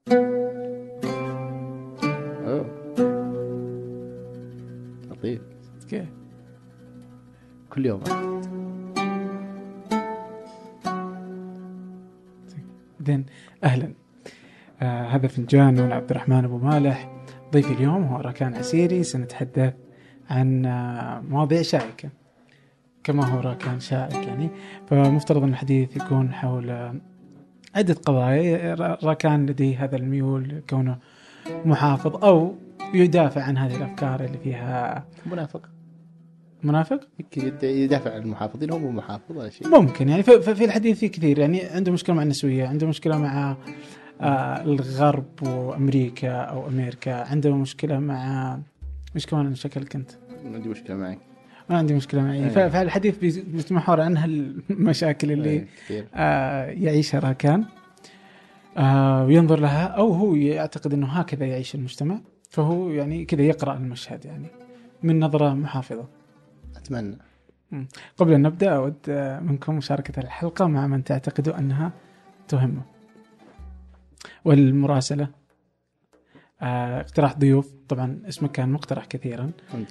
لطيف. كيف كل يوم بعدين أهلا. هذا فنجان من عبد الرحمن أبو مالح. ضيفي اليوم هو راكان عسيري. سنتحدث عن مواضيع شائكة كما هو راكان شائك يعني، فمفترض أن الحديث يكون حول عدة قضايا. راكان لديه هذا الميول كونه محافظ أو يدافع عن هذه الأفكار اللي فيها منافق يدافع عن المحافظين. هو مو محافظ ولا شيء. ممكن يعني في الحديث في كثير يعني عنده مشكلة مع النسوية، عنده مشكلة مع الغرب وأمريكا أو أمريكا، عنده مشكلة مع مش كمان شكلك أنت. عندي مشكلة معك. ما عندي مشكلة معي. فالحديث بيتمحور عن هالمشاكل اللي يعيشها راكان وينظر لها، أو هو يعتقد أنه هكذا يعيش المجتمع، فهو يعني كذا يقرأ المشهد يعني من نظرة محافظة. أتمنى. قبل أن نبدأ أود منكم مشاركة الحلقة مع من تعتقدوا أنها تهمه، والمراسلة، اقتراح ضيوف. طبعا اسمك كان مقترح كثيرا.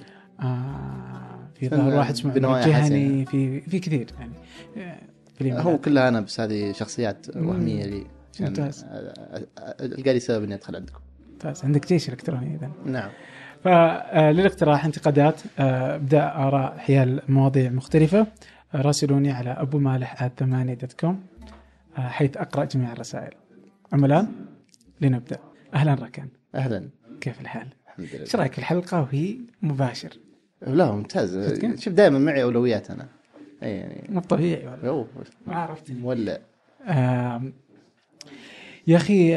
في ظهر واحد اسمه جهني، في كثير يعني هو كلها أنا، بس هذه شخصيات وهمية لي عشان ألقى لي سبب إني أدخل عندكم. ممتاز. عندك جيش إلكتروني إذن. نعم. فللاقتراح انتقادات ابداء آراء حيال مواضيع مختلفة راسلوني على abumالح@8.com حيث أقرأ جميع الرسائل. أما الآن لنبدأ. أهلا راكان. أهلا. كيف الحال؟ الحمد لله. ايش رايك الحلقة وهي مباشر؟ لا ممتاز. شوف دائما معي أولويات أنا. يعني مو طبيعي ولا؟ ما عرفت ولا. يا أخي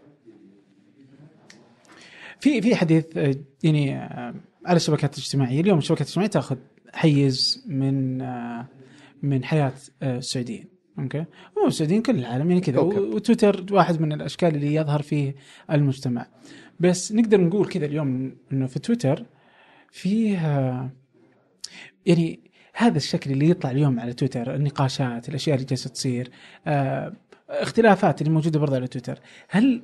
في حديث يعني على الشبكات الاجتماعية. اليوم الشبكات الاجتماعية تأخذ حيز من حياة السعوديين. اوكي، مو السعوديين، كل العالم يعني كذا. وتويتر واحد من الاشكال اللي يظهر فيه المجتمع. بس نقدر نقول كذا اليوم انه في تويتر فيه يعني هذا الشكل اللي يطلع اليوم على تويتر، النقاشات، الاشياء اللي جالسه تصير، اختلافات اللي موجوده برضه على تويتر. هل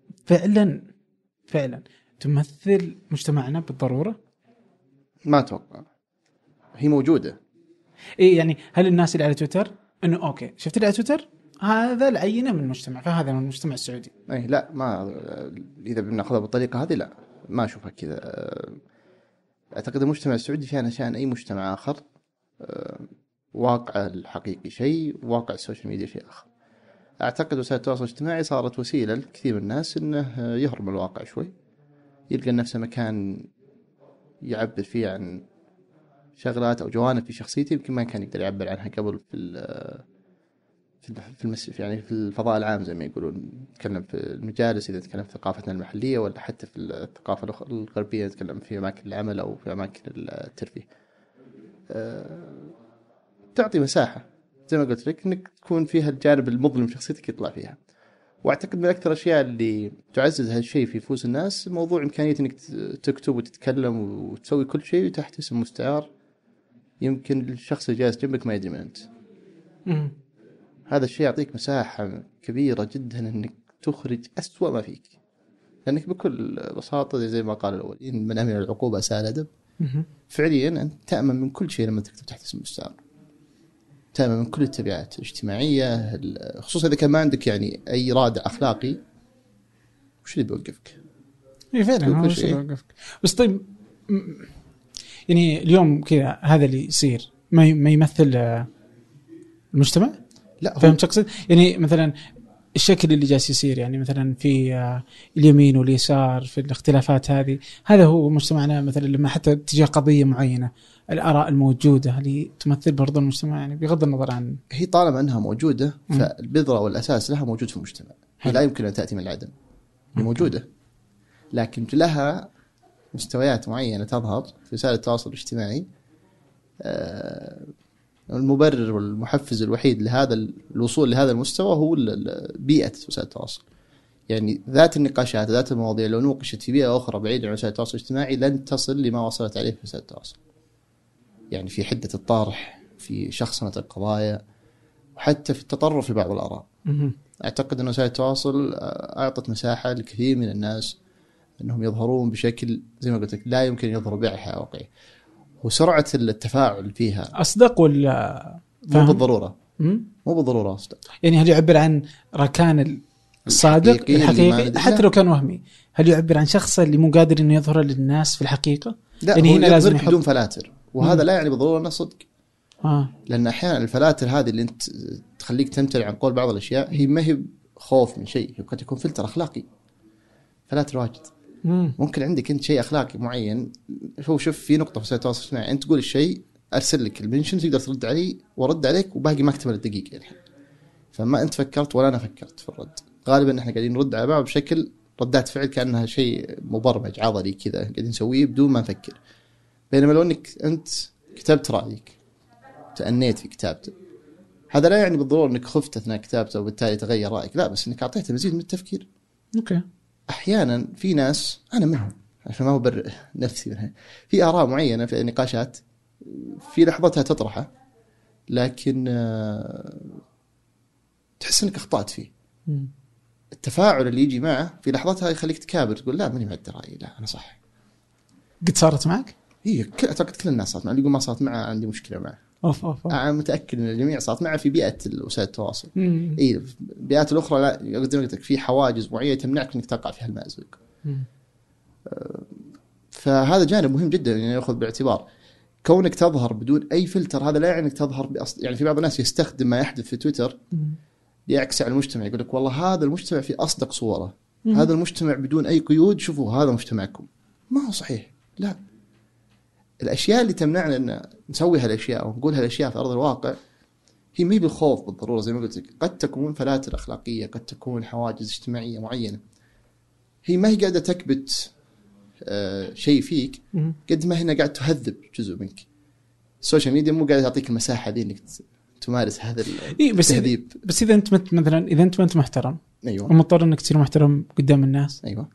فعلا تمثل مجتمعنا بالضروره؟ ما اتوقع. هي موجوده. ايه يعني هل الناس اللي على تويتر انه اوكي شفت اللي على تويتر هذا العينه من المجتمع، فهذا من المجتمع السعودي؟ اي لا، ما اذا بناخذها بالطريقه هذه لا، ما اشوفها كذا. اعتقد المجتمع السعودي فيها شان اي مجتمع اخر. واقع الحقيقي شيء، واقع السوشيال ميديا شيء اخر. اعتقد وسائل التواصل الاجتماعي صارت وسيله لكثير من الناس انه يهرب من الواقع شوي، يلقى نفسه مكان يعبر فيه عن شغلات او جوانب في شخصيته يمكن ما كان يقدر يعبر عنها قبل في يعني في الفضاء العام زي ما يقولون. نتكلم في المجالس إذا نتكلم في ثقافتنا المحلية، ولا حتى في الثقافة الغربية نتكلم في أماكن العمل أو في أماكن الترفيه. تعطي مساحة زي ما قلت لك إنك تكون فيها الجانب المظلم شخصيتك يطلع فيها. وأعتقد من أكثر الأشياء اللي تعزز هالشيء في نفوس الناس موضوع إمكانية إنك تكتب وتتكلم وتسوي كل شيء تحت اسم مستعار، يمكن الشخص اللي جالس جنبك ما يدري من أنت. هذا الشيء يعطيك مساحة كبيرة جدا أنك تخرج أسوأ ما فيك، لأنك بكل بساطة زي ما قال الأولين من أمن العقوبة ساء الأدب. فعليا أنت تأمن من كل شيء لما تكتب تحت اسم مستعار، تأمن من كل التبعات الاجتماعية، خصوصا إذا كان ما عندك يعني أي رادع أخلاقي. وش اللي بيوقفك؟ فعلا وش اللي بيوقفك؟ بس طيب يعني اليوم كذا هذا اللي يصير ما يمثل المجتمع؟ لا، فهمت تقصد؟ يعني مثلا الشكل اللي جالس يصير يعني مثلا في اليمين واليسار في الاختلافات هذه، هذا هو مجتمعنا مثلا لما حتى تجاه قضية معينة الآراء الموجودة اللي تمثل برضو المجتمع يعني بغض النظر عن هي طالما أنها موجودة فالبذرة والأساس لها موجود في المجتمع. هي لا يمكن أن تأتي من العدم، هي موجودة، لكن لها مستويات معينة تظهر في وسائل التواصل الاجتماعي. المبرر والمحفز الوحيد لهذا الوصول لهذا المستوى هو بيئة وسائل التواصل. يعني ذات النقاشات، ذات المواضيع لو نوقشت في بيئة أخرى بعيدة عن وسائل التواصل الاجتماعي لن تصل لما وصلت عليه في وسائل التواصل. يعني في حدة الطرح، في شخصنة القضايا، وحتى في التطرف في بعض الآراء. أعتقد أن وسائل التواصل أعطت مساحة لكثير من الناس أنهم يظهرون بشكل زي ما قلت لك لا يمكن يظهروا بحياة واقعية، وسرعة التفاعل فيها أصدق ولا مو بالضرورة مو بالضرورة أصدق. يعني هل يعبر عن ركان الصادق الحقيقي حتى لو كان وهمي؟ هل يعبر عن شخص اللي مو قادر إنه يظهر للناس في الحقيقة؟ لا يعني هنا لازم بدون فلاتر، وهذا لا يعني بالضرورة أنه صدق. لأن أحيانا الفلاتر هذه اللي أنت تخليك تمتنع عن قول بعض الأشياء هي ما هي خوف من شيء، قد يكون فلتر أخلاقي. فلاتر واجد ممكن عندك أنت شيء أخلاقي معين. شوف في نقطة في وسائل التواصل الاجتماعي أنت تقول الشيء أرسل لك المنشن تقدر ترد عليه ورد عليك وباقي ما اكتمل الدقيقة الحين، فما أنت فكرت ولا أنا فكرت في الرد. غالبا إحنا قاعدين نرد على بعض بشكل ردات فعل كأنها شيء مبرمج عضلي كذا قاعدين نسويه بدون ما نفكر. بينما لو أنك أنت كتبت رأيك تأنيت في كتابته، هذا لا يعني بالضرورة أنك خفت أثناء كتابته وبالتالي تغير رأيك، لا بس أنك أعطيته مزيد من التفكير. أوكي. أحيانا في ناس أنا منهم عشان ما أبرئ نفسي منها، في آراء معينة في النقاشات في لحظتها تطرحه لكن تحس أنك أخطأت فيه. التفاعل اللي يجي معه في لحظتها يخليك تكابر تقول لا ماني معد رأيي، لا أنا صح. قد صارت معك؟ هي أعتقد كل الناس صارت معه، اللي يقول ما صارت معه عندي مشكلة معه. أنا متأكد أن الجميع صارت معه في بيئة وسائل التواصل. إيه البيئات الأخرى لا، قلت لك في حواجز معينة تمنعك أنك تقع في هالمأزق. فهذا جانب مهم جدا يعني يأخذ بالاعتبار. كونك تظهر بدون أي فلتر هذا لا يعني أنك تظهر يعني في بعض الناس يستخدم ما يحدث في تويتر ليعكس على المجتمع، يقول لك والله هذا المجتمع في أصدق صوره، هذا المجتمع بدون أي قيود، شوفوا هذا مجتمعكم. ما هو صحيح. لا، الأشياء اللي تمنعنا أن نسوي هالأشياء ونقول هالأشياء في أرض الواقع هي ما هي بالخوف بالضرورة زي ما قلت لك، قد تكون فلاتر أخلاقية، قد تكون حواجز اجتماعية معينة، هي ما هي قاعدة تكبت شيء فيك قد ما هنا قاعد تهذب جزء منك. السوشيال ميديا مو قاعدة تعطيك المساحة دي إنك تمارس هذا التهذيب. بس إذا أنت مثلا إذا أنت ما أنت محترم، أيوة، ومضطر إنك تصير محترم قدام الناس، أيوة،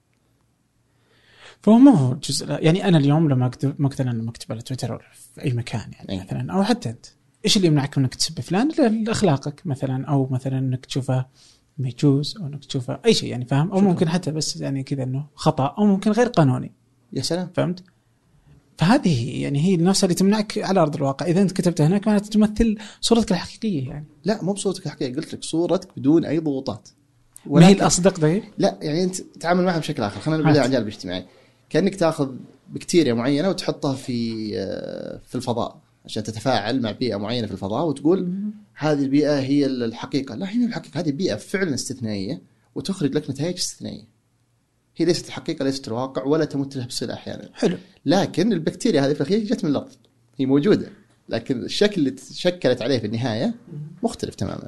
فهو ما هو جزء. يعني أنا اليوم لما أقدر أنا مكتب على تويتر أو في أي مكان يعني أيوة. مثلا أو حتى أنت إيش اللي يمنعك من إنك تسب فلان؟ أخلاقك مثلا، أو مثلا إنك تشوفه ما يجوز، أو إنك تشوفه أي شيء يعني فاهم، أو ممكن حتى بس يعني كذا إنه خطأ أو ممكن غير قانوني. يا سلام، فهمت؟ فهذه يعني هي النفس اللي تمنعك على أرض الواقع. إذا أنت كتبت هناك معناته تمثل صورتك الحقيقية يعني. لا مو بصورتك الحقيقية، قلت لك صورتك بدون أي ضغوطات. ما هي الأصدق ده؟ لا يعني أنت تتعامل معها بشكل آخر. خلينا نبدأ على الجانب الاجتماعي. كأنك تأخذ بكتيريا معينة وتحطها في الفضاء عشان تتفاعل مع بيئة معينة في الفضاء وتقول هذه البيئة هي الحقيقة. لا، هي مو الحقيقة، هذه بيئة فعلا استثنائية وتخرج لك نتائج استثنائية. هي ليست الحقيقة، ليست الواقع، ولا تمت لها بصلة أحيانا. حلو. لكن البكتيريا هذه في الأخير جت من الأرض، هي موجودة، لكن الشكل اللي تشكلت عليه في النهاية مختلف تماما.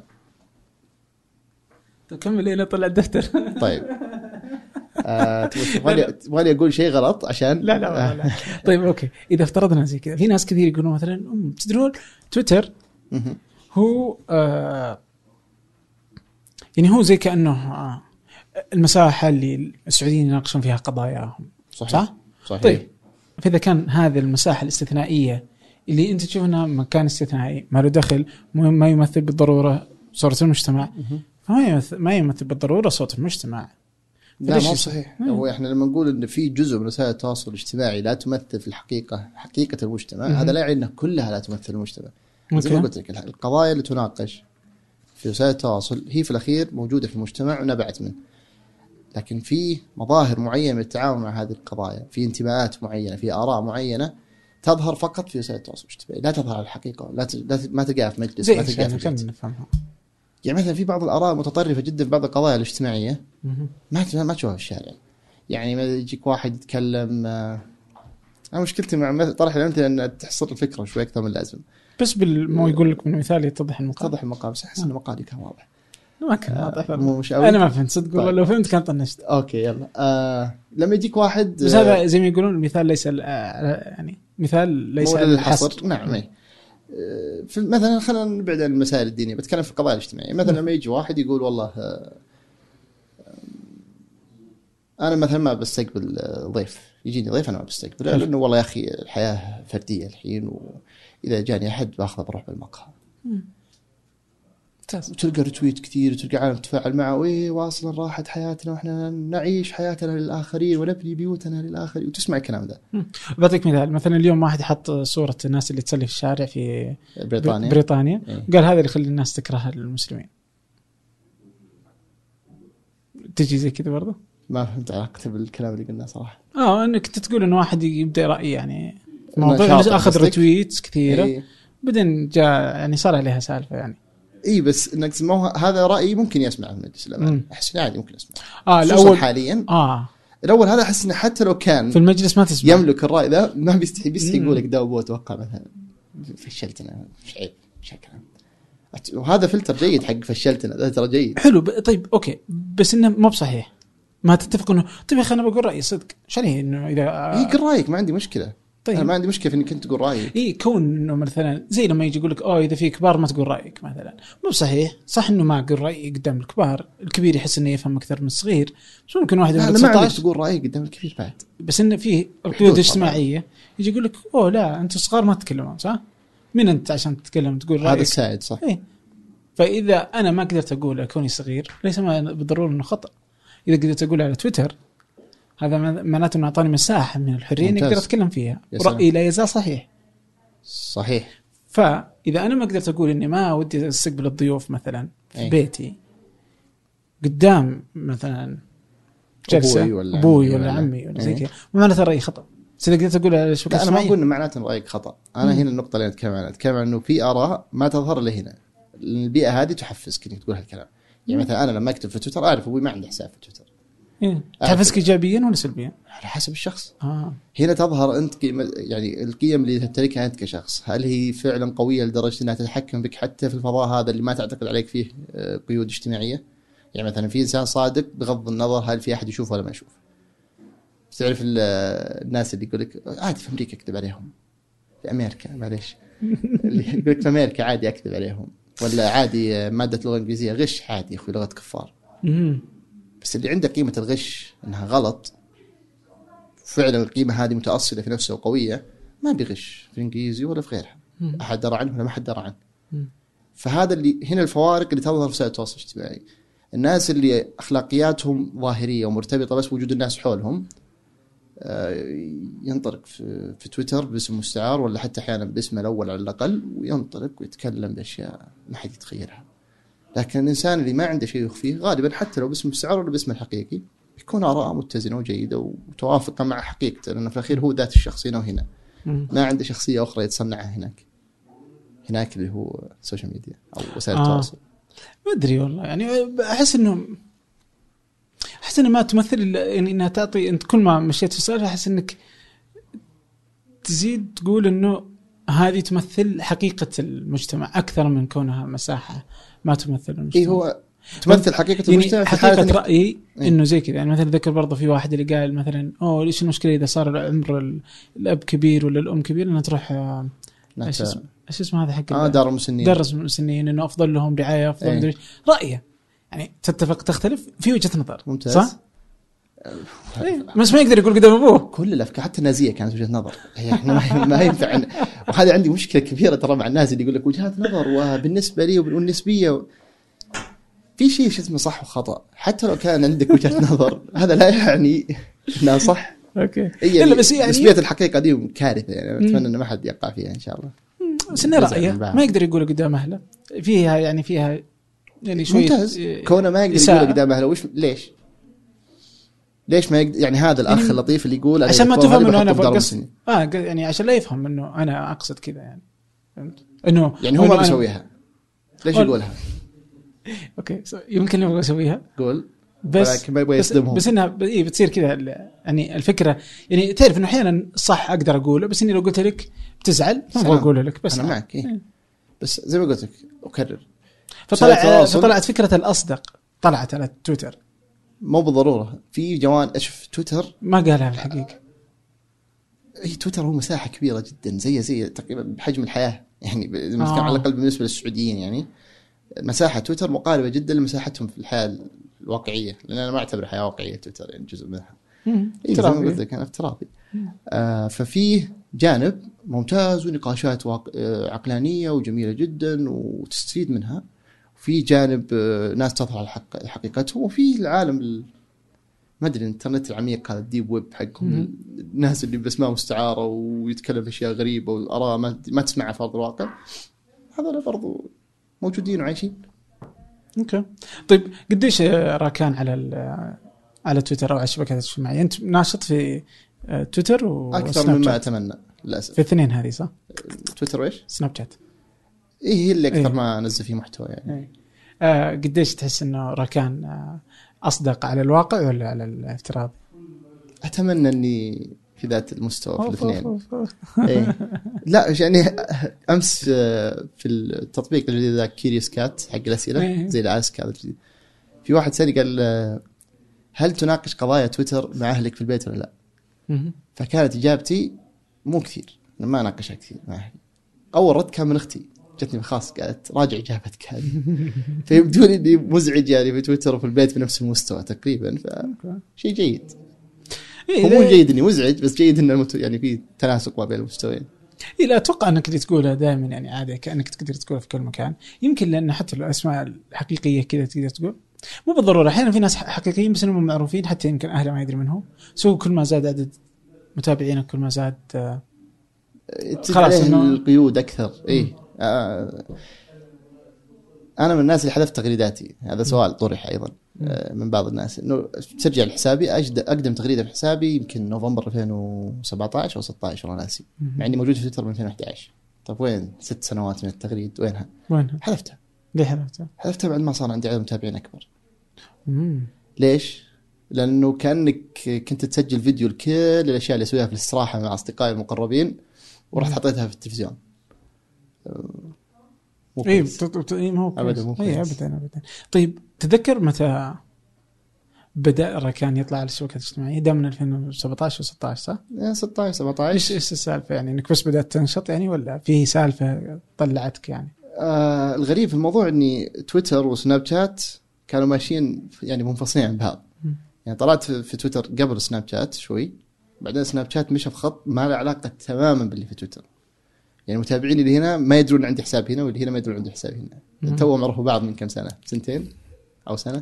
تكمل لين طلع الدفتر. طيب تبغالي أقول شيء غلط عشان لا. طيب أوكي، إذا افترضنا زي كذا، في ناس كثير يقولون مثلا تدرون تويتر هو يعني هو زي كأنه المساحة اللي السعوديين يناقشون فيها قضاياهم. صح؟ طيب فإذا كان هذه المساحة الاستثنائية اللي أنت تشوف أنها مكان استثنائي ما له دخل، ما يمثل بالضرورة صورة المجتمع، ما يمثل بالضرورة صوت المجتمع. لا ما صحيح. هو احنا لما نقول ان في جزء من وسائل التواصل الاجتماعي لا تمثل في الحقيقة حقيقة المجتمع، هذا لا يعني ان كلها لا تمثل المجتمع. زي ما قلت لك القضايا اللي تناقش في وسائل التواصل هي في الأخير موجودة في المجتمع ونبعت منه، لكن في مظاهر معينة من التعامل مع هذه القضايا، في انتماءات معينة، في آراء معينة تظهر فقط في وسائل التواصل الاجتماعي، لا تظهر على الحقيقة، ما تلقاها في مجلس، ما تلقاها في بيت. يعني مثلا في بعض الآراء متطرفة جدا في بعض القضايا الاجتماعية ما تشوفها في الشارع. يعني ما يجيك واحد يتكلم، أنا مشكلتي مع طرح الأمثلة أن تحصر الفكرة شوي أكثر من اللازم. بس بالمو يقول لك من مثال يتضح المقال. يتضح المقال، بس أحس إن مقالي كان واضح. ما كان واضح. أنا ما فهمت صدق والله. طيب. لو فهمت كان طنشت. أوكي يلا. لما يجيك واحد، بس هذا زي ما يقولون المثال ليس يعني مثال ليس الحصر. نعم. مثلا خلينا نبعد عن المسائل الدينية، بتكلم في القضايا الاجتماعية. مثلا لما يجي واحد يقول والله أنا مثلا ما بستقبل ضيف، يجيني ضيف أنا ما بستقبله لأنه والله يا أخي الحياة فردية الحين، وإذا جاني أحد بأخذه بروح بالمقهى. وتلقى رتويت كثير وتلقى عالم تفاعل معه، وإيه واصلا راحت حياتنا وإحنا نعيش حياتنا للآخرين ونبني بيوتنا للآخرين، وتسمع الكلام ذا. بعطيك مثال، مثلا اليوم واحد حط صورة الناس اللي تصلي في الشارع في بريطانيا إيه؟ قال هذا اللي يخلي الناس تكره المسلمين. تجي زي كذا برضه؟ ما فهمت علاقته بالكلام اللي قلناه صراحة. انك تقول انه واحد يبدا راي يعني موضوع اخذ رتويت كثيره إيه؟ بعدين جاء يعني صار عليها سالفه يعني. اي بس انك هذا رايي ممكن يسمع من المجلس الاماني، احس عادي ممكن اسمع. الاول حاليا الاول هذا احس انه حتى لو كان في المجلس ما تسمع يملك الراي ذا ما بيستحي يقول لك ده ابو اتوقع مثلا فشلتنا مش عيب بشكل عام، وهذا فلتر جيد حق فشلتنا ده ترى جيد حلو. طيب اوكي بس انه مو بصحيح، ما تتفق انه طيب يا اخي انا بقول رايي صدق شنو انه اذا قل رايك ما عندي مشكله. طيب. انا ما عندي مشكله في انك انت تقول رايك. كون انه مثلا زي لما يجي يقول لك اذا في كبار ما تقول رايك مثلا، مو صحيح. صح انه ما اقول رايي قدام الكبار، الكبير يحس انه يفهم اكثر من الصغير، بس ممكن واحد من 19 تقول رايك قدام الكبير بعد. بس انه فيه القيود الاجتماعيه يجي يقول لك لا انتم صغار ما تتكلمون، صح؟ من انت عشان تتكلم تقول رايك؟ هذا السائد صح. فاذا انا ما قدرت اقول كوني صغير ليس بالضروره انه خطا. اذا قدرت اقول على تويتر هذا معناته انه اعطاني مساحه من الحريه اني اقدر اتكلم فيها، رايي لا يزال صحيح. فاذا انا ما قدرت اقول اني ما ودي استقبل الضيوف مثلا في بيتي قدام مثلا جلسه ابوي ولا عمي ولا زي كذا، معناته رايي خطا. اذا قدرت اقول على الشبكه انا ما اقول انه معناته رايك خطا، انا هنا النقطه اللي اتكلم عنها، اتكلم عن انه في اراء ما تظهر الا هنا، البيئه هذه تحفزك انك تقول هالكلام. يعني مثلا انا لما اكتب في تويتر اعرف ابوي ما عنده حساب في تويتر، تحفزك ايجابيا ولا سلبيا على حسب الشخص. هنا تظهر انت يعني القيم اللي تمتلكها انت كشخص، هل هي فعلا قويه لدرجه انها تتحكم بك حتى في الفضاء هذا اللي ما تعتقد عليك فيه قيود اجتماعيه. يعني مثلا في انسان صادق بغض النظر هل في احد يشوفه ولا ما يشوف. تعرف الناس اللي يقول لك عادي في امريكا اكذب عليهم، في امريكا معليش اللي يقول لك في امريكا عادي اكذب عليهم، ولا عادي ماده لغه انجليزيه غش عادي يا اخوي لغه كفار. بس اللي عنده قيمه الغش انها غلط فعلا، القيمه هذه متاصله في نفسه وقويه، ما بيغش في الانجليزي ولا في غيرها. احد درى عنه ولا ما حد درى عنه. فهذا اللي هنا الفوارق اللي تظهر في وسائل التواصل الاجتماعي. الناس اللي اخلاقياتهم ظاهريه ومرتبطه بس بوجود الناس حولهم ينطلق في تويتر باسم مستعار ولا حتى احيانا باسمه الاول على الاقل، وينطلق ويتكلم باشياء ما حد يتخيلها. لكن الانسان اللي ما عنده شيء يخفيه غالبا حتى لو باسم مستعار ولا باسمه الحقيقي يكون آراءه متزنه وجيده وتوافق مع حقيقته، لانه في الاخير هو ذات الشخص هنا وهنا، ما عنده شخصيه اخرى يتصنعها هناك اللي هو السوشيال ميديا او وسائل التواصل. ما ادري والله، يعني احس انه ما تمثل، يعني انها تعطي، انت كل ما مشيت في السالفه احس انك تزيد تقول انه هذه تمثل حقيقه المجتمع اكثر من كونها مساحه ما تمثل المجتمع. هو تمثل حقيقه المجتمع في حقيقه رايي انه زي كذا. يعني مثلا ذكر برضه في واحد اللي قال مثلا ليش المشكله اذا صار عمر الاب كبير ولا الام كبير انها تروح ايش اسمه هذا حق دار المسنين انه افضل لهم رعايه افضل رايه. يعني تتفق تختلف في وجهه نظر. ممتاز. صح. بس ما يقدر يقول قدام ابوه. كل الافكار حتى النازيه كانت وجهه نظر. احنا ما ينفع وهذا عندي مشكله كبيره ترى مع الناس اللي يقول لك وجهات نظر وبالنسبه لي والنسبيه في شيء اسمه صح وخطا. حتى لو كان عندك وجهه نظر هذا لا يعني انها صح. اوكي. لا بس يعني نسبيه الحقيقه دي كارثه، يعني اتمنى ان ما حد يقع فيها ان شاء الله. بس انه رايه ما يقدر يقول قدام اهله فيها، يعني فيها يعني شويه ممتاز. كونه ما يقدر يقول قدام اهله وش ليش ما يقدر؟ يعني هذا الاخ اللطيف اللي يقول عشان ما تفهم انه انا بقصد يعني عشان لا يفهم انه انا اقصد كذا، يعني فهمت انه يعني هو ما بيسويها. ليش يقولها؟ اوكي يمكن يبغى يسويها قول بس ولكن ما يبغى يصدمهم. بس انها بتصير كذا، يعني الفكره يعني تعرف انه احيانا صح اقدر اقوله، بس اني لو قلت لك بتزعل ما ابغى اقوله لك. بس انا معك بس زي ما قلت لك اكرر. فطلعت فكره الاصدق طلعت على تويتر. مو بالضروره في جوان اشوف تويتر ما قالها الحقيقه. تويتر هو مساحه كبيره جدا زي تقريبا بحجم الحياه، يعني على الاقل بالنسبه للسعوديين. يعني مساحه تويتر مقاربه جدا لمساحتهم في الحياه الواقعيه، لان انا ما اعتبر حياه واقعيه تويتر، يعني جزء منها زي ما قلت لك انا افتراضي. ففيه جانب ممتاز ونقاشات عقلانيه وجميله جدا وتستفيد منها، في جانب ناس تظهر على حقيقتهم، وفي العالم ما ادري الانترنت العميق هذا الديب ويب حقهم، الناس اللي باسماء مستعاره ويتكلم اشياء غريبه واراء ما تسمعها في ارض الواقع. هذول برضو موجودين وعايشين. اوكي طيب قديش راكان على تويتر او على الشبكات الاجتماعيه؟ انت ناشط في تويتر اكثر مما اتمنى للاسف. في الاثنين هذه صح؟ تويتر وايش؟ سناب شات. هي اللي اكثر ما انزل فيه محتوى يعني. قديش تحس انه راكان اصدق على الواقع ولا على الافتراض؟ اتمنى اني في ذات المستوى في الاثنين. لا يعني امس في التطبيق الجديد ذا كيريوس كات حق الاسئله زي الاسك هذا الجديد، في واحد سالني قال هل تناقش قضايا تويتر مع اهلك في البيت ولا لا؟ فكانت اجابتي مو كثير، ما اناقشها كثير مع اهلي. اول رد كان من اختي، جتني خاص قالت راجع اجابتك هذه. فيبدو لي اني مزعج يعني في تويتر وفي البيت بنفس المستوى تقريبا، فشيء جيد. هو مو جيد اني مزعج، بس جيد انه يعني في تناسق ما بين المستويين. لا اتوقع انك تقولها دائما يعني عادي كانك تقدر تقولها في كل مكان، يمكن لان حتى الاسماء الحقيقيه كذا تقدر تقول، مو بالضروره. احيانا في ناس حقيقيين بس انهم معروفين حتى يمكن اهله ما يدري منهم. سو كل ما زاد عدد متابعينك كل ما زاد خلاص القيود اكثر. انا من الناس اللي حذفت تغريداتي. هذا سؤال طرح ايضا من بعض الناس، انه ترجع لحسابي. اقدم تغريده في حسابي يمكن نوفمبر 2017 او 16 والله ناسي، مع اني موجود في تويتر من 2011. طيب وين 6 سنوات من التغريد؟ وينها؟ حذفتها. ليه حذفتها؟ حذفتها بعد ما صار عندي عدد متابعين اكبر. ليش؟ لانه كانك كنت تسجل فيديو لكل الاشياء اللي اسويها في الاستراحه مع اصدقائي المقربين، ورحت حطيتها في التلفزيون. ما هو ابدا. طيب تذكر متى بدأ راكان يطلع على الشبكات الاجتماعية؟ ده من 2017 و16 صح؟ 16 17. ايش السالفة يعني؟ انك بس بدأت تنشط يعني ولا في سالفة طلعتك يعني؟ الغريب في الموضوع اني تويتر وسناب شات كانوا ماشيين يعني منفصلين عن بعض. يعني طلعت في تويتر قبل سناب شات شوي، بعدين سناب شات مشى في خط ما له علاقة تماما باللي في تويتر. يعني متابعيني اللي هنا ما يدرون عندي حساب هنا، واللي هنا ما يدرون عندي حساب هنا. توهم عرفوا بعض من كم سنة، 2 أو سنة.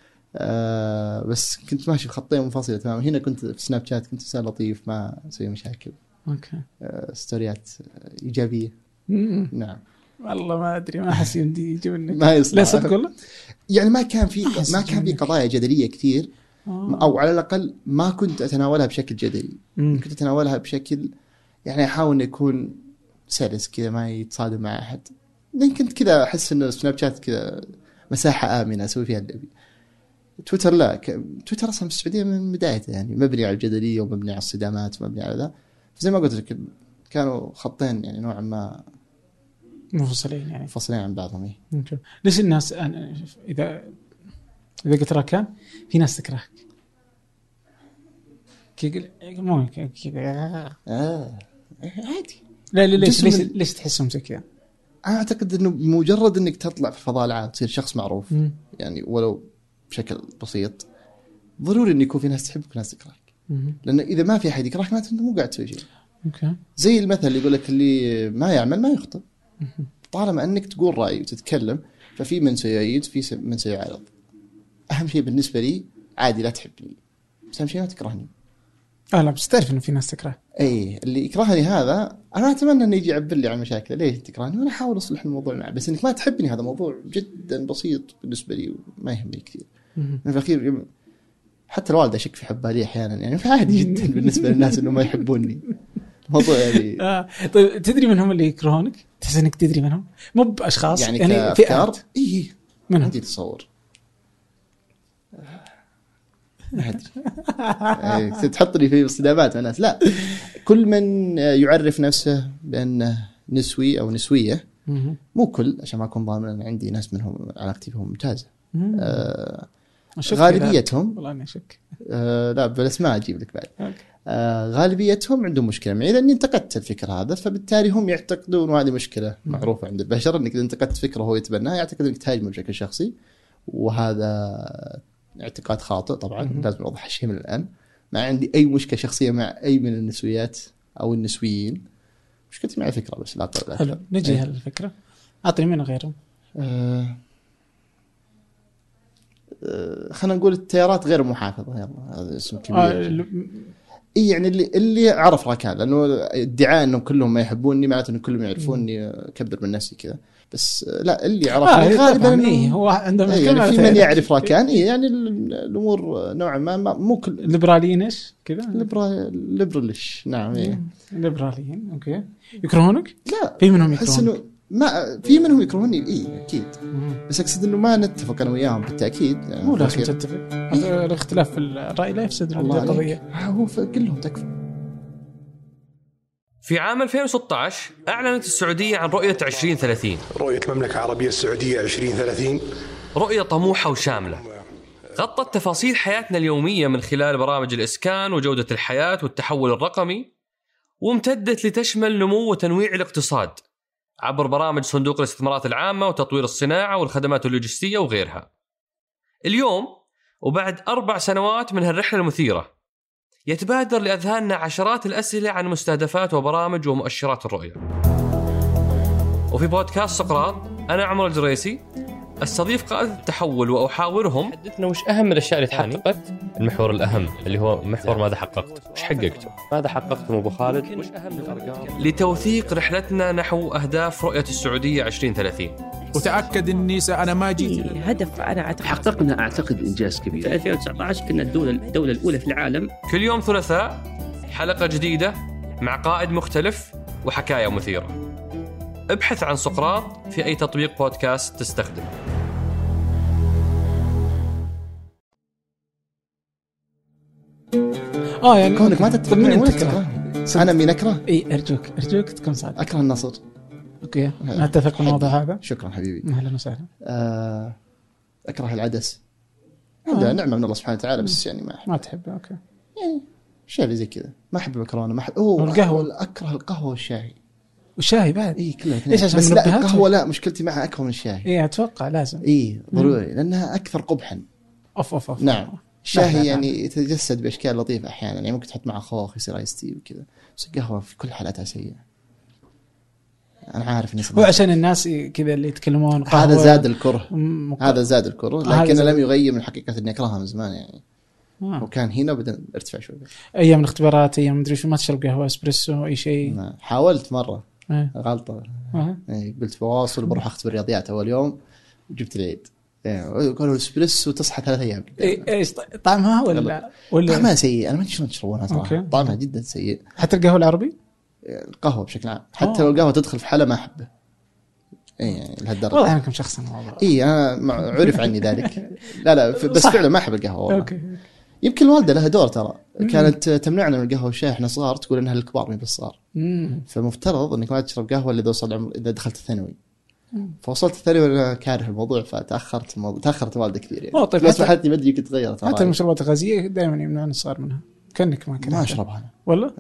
بس كنت ماشي في خطين منفصلة تماما. هنا كنت في سناب شات كنت إنسان لطيف ما أسوي مشاكل. ستوريات إيجابية. نعم. والله ما أدري، ما أحس يمدي يجي منك. ما يصلح. لا صدق والله. يعني ما كان في قضايا جدلية كثير، أو على الأقل ما كنت أتناولها بشكل جدلي. كنت أتناولها بشكل يعني أحاول أن يكون سلس كذا، ما يتصادم مع أحد. لأن كنت كذا أحس إنه سناب شات كذا مساحة آمنة أسوي فيها اللي أبي. تويتر لا، تويتر أصلا في السعودية من بدايته يعني مبني على الجدلية ومبني على الصدامات ومبني على ذا. زي ما قلت لك كانوا خطين يعني نوعا ما منفصلين عن بعضهم. ليش الناس إذا قلت راكان في ناس تكرهك مو عادي. لا ليش تحسهم زي كذا؟ أنا أعتقد إنه مجرد إنك تطلع في الفضاء العام تصير شخص معروف يعني ولو بشكل بسيط، ضروري إن يكون في ناس تحبك وناس تكرهك. لأن إذا ما في أحد يكرهك معناته أنت مو قاعد تسوي شيء. زي المثل اللي يقول لك اللي ما يعمل ما يخطئ. طالما أنك تقول رأي وتتكلم ففي من سيعيد في من سيعارض. أهم شيء بالنسبة لي عادي لا تحبني، بس أهم شيء لا تكرهني. لا بس تعرف إنه في ناس تكره. اللي يكرهني هذا أنا أتمنى إنه يجي يعبر لي عن مشاكله. ليه تكرهني؟ وأنا أحاول أصلح الموضوع معه. بس إنك ما تحبني هذا موضوع جدا بسيط بالنسبة لي وما يهمني كثير. من الأخير حتى الوالدة أشك في حبها لي أحيانا يعني، فعادي جدا بالنسبة للناس إنه ما يحبوني. موضوع يعني. طيب تدري من هم اللي يكرهونك؟ تحس إنك تدري منهم؟ مو بأشخاص يعني كأفكار. منهم. عندي تصور. ما أدري. تحطني في صدامات مع الناس. لا، كل من يعرف نفسه بأنه نسوي أو نسوية، مو كل، عشان ما أكون ضامن. عندي ناس منهم علاقتي بهم ممتازة. غالبيتهم والله أنا أشك. لا بالاسماء أجيب لك بعد. غالبيتهم عندهم مشكلة معي لأني انتقدت الفكرة هذا، فبالتالي هم يعتقدون، وهذه مشكلة معروفة عند البشر، أنك إذا انتقدت فكرة هو يتبناها يعتقد أنك تهاجمه بشكل شخصي، وهذا اعتقاد خاطئ طبعا. لازم نوضح الشيء من الآن. ما عندي أي مشكلة شخصية مع أي من النسويات أو النسويين، مشكلتي مع الفكرة بس لا. حلو، نجي هالفكرة. أعطني منها غيرهم. خلينا نقول التيارات غير محافظة، يلا هذا اسم كبير. إيه يعني اللي عرف راكان، لأنه ادعاء إنهم كلهم ما يحبوني معناته إن كلهم يعرفوني أكبر من نفسي كذا. بس لا، اللي عرفني غالبا هو عندما يعني في من يعرف راكان. يعني الأمور نوعا ما مو كل ليبراليينش كذا، ليبراليش. نعم ليبراليين. أوكي، يكرهونك؟ لا، في منهم أحس يكرهونك. إنه ما في منهم يكرهوني أكيد. بس أقصد إنه ما نتفق أنا وياهم بالتأكيد. مو لازم تتفق، الاختلاف في الرأي لا يفسد القضية. هو كلهم تكفى. في عام 2016 أعلنت السعودية عن رؤية 2030. رؤية المملكة العربية السعودية 2030 رؤية طموحة وشاملة غطت تفاصيل حياتنا اليومية من خلال برامج الإسكان وجودة الحياة والتحول الرقمي، وامتدت لتشمل نمو وتنويع الاقتصاد عبر برامج صندوق الاستثمارات العامة وتطوير الصناعة والخدمات اللوجستية وغيرها. اليوم وبعد 4 سنوات من هالرحلة المثيرة، يتبادر لأذهاننا عشرات الأسئلة عن مستهدفات وبرامج ومؤشرات الرؤية. وفي بودكاست سقراط أنا عمر الجريسي استضيف قادة التحول وأحاورهم حدثنا وش أهم الأشياء اللي تحققت. المحور الأهم اللي هو محور ماذا حققت، وش حققته، ماذا حققتم أبو خالد، وش أهم الأرقام، لتوثيق رحلتنا نحو أهداف رؤية السعودية 2030. وتأكد إني أنا ما جيت هدف. أنا حققنا أعتقد إنجاز كبير. في 2019 كنا الدولة الأولى في العالم. كل يوم ثلاثاء حلقة جديدة مع قائد مختلف وحكاية مثيرة. ابحث عن سقراط في أي تطبيق بودكاست تستخدم. يعني كونك ما تتفق من ولا تكره. أنا مين أكره؟ أرجوك تكون صادق. أكره النصر. اوكي، نتفق في الموضوع هذا. شكرا حبيبي. اهلا وسهلا. اكره العدس. عندنا نعمه من الله سبحانه وتعالى، بس يعني ما تحبه. اوكي، يعني شيء اللي زي كذا. ما احب المكرونه، ما احب القهوه. اكره القهوه والشاي. والشاي بعد. كلها. ليش؟ عشان بس لا، القهوه لا، مشكلتي معها اكثر من الشاي. اتوقع لازم. ضروري، لانها اكثر قبحا. اوف. نعم. الشاي يعني يتجسد باشكال لطيفه احيانا، يعني ممكن تحط معه خوخ يصير ايس تي وكذا. بس القهوه في كل حالاتها سيئه. أنا عارف الناس هو عشان الناس كذا اللي يتكلمون هذا زاد الكره. هذا زاد الكره، لكن لم يغير من حقيقة إني أكرهها من زمان يعني. وكان هنا بدأ ارتفع شوي. أيام الاختبارات، أيام مدري شو، ما تشرب قهوة اسبريسو أي شيء. حاولت مرة غلطة. قلت بواصل بروح أختبر رياضيات أول يوم وجبت العيد. قالوا اسبريسو تصحى 3 أيام. إيش طعمها ولا طعمها سيء. أنا ما أدري شلون تشربونها صراحة. طعمها جدا سيء. حتى القهوة العربي، القهوة بشكل عام، حتى لو القهوة تدخل في حالة ما أحبه. يعني لهالدرجة. والله أنا كم شخص الموضوع. أنا عرف عني ذلك. لا بس فعلا ما أحب القهوة والله. أوكي. يمكن الوالدة لها دور ترى. كانت تمنعنا من القهوة والشاي إحنا صغار، تقول إنها للكبار مي بالصغار. فمفترض إنك ما تشرب قهوة إلا إذا دخلت الثانوي. فوصلت الثانوي وأنا كاره الموضوع، فتأخرت الوالدة كثير يعني. طيب، بس حالتي ما أدري كنت تغيرت. حتى المشروبات الغازية دائما يمنعون الصغار منها. كأنك ما أشربها أنا. والله.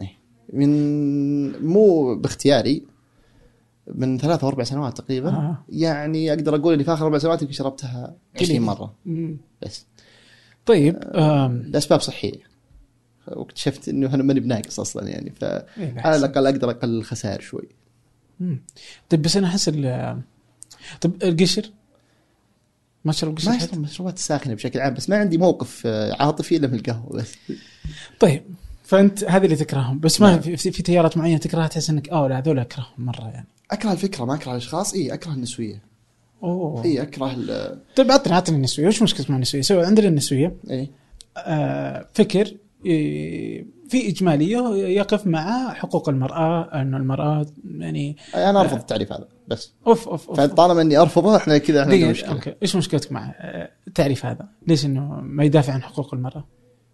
مو باختياري. من 3 أو 4 سنوات تقريبا. يعني أقدر أقول إني في آخر 4 سنوات يمكن شربتها 20 مرة. بس. طيب. لأسباب صحية. واكتشفت إنه أنا ماني بناقص أصلا يعني، فعلى الأقل أقدر أقلل الخسائر شوي. طيب بس أنا أحس طب القشر ما شرب قشر. ما أشرب مشروبات ساخنة بشكل عام، بس ما عندي موقف عاطفي إلا من القهوة بس. طيب فأنت هذه اللي تكرههم، بس ما في تيارات معينة تكرهها تحس إنك لا هذول أكرههم مرة يعني. أكره الفكرة، ما أكره الأشخاص. أكره النسوية. أكره طيب عطني النسوية. وش مشكلة مع النسوية؟ سوى عندنا النسوية. فكر في إجمالية يقف مع حقوق المرأة، أن المرأة يعني. أنا أرفض التعريف هذا بس. أوف. فطالما إني أرفضه إحنا كذا مشكلة. أوكي. إيش مشكلتك مع التعريف هذا؟ ليش إنه ما يدافع عن حقوق المرأة؟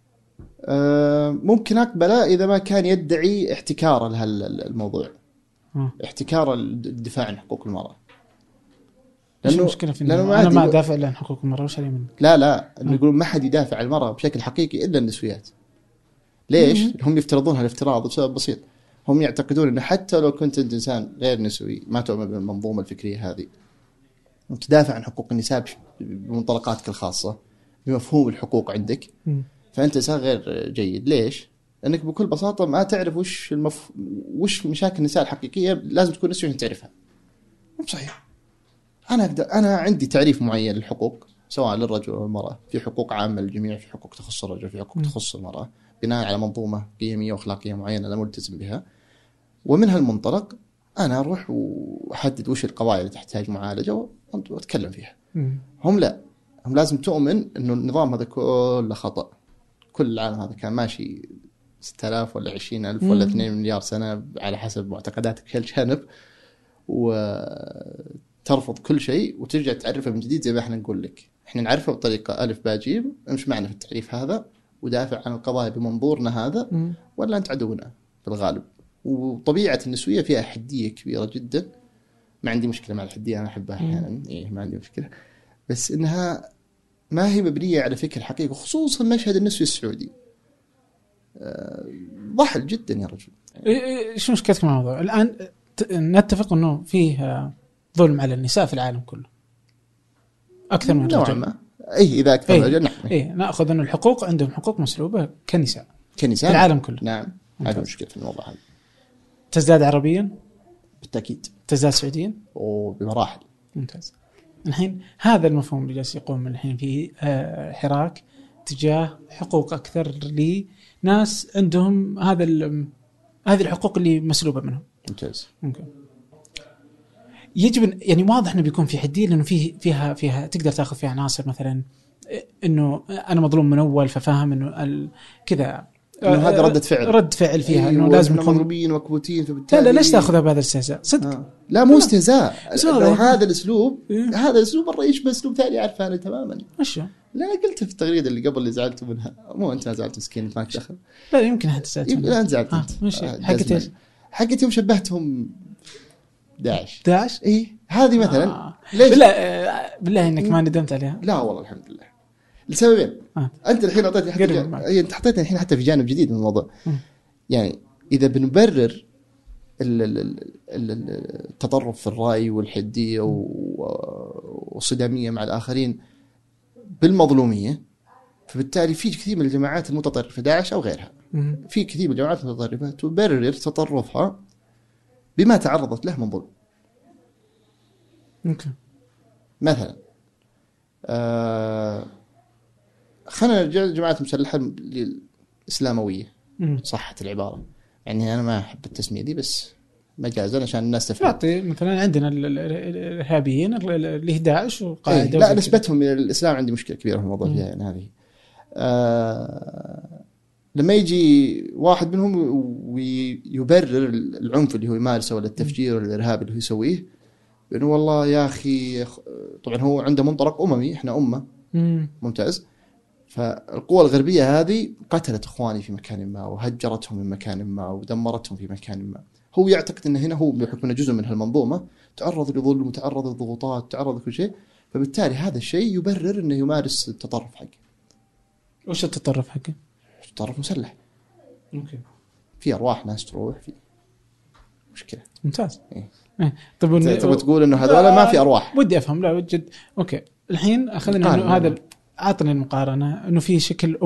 ممكن أقبله إذا ما كان يدعي احتكار لهالموضوع. احتكار الدفاع عن حقوق المرأة. لأنه مشكلة في أنا ما أدافع عن حقوق المرأة وش علي منه؟ لا إنه يقولون ما حد يدافع عن المرأة بشكل حقيقي إلا النسويات. ليش؟ هم يفترضون هالافتراض بسبب بسيط. هم يعتقدون إنه حتى لو كنت أنت إنسان غير نسوي ما تؤمن بالمنظومة الفكرية هذه وتدافع عن حقوق النساء بمنطلقاتك الخاصة بمفهوم الحقوق عندك، فأنت إنسان غير جيد. ليش؟ لأنك بكل بساطة ما تعرف وش مشاكل النساء الحقيقية. لازم تكون نسوي عشان تعرفها. مو صحيح. أنا عندي تعريف معين للحقوق سواء للرجل أو المرأة، في حقوق عامة للجميع، في حقوق تخص الرجل، في حقوق تخص المرأة، بناء على منظومة قيمية وأخلاقية معينة أنا ملتزم بها. ومن هالمنطلق أنا أروح وأحدد وش القضايا اللي تحتاج معالجة وأتكلم فيها. هم لا، هم لازم تؤمن إنه النظام هذا كله خطأ، كل العالم هذا كان ماشي 6000 ولا 20,000 ولا 2 مليار سنة على حسب معتقداتك في الجانب، وترفض كل شيء وترجع تعرفه من جديد. زي ما احنا نقول لك، احنا نعرفه بطريقة ألف باء جيم، امش معنا في التعريف هذا ودافع عن القضايا بمنظورنا هذا، ولا أنت عدونا في الغالب. وطبيعة النسوية فيها حدية كبيرة جدا، ما عندي مشكلة مع الحدية، أنا أحبها أحيانا، إيه ما عندي مشكلة، بس إنها ما هي مبنية على فكر حقيقي. وخصوصا مشهد النسوي السعودي ضحل جدا يا رجل. إيش مشكلتك مع الموضوع الآن؟ نتفق إنه فيه ظلم على النساء في العالم كله أكثر من الرجال. إيه إذا أكثر من الرجال نعم. إيه نأخذ إنه الحقوق عندهم حقوق مسلوبة كنساء في العالم كله. نعم هذا مشكلة في الموضوع هذا. تزداد عربيا بالتأكيد، تزداد سعوديا وبمراحل. ممتاز. الحين هذا المفهوم اللي جالس يقوم من الحين في حراك تجاه حقوق أكثر لناس عندهم هذه الحقوق اللي مسلوبة منهم. ممتاز. ممكن يجب يعني واضح إنه بيكون في حدية، لأنه فيها تقدر تأخذ فيها عناصر مثلا إنه أنا مظلوم من أول، ففاهم إنه كذا إنه هذا رد فعل فيها، إنه لازم نكون مضروبين وكبوتين، فبالتالي لا ليش تأخذها بهذا الاستهزاء؟ صدق لا مو استهزاء، لو هذا الأسلوب هذا الأسلوب مرة يشبه أسلوب ثاني عارفه أنا تماما. وشو؟ لا قلت في التغريدة اللي قبل اللي زعلت منها، مو أنت زعلت مسكين ما تدخل. لا يمكن حتى زعلت. لا أنت زعلت. حقت إيش؟ حقت يوم شبهتهم داعش. إيه هذه مثلا. ليش؟ بالله إنك ما ندمت عليها. لا والله الحمد لله لسببين. أنت الحين أعطيتني أنت حطيتني الحين حتى في جانب جديد من الموضوع. يعني إذا بنبرر التطرف في الرأي والحدية والصدامية مع الآخرين بالمظلومية، فبالتالي في كثير من الجماعات المتطرفة داعش أو غيرها، في كثير من الجماعات المتطرفة تبرر تطرفها بما تعرضت له من ظلم. مثلا خلينا نرجع للجماعات المسلحة الإسلاموية، صحة العبارة، يعني أنا ما أحب التسمية دي بس مجازا عشان الناس تفهم. نعطي مثلا عندنا الإرهابيين اللي داعش وقاعدة. لا نسبتهم من الإسلام عندي مشكلة كبيرة في الموضوع فيها. يعني هذه لما يجي واحد منهم ويبرر العنف اللي هو يمارسه ولا التفجير ولا الإرهاب اللي هو يسويه بأنه والله يا أخي، طبعا هو عنده منطلق أممي، إحنا أمة. ممتاز. فالقوى الغربية هذه قتلت إخواني في مكان ما وهجرتهم من مكان ما ودمرتهم في مكان ما. هو يعتقد أنه هنا هو بحكم أنه جزء من هالمنظومة تعرض لظلم وتعرض لضغوطات تعرض لكل شيء، فبالتالي هذا الشيء يبرر أنه يمارس التطرف حقه. وش التطرف حقه؟ التطرف مسلح. في أرواح ناس تروح في مشكلة. ممتاز. إيه. طب تقول إنه هذول ما في أرواح. ودي أفهم. لا جد. أوكي الحين أخذنا إنه هذا عطني المقارنة إنه في شكل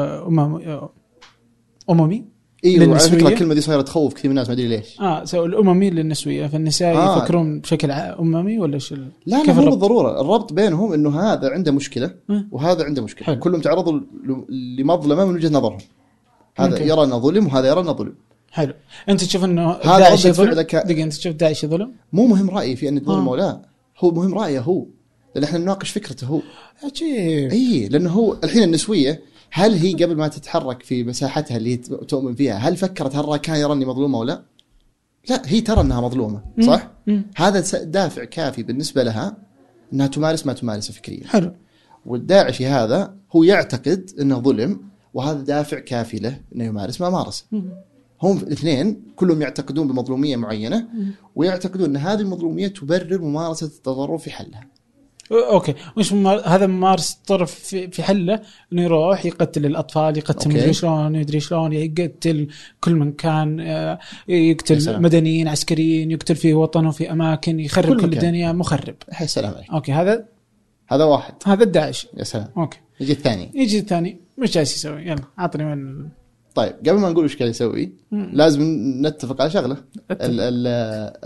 أممي. إيه على فكرة الكلمة دي صايرة تخوف كثير من الناس ما أدري ليش. سو الأممي للنسوية، فالنساء يفكرون بشكل أممي ولا شو؟ لا مو بالضرورة. الربط بينهم إنه هذا عنده مشكلة وهذا عنده مشكلة. حلو. كلهم تعرضوا لمظلمة من وجهة نظرهم. هذا يرى أنه ظلم وهذا يرى أنه ظلم. حلو. أنت تشوف إنه داعش ظلم؟ أنت تشوف داعش ظلم؟ مو مهم رأيي في أن الظلم ولا لا، هو مهم رأيه هو، لأن إحنا نناقش فكرته هو. عجيب. إيه لأنه هو الحين النسوية هل هي قبل ما تتحرك في مساحتها اللي تؤمن فيها هل فكرت هل كان يراني مظلومة ولا لا؟ هي ترى أنها مظلومة صح؟ هذا دافع كافي بالنسبة لها أنها تمارس ما تمارسه فكريا. حلو. والداعشي هذا هو يعتقد أنه ظلم، وهذا دافع كافي له أنه يمارس ما مارسه. هم الاثنين كلهم يعتقدون بمظلومية معينة ويعتقدون أن هذه المظلومية تبرر ممارسة التطرف في حلها. اوكي وش هذا ممارس الطرف في حله انه يروح يقتل الاطفال، يقتل مدري شلون يدري شلون، يقتل كل من كان، يقتل مدنيين عسكريين، يقتل في وطنه في اماكن، يخرب كل الدنيا، مخرب. يا سلام عليك. اوكي هذا واحد، هذا الداعش. يا سلام. اوكي يجي الثاني مش جالس يسوي؟ يلا عطني من. طيب قبل ما نقول وش قاعد يسوي لازم نتفق على شغله.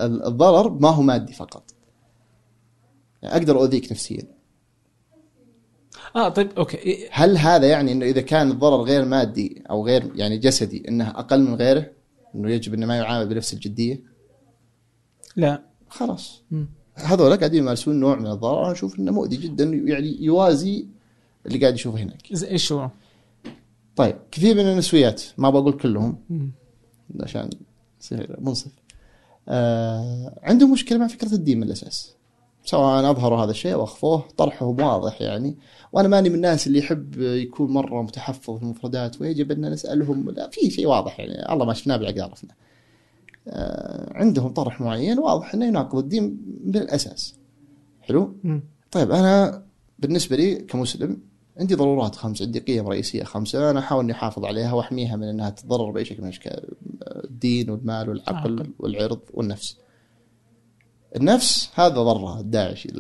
الضرر ما هو مادي فقط، يعني أقدر أؤذيك نفسيا طيب اوكي. هل هذا يعني انه اذا كان الضرر غير مادي او غير يعني جسدي انه اقل من غيره، انه يجب انه ما يعامل بنفس الجديه؟ لا خلاص هذول قاعدين يمارسون نوع من الضرر، انا اشوف انه مؤذي جدا، يعني يوازي اللي قاعد يشوفه هناك. ايش هو؟ طيب كثير من النسويات، ما بقول كلهم عشان منصف، عندهم مشكله مع فكره الدين من الاساس، سواء اظهروا هذا الشيء او اخفوه، طرحهم واضح يعني. وانا ماني من الناس اللي يحب يكون مره متحفظ في المفردات ويجب ان نسالهم، لا، في شيء واضح يعني الله ما شفناه بعقارفنا. عندهم طرح معين واضح انه يناقض الدين من الاساس. حلو. طيب انا بالنسبه لي كمسلم عندي ضرورات 5، عندي قيم رئيسيه 5، انا احاول اني احافظ عليها واحميها من انها تتضرر باي شكل من الاشكال: الدين والمال والعقل والعرض والنفس. النفس هذا ضرها الداعش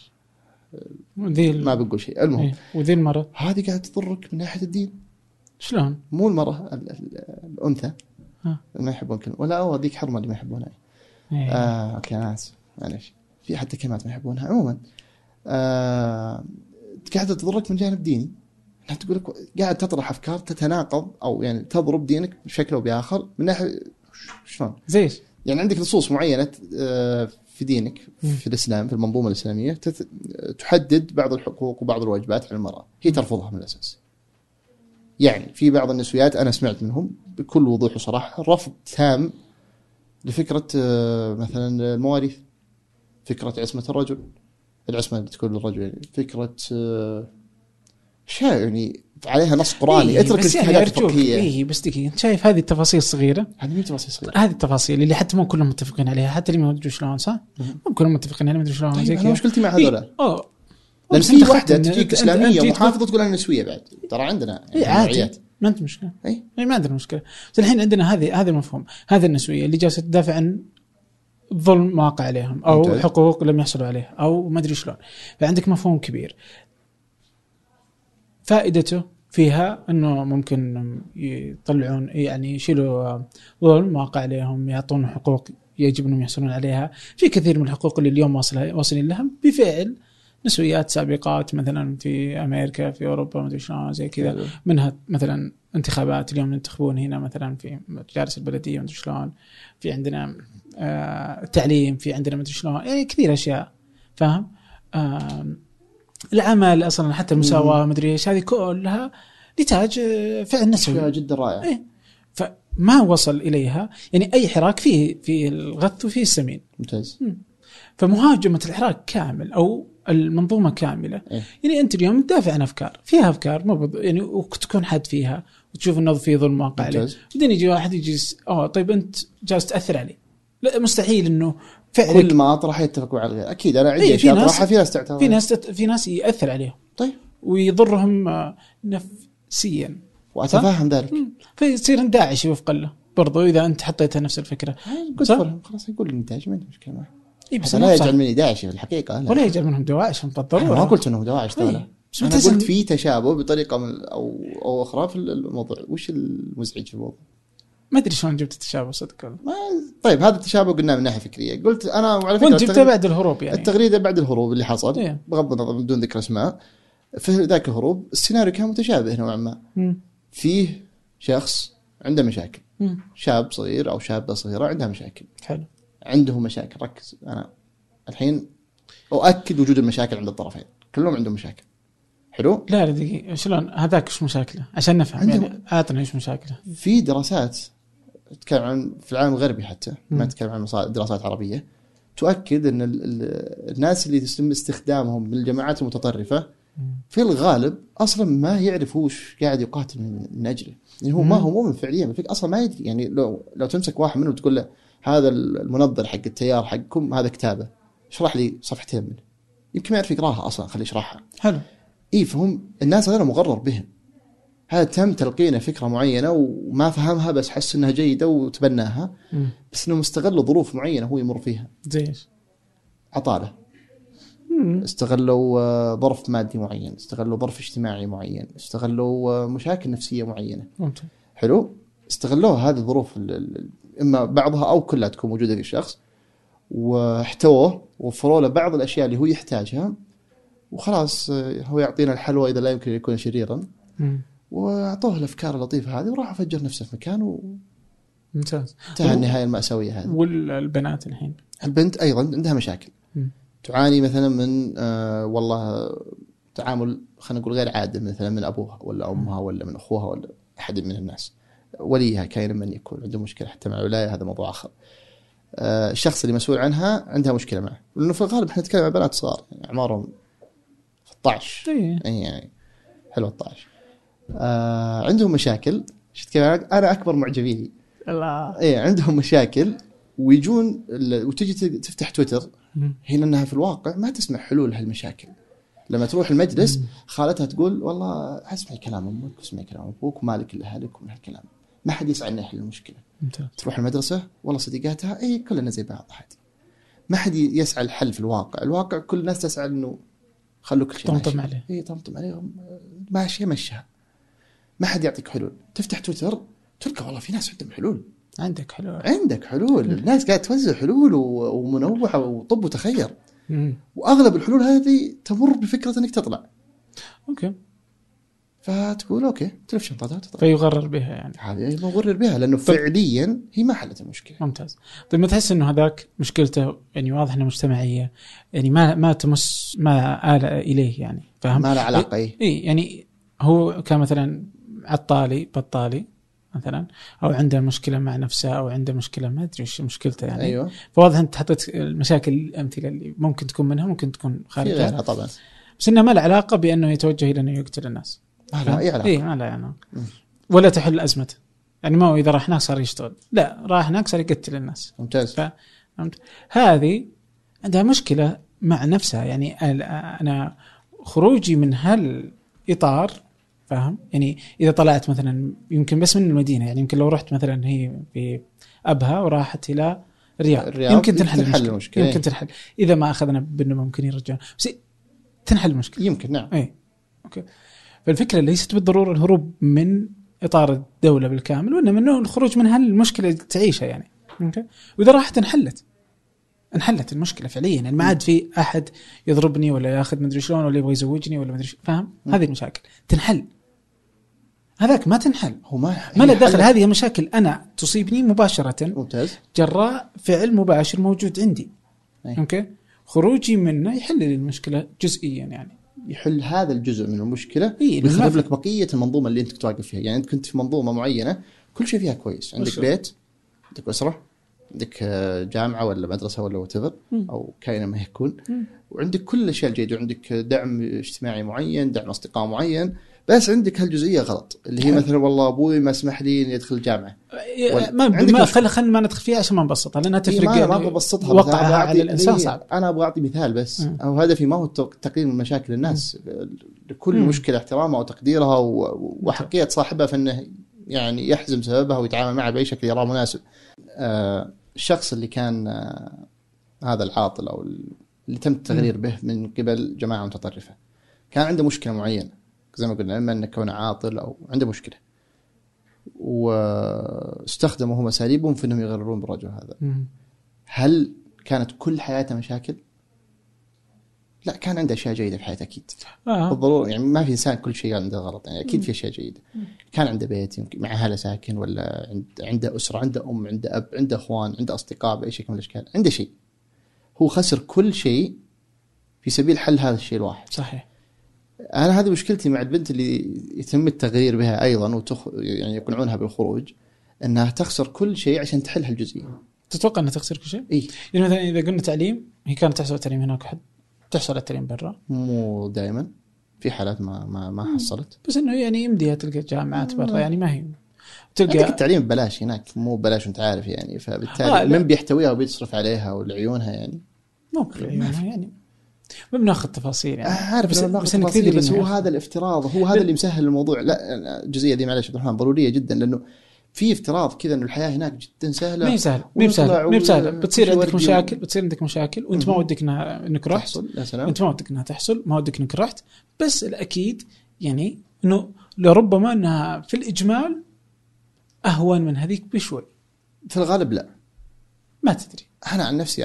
ما بقول شيء. المهم وذي المرة هذه قاعده تضرك من ناحيه الدين. شلون؟ مو المراه، الانثى ما يحبون كلمه، ولا هذيك حرمه اللي ما يحبونها. اوكي انا اسف معليش، في حتى كلمات ما يحبونها. عموما قاعده تضرك من جانب ديني، تقول لك قاعد تطرح افكار تتناقض او يعني تضرب دينك بشكل او باخر. من ناحيه شلون؟ زيش يعني عندك نصوص معينه في دينك في الاسلام، في المنظومه الاسلاميه تحدد بعض الحقوق وبعض الواجبات على المراه، هي ترفضها من الاساس. يعني في بعض النسويات انا سمعت منهم بكل وضوح وصراحه رفض تام لفكره مثلا المواريث، فكره عصمه الرجل، العصمه اللي تكون للرجل، يعني فكره اشياء يعني عليها نص قراني. اترك الاجتهادات الفقهيه. بس دقيقه، انت شايف هذه التفاصيل الصغيره؟ هذه تفاصيل صغيره، هذه التفاصيل اللي حتى مو كلهم متفقين عليها، حتى اللي ما ادري شلون صح، مو كلهم متفقين عليها، ما ادري شلون. طيب انا مشكلتي مع هذول لان بس في واحده تجيك اسلاميه محافظه تقول انا نسويه بعد، ترى عندنا عادي ما انت مشكله. اي ما عندنا مشكله. بس الحين عندنا هذا المفهوم، هذا النسويه اللي جالسه تدافع عن ظلم واقع عليهم او ممتاز. حقوق لم يحصلوا عليها او ما ادري شلون. فعندك مفهوم كبير فائدته فيها انه ممكن يطلعون يعني يشيلوا ظلم واقع عليهم، يعطون حقوق يجب انهم يحصلون عليها. في كثير من الحقوق اللي اليوم واصلين لها بفعل نسويات سابقات، مثلا في امريكا في اوروبا ما ادري شلون زي كذا. منها مثلا انتخابات اليوم ينتخبون هنا مثلا في مجالس البلديه ما ادري شلون، في عندنا التعليم، في عندنا ما ادري شلون، يعني كثير اشياء فاهم. العمل اصلا حتى المساواه ما ادري ايش، هذه كلها نتاج فعل نسوي جدا رائع. فما وصل اليها يعني اي حراك في الغث وفيه السمين. ممتاز. فمهاجمه الحراك كامل او المنظومه كامله يعني انت اليوم تدافع عن افكار فيها افكار يعني وتكون حد فيها وتشوف انه في ظلم واقع عليه، بعدين يجي واحد يجي طيب انت جالس تاثر عليه. لا مستحيل انه فعلك كل ما اطرح يتفقوا على الغير. اكيد انا عندي اشياء اطرحها، في ناس تعترض، في ناس ياثر عليهم طيب ويضرهم نفسيا واتفهم ذلك. فيصير داعشي وفق له برضو اذا انت حطيتها نفس الفكره. قلت لهم خلاص يقول النتاج ما عندي مشكله معه. بس لا يجعل مني داعشي في الحقيقه، ولا يجعل منهم دواعش بالضروره. ما قلت انه دواعش طبعا، انا قلت في تشابه بطريقه من او اخرى في الموضوع. وش المزعج في الموضوع؟ ما ادري شلون جبت التشابه صدق. طيب هذا التشابه قلنا من ناحيه فكريه. قلت انا وعلى فكره جبته بعد الهروب، يعني التغريده بعد الهروب اللي حصل بغض النظر بدون ذكر اسماء. في ذاك الهروب السيناريو كان متشابه نوعا ما. فيه شخص عنده مشاكل، شاب صغير او شابه صغيره عندها مشاكل. حلو. عندهم مشاكل. ركز، انا الحين اؤكد وجود المشاكل عند الطرفين، كلهم عندهم مشاكل. حلو. لا دقيقه، شلون هذاك ايش مشاكله عشان نفهم؟ يعني اعطنا ايش مشاكله. في دراسات تتكلم عن في العالم الغربي، حتى ما تتكلم عن دراسات عربيه، تؤكد ان الناس اللي يتم استخدامهم من الجماعات المتطرفه في الغالب اصلا ما يعرفوش قاعد يقاتل من اجله. يعني هو ما هو مؤمن فعليا بالفكره، اصلا ما يدري. يعني لو تمسك واحد منهم وتقول له هذا المنظر حق التيار حقكم هذا كتابه، اشرح لي صفحتين منه، يمكن ما يعرف يقراها اصلا، خليه يشرحها. حلو. فهم الناس غير مغرر بهم. هذا تم تلقينا فكره معينه وما فهمها، بس حس انها جيده وتبناها، بس انه مستغل ظروف معينه هو يمر فيها. زي ايش؟ عطاله. استغلوا ظرف مادي معين، استغلوا ظرف اجتماعي معين، استغلوا مشاكل نفسيه معينه. ممتاز. حلو. استغلوها هذه الظروف، اما بعضها او كلها تكون موجوده في الشخص، واحتووه ووفروا له بعض الاشياء اللي هو يحتاجها، وخلاص هو يعطينا الحلوى إذا لا يمكن يكون شريرا. وأعطوه الأفكار اللطيفة هذه وراح فجر نفسه في مكان ممتاز. انتهى النهاية المأساوية هذه. والبنات الحين البنت أيضا عندها مشاكل. تعاني مثلا من والله تعامل خلينا نقول غير عادل مثلا من أبوها ولا أمها ولا من أخوها ولا أحد من الناس. وليها كائن من يكون عنده مشكلة حتى مع الولاية، هذا موضوع آخر. الشخص اللي مسؤول عنها عندها مشكلة معه، لأنه في الغالب احنا نتكلم عن بنات صغار يعني أعمارهم 16 يعني حلو 16. عندهم مشاكل. أنا أكبر معجبيني الله عندهم مشاكل ويجون وتجي تفتح تويتر هنا أنها في الواقع ما تسمع حلول هالمشاكل. لما تروح المجلس خالتها تقول والله اسمعي كلام أمك واسمعي كلام أبوك ومالك إلا أهلك ومن هالكلام، ما حد يسعى إنه يحل المشكلة. تروح المدرسة والله صديقاتها كلنا زي بعض عادي، ما حد يسعى الحل في الواقع كل الناس تسعى إنه خلوا كل شيء طمطم عليه طمطم عليهم ماشي مشها، ما حد يعطيك حلول. تفتح تويتر تلقى والله في ناس عندهم حلول. عندك حلول الناس قاعد توزع حلول ومنوعة وطب وتخير. وأغلب الحلول هذه تمر بفكرة أنك تطلع أوكي، فتقول أوكي تلف شنطتها تطلع، فيغرر بها يعني. هذه مغرر بها لأنه فعليا هي ما حلت المشكلة. ممتاز. طيب ما تحس إنه هذاك مشكلته يعني واضح إنه مجتمعية، يعني ما تمس ما آل إليه يعني، فهم ما له علاقة إيه يعني هو كان مثلا بطالي مثلا، أو عنده مشكلة مع نفسه أو عنده مشكلة ما أدري إيش مشكلته يعني. أيوة. فواضح أنت حطيت المشاكل الأمثلة اللي ممكن تكون منها ممكن تكون خارجها طبعا، بس إنه ما له علاقة بأنه يتوجه إلى أنه يقتل الناس. ما له أي علاقة. ما له يعني. ولا تحل أزمته يعني، ما هو إذا راح هناك صار يشتغل، لا راح هناك صار يقتل الناس. ممتاز. هذه عندها مشكلة مع نفسها يعني. أنا خروجي من هالإطار فاهم يعني، إذا طلعت مثلا يمكن بس من المدينة يعني، يمكن لو رحت مثلا هي في أبها وراحت إلى الرياض يمكن تنحل المشكلة. يمكن تنحل إذا ما أخذنا بأنه ممكن يرجعون، بس تنحل المشكلة يمكن. نعم. أوكي. فالفكرة ليست بالضرورة الهروب من إطار الدولة بالكامل، وإنما إنه الخروج من هالمشكلة اللي تعيشها يعني. أوكي. وإذا راحت انحلت المشكلة فعليا يعني، ما عاد في أحد يضربني ولا يأخذ مدري شلون ولا يبغى يزوجني ولا مدري فاهم. هذه المشاكل تنحل، هذاك ما تنحل، هو ما له دخل. هذه مشاكل أنا تصيبني مباشرة. ممتاز. جراء فعل مباشر موجود عندي. أوكي. خروجي منه يحل لي المشكلة جزئيا يعني، يحل هذا الجزء من المشكلة ويخرب لك بقية المنظومة اللي أنت كنت واقف فيها. يعني أنت كنت في منظومة معينة كل شيء فيها كويس، عندك بيت، عندك أسرة، عندك جامعة ولا مدرسة ولا whatever أو كائن ما يكون، وعندك كل الأشياء الجيدة، وعندك دعم اجتماعي معين، دعم أصدقاء معين، بس عندك هالجزئية غلط اللي هي مثلا والله أبوي ما سمح لي إني أدخل الجامعة. ما خلينا ما ندخل فيها عشان ما نبسطها لأنها تفرق. ما ببسطها، وقعها على الإنسان صعب. أنا أبغى أعطي مثال بس، أو هدفي ما هو تقليل من مشاكل الناس. لكل مشكلة احترامها وتقديرها وحقية صاحبها فإنه يعني يحزم سببها ويتعامل معها بأي شكل يراه مناسب. الشخص اللي كان هذا العاطل أو اللي تم التغرير به من قبل جماعة متطرفة كان عنده مشكلة معينة زي ما قلنا، إما أنه كونه عاطل أو عنده مشكلة، واستخدموا هم أساليبهم في أنهم يغررون بالرجل هذا. هل كانت كل حياته مشاكل؟ لا، كان عنده أشياء جيدة في حياته أكيد. بالضرورة يعني ما في إنسان كل شيء عنده غلط يعني، أكيد في أشياء جيدة. كان عنده بيت يمكن مع أهله ساكن، ولا عنده أسرة، عنده أم، عنده أب، عنده أخوان، عنده أصدقاء بأي شكل من الأشكال، عنده شيء. هو خسر كل شيء في سبيل حل هذا الشيء الواحد. صحيح. أنا هذه مشكلتي مع البنت اللي يتم التغيير بها أيضا يعني يقنعونها بالخروج، أنها تخسر كل شيء عشان تحل هالجزئية. تتوقع أنها تخسر كل شيء؟ إيه. يعني مثلا إذا قلنا تعليم، هي كانت تحصل التعليم هناك، حد تحصل على التعليم برا، مو دائما، في حالات ما حصلت، بس إنه يعني يمديها تلقى جامعات برا يعني، ما هي تلقى التعليم ببلاش هناك، مو ببلاش أنت عارف يعني، فبالتالي من بيحتويها وبيصرف عليها ولعيونها يعني، مو لعيونها يعني. ما بناخذ تفاصيل يعني، عارف بس هو هذا الافتراض هو هذا اللي مسهل الموضوع. لا الجزئية دي معلش عبد الرحمن ضرورية جدا، لأنه في افتراض كذا إنه الحياة هناك جدا سهلة. ما هي سهلة. بتصير عندك مشاكل وأنت ما ودك إنك رحت، أنت ما ودك إنها تحصل، ما ودك إنك رحت. بس الأكيد يعني إنه لربما إنها في الإجمال أهون من هذيك بشوي. في الغالب لا، ما تدري انا عن نفسي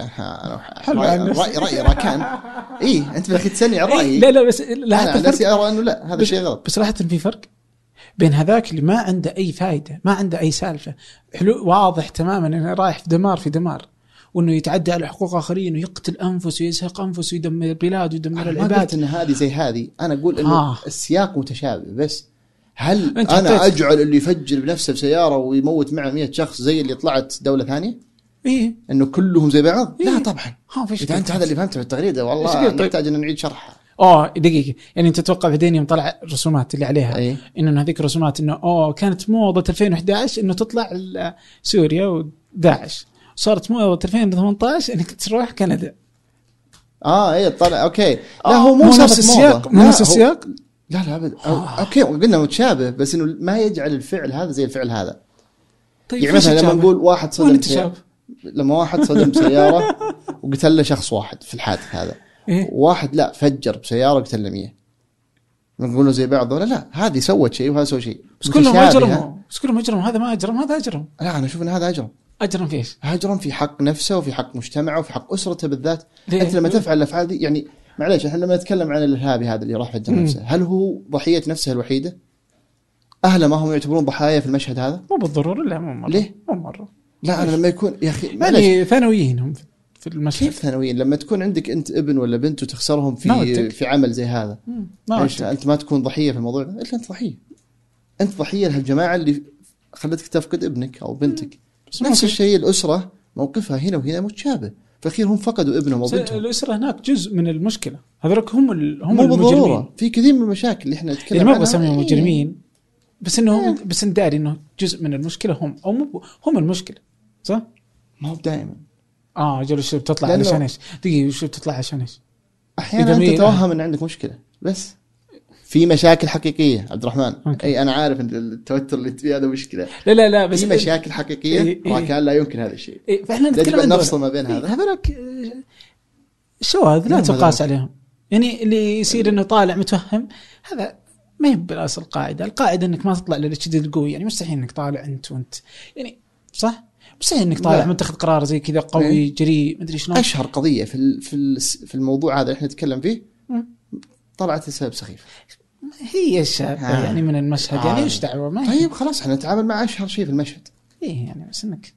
رايي راكان. انت بدك تسالني عن رايي. لا بس انا عن نفسي ارى انه لا، هذا شيء غلط. بس صراحه في فرق بين هذاك اللي ما عنده اي فائده، ما عنده اي سالفه، حلو واضح تماما انه رايح في دمار وانه يتعدى على حقوق اخرين ويقتل انفس ويزهق انفس ويدمر البلاد ويدمر العباد. ما قلت ان هذه زي هذه، انا اقول انه السياق متشابه. بس هل انا اجعل اللي يفجر بنفسه بسياره ويموت معه 100 شخص زي اللي طلعت دوله ثانيه انه كلهم زي بعض؟ لا طبعا. اذا انت هذا اللي فهمته في التغريده والله نحتاج ان نعيد شرحها. دقيقه، يعني انت تتوقع بعدين يوم طلع الرسومات اللي عليها انه هذيك الرسومات انه كانت موضه 2011 انه تطلع سوريا وداعش، صارت موضه 2018 انك تروح كندا. طلع اوكي. لا هو مو نفس السياق، مو نفس السياق. لا ابدا. اوكي قلنا متشابه، بس انه ما يجعل الفعل هذا زي الفعل هذا. طيب يعني مثلا لما نقول واحد صدم سيارة وقتل له شخص واحد في الحادث هذا، واحد لا فجر بسيارة وقتل له 100، نقول له زي بعض ولا لا؟ هذه سوت شيء وهذا سوى شيء، بس كلهم أجرم. هذا ما أجرم، هذا أجرم. لا أنا أشوف أن هذا أجرم في إيش؟ أجرم في حق نفسه وفي حق مجتمعه وفي حق أسرته بالذات. أنت لما تفعل الأفعال دي، يعني معليش، إحنا لما نتكلم عن الإرهابي هذا اللي راح فجر نفسه، هل هو ضحية نفسه الوحيدة؟ أهله ما هم يعتبرون ضحايا في المشهد هذا؟ مو بالضرورة. لا مو مرة. ليه؟ مو مرة. لا أنا لما يكون يا أخي يعني ثانويين هم في المشهد. كيف ثانويين؟ لما تكون عندك أنت ابن ولا بنت وتخسرهم في عمل زي هذا، أنت ما تكون ضحية في الموضوع ده؟ إلا أنت ضحية. أنت ضحية لهالجماعة اللي خلتك تفقد ابنك أو بنتك. نفس الشيء الأسرة موقفها هنا وهنا متشابه، في الأخير هم فقدوا ابنهم وبنتهم. الأسرة هناك جزء من المشكلة، هذولك هم المجرمين. في كثير من المشاكل اللي إحنا نتكلم عنها. ما بسميهم مجرمين، بس إنه بس نداري إنه جزء من المشكلة هم المشكلة، صح؟ ما هو دائما. جلس بتطلع علشان إيش؟ دقيقة، وش بتطلع عشان إيش؟ أحيانا أنت تتوهم إن عندك مشكلة، بس في مشاكل حقيقية عبد الرحمن. أنا عارف إن التوتر اللي تبيه هذا مشكلة. لا بس في مشاكل حقيقية راكان لا يمكن هذا الشيء. فإحنا نتكلم عن نفصل ما بين هذا. هذولك شواذ لا تقاس عليهم. يعني اللي يصير إنه طالع متوهم، هذا ما يبقى الأصل. القاعدة إنك ما تطلع للشديد القوي. يعني مستحيل إنك طالع أنت وأنت يعني صح. مستحيل إنك طالع متخذ قرار زي كذا قوي جريء مدري شنو. أشهر قضية في الموضوع هذا إحنا نتكلم فيه طلعت السبب سخيف. هي الشابة يعني من المشهد. يعني إيش دعوة ما طيب خلاص إحنا نتعامل مع أشهر شيء في المشهد. يعني بس إنك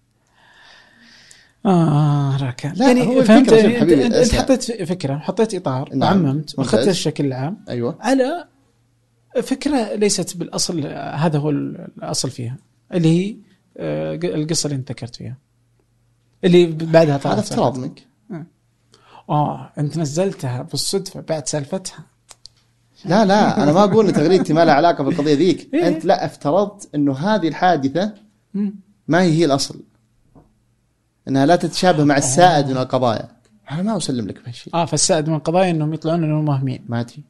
راكان. لا يعني هو فهمت. أنت حطيت فكرة، حطيت إطار، عممت وأخذت الشكل العام. أيوة. على فكرة ليست بالأصل هذا هو الأصل فيها، اللي هي القصة اللي انت ذكرت فيها اللي بعدها طلعت. هذا افتراض منك. انت نزلتها بالصدفة بعد سالفتها. لا انا ما اقول ان تغريدتي ما لها علاقة بالقضية ذيك. انت لا افترضت انه هذه الحادثة ما هي الاصل، انها لا تتشابه مع السائد من القضايا. انا ما اسلم لك بهالشيء. فالسائد من القضايا انهم يطلعون انهم مهمين. ما ادري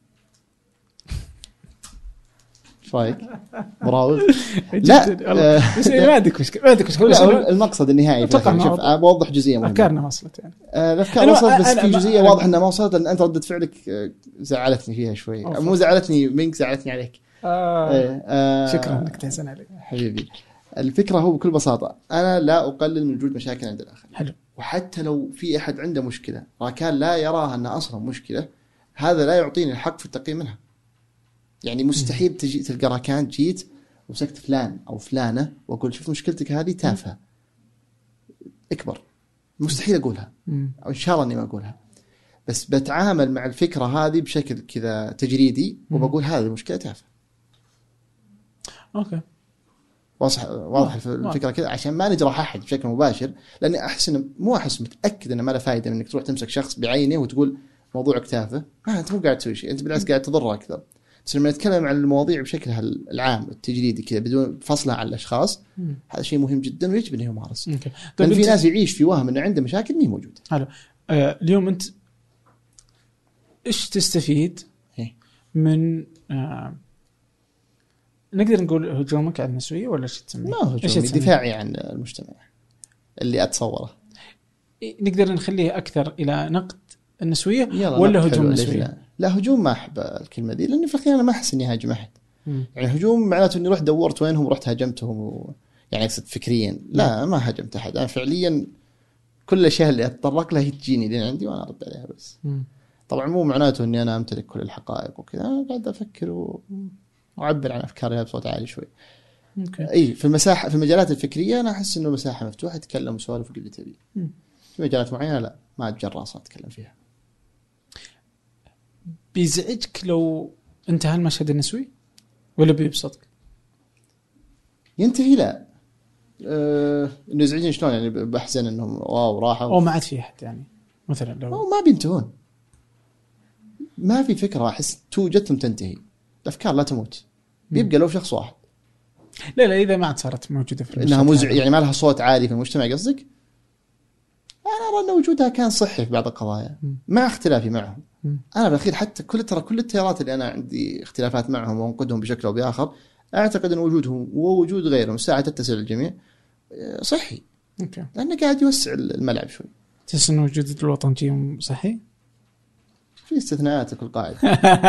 رايك مراوغ. لا بس ما عندك مشكله. المقصد النهائي شوف بوضح جزئيه مهمه. افكارنا وصلت يعني الافكار وصلت، بس في جزئيه واضح انها ما وصلت، لان انت ردة فعلك زعلتني فيها شوي. مو زعلتني منك، زعلتني عليك. شكرا انك تحسن علي حبيبي. الفكره هو بكل بساطه انا لا اقلل من وجود مشاكل عند الاخر. حلو. وحتى لو في احد عنده مشكله راكان لا يراها انها اصلا مشكله، هذا لا يعطيني الحق في التقييم منها. يعني مستحيل تجي تلقى راكان جيت ومسكت فلان أو فلانة وأقول شوف مشكلتك هذه تافهة اكبر. مستحيل أقولها، أو إن شاء الله أني ما أقولها، بس بتعامل مع الفكرة هذه بشكل كذا تجريدي وبقول هذه المشكلة تافهة. أوكي واضح الفكرة كذا، عشان ما نجرح أحد بشكل مباشر، لأني أحس متأكد أنه ما له فائدة إنك تروح تمسك شخص بعينه وتقول موضوعك تافه. أنت مو قاعد تسوي شيء، أنت بالعكس قاعد تضره أكثر. بس لما نتكلم عن المواضيع بشكلها العام التجريدي كذا بدون فصلها عن الأشخاص، هذا شيء مهم جدا ويجب أن يمارس. لأن في ناس يعيش في وهم أنه عنده مشاكل ما هي موجودة. حلو. اليوم أنت إيش تستفيد من نقدر نقول هجومك على النسوية ولا إيش تسميه؟ ما هجومي، دفاعي عن المجتمع اللي أتصوره. نقدر نخليه أكثر إلى نقد النسوية ولا هجوم النسوية؟ لا هجوم ما أحب الكلمة دي، لأني في الأخير أنا ما أحس إني هاجم أحد. يعني هجوم معناته إني رحت دورت وينهم ورحت هاجمتهم يعني أقصد فكريا. لا ما هاجمت أحد. أنا فعليا كل الاشياء اللي اتطرق لها تجيني لين عندي وانا ارد عليها بس. طبعا مو معناته اني انا امتلك كل الحقائق وكذا، انا قاعد افكر واعبر عن افكاري بصوت عالي شوي. اي في المساحه، في المجالات الفكريه انا احس انه مساحه مفتوحه اتكلم وسوالف اللي تبي. في مجالات معينه لا، ما اتجرأ اصلا اتكلم فيها. بيزعجك لو انتهى المشهد النسوي ولا بيبسطك؟ ينتهي لا انه يزعجني شلون يعني؟ بحزن انهم واو راحوا او ما عاد في احد يعني مثلا لو ما بينتهون. ما في فكره احس توجد ثم تنتهي، الافكار لا تموت، بيبقى لو شخص واحد. لا اذا ما عاد صارت موجوده في انها مزعج يعني ما لها صوت عالي في المجتمع قصدك؟ انا ارى ان وجودها كان صحي في بعض القضايا مع اختلافي معهم. انا بالاخير حتى كل التيارات اللي انا عندي اختلافات معهم وانقدهم بشكل او باخر، اعتقد ان وجودهم ووجود غيرهم الساعه تتسع للجميع صحي. لانه قاعد يوسع الملعب شوي. تحس ان وجود الوطنجية صحي؟ في استثناءات في القاعده.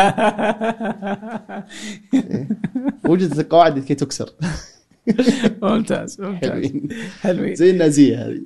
وجدت القواعد كي تكسر. ممتاز حلوين زي النازيه هذه.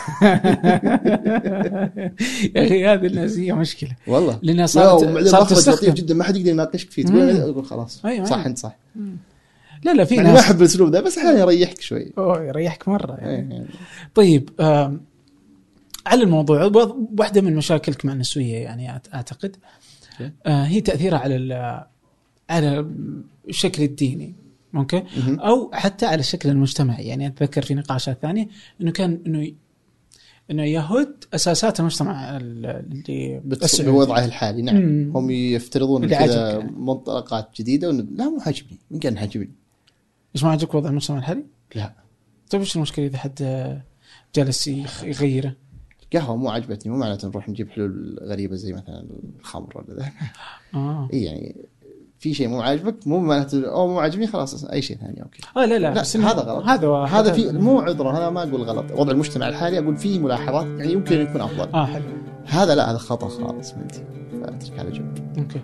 يا اخي هذه النازيه مشكله والله، لانها صارت لطيف جدا ما حد يقدر يناقشك فيه. تقول خلاص صح انت صح. لا في يعني ناس ما احب الاسلوب ذا بس احيانا يريحك شوي. يريحك مره يعني. طيب على الموضوع، واحده من مشاكلك مع النسويه يعني اعتقد هي تاثيرها على الشكل الديني ممكن او حتى على الشكل المجتمعي. يعني اتذكر في نقاشات ثانيه انه كان انه يهود اساسات المجتمع اللي بوضعه الحالي. نعم هم يفترضون كذا منطلقات جديده لا مو عاجبني. من كان عاجبني؟ ايش ما عجبك وضع المجتمع الحالي؟ لا. طيب ايش المشكله اذا حد جالس يغيره؟ القهوه مو عجبتني مو معناته نروح نجيب حلول غريبه زي مثلا الخمر ولا ذا. اي يعني في شيء مو عاجبك مو معناته او مو عاجبني خلاص اي شيء ثاني اوكي. لا بس هذا غلط. هذا في مو عذره. هذا ما اقول غلط وضع المجتمع الحالي، اقول فيه ملاحظات يعني يمكن يكون افضل. حلو. هذا لا، هذا خطا خالص منتي، فاترك على جنب. اوكي.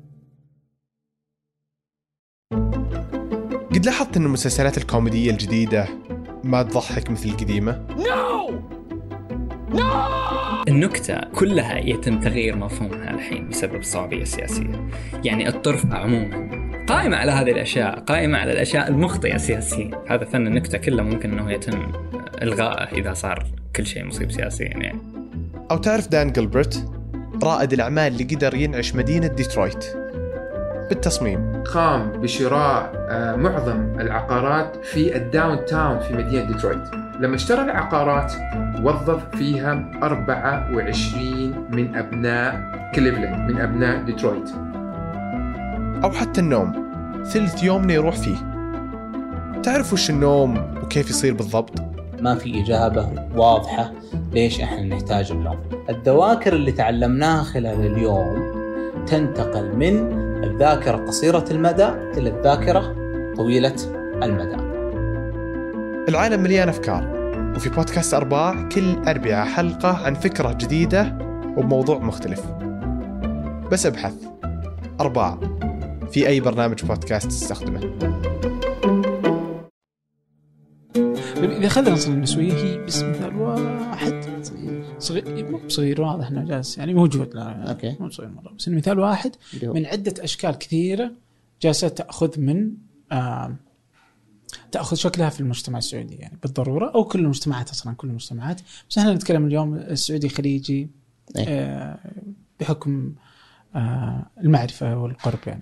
قد لاحظت ان المسلسلات الكوميديه الجديده ما تضحك مثل القديمه؟ النكتة كلها يتم تغيير مفهومها الحين بسبب الصعوبية السياسية. يعني الطرف عموما قائمة على هذه الأشياء، قائمة على الأشياء المخطئة سياسيا. هذا فن النكتة كله ممكن أنه يتم إلغائه إذا صار كل شيء مصيب سياسيا يعني. أو تعرف دان جيلبرت رائد الأعمال اللي قدر ينعش مدينة ديترويت بالتصميم؟ قام بشراء معظم العقارات في الداون تاون في مدينة ديترويت. لما اشترى العقارات وظف فيها 24 من أبناء كليفلاند، من أبناء ديترويت. أو حتى النوم، ثلث يومنا يروح فيه. تعرف وش النوم وكيف يصير بالضبط؟ ما في إجابة واضحة ليش إحنا نحتاج النوم. الذواكر اللي تعلمناها خلال اليوم تنتقل من الذاكرة قصيرة المدى إلى الذاكرة طويلة المدى. العالم مليان أفكار، وفي بودكاست أرباع كل أربعاء حلقة عن فكرة جديدة وبموضوع مختلف. بس ابحث أرباع في أي برنامج بودكاست تستخدمه. إذا أخذنا نصل النسوية هي بس مثال واحد صغير واضح إنه جالس يعني موجود. لا أوكي. مو صغير مرة بس مثال واحد من عدة أشكال كثيرة جالسة تأخذ من تأخذ شكلها في المجتمع السعودي يعني بالضرورة، أو كل المجتمعات أصلاً كل المجتمعات. بس إحنا نتكلم اليوم السعودي خليجي بحكم المعرفة والقرب يعني.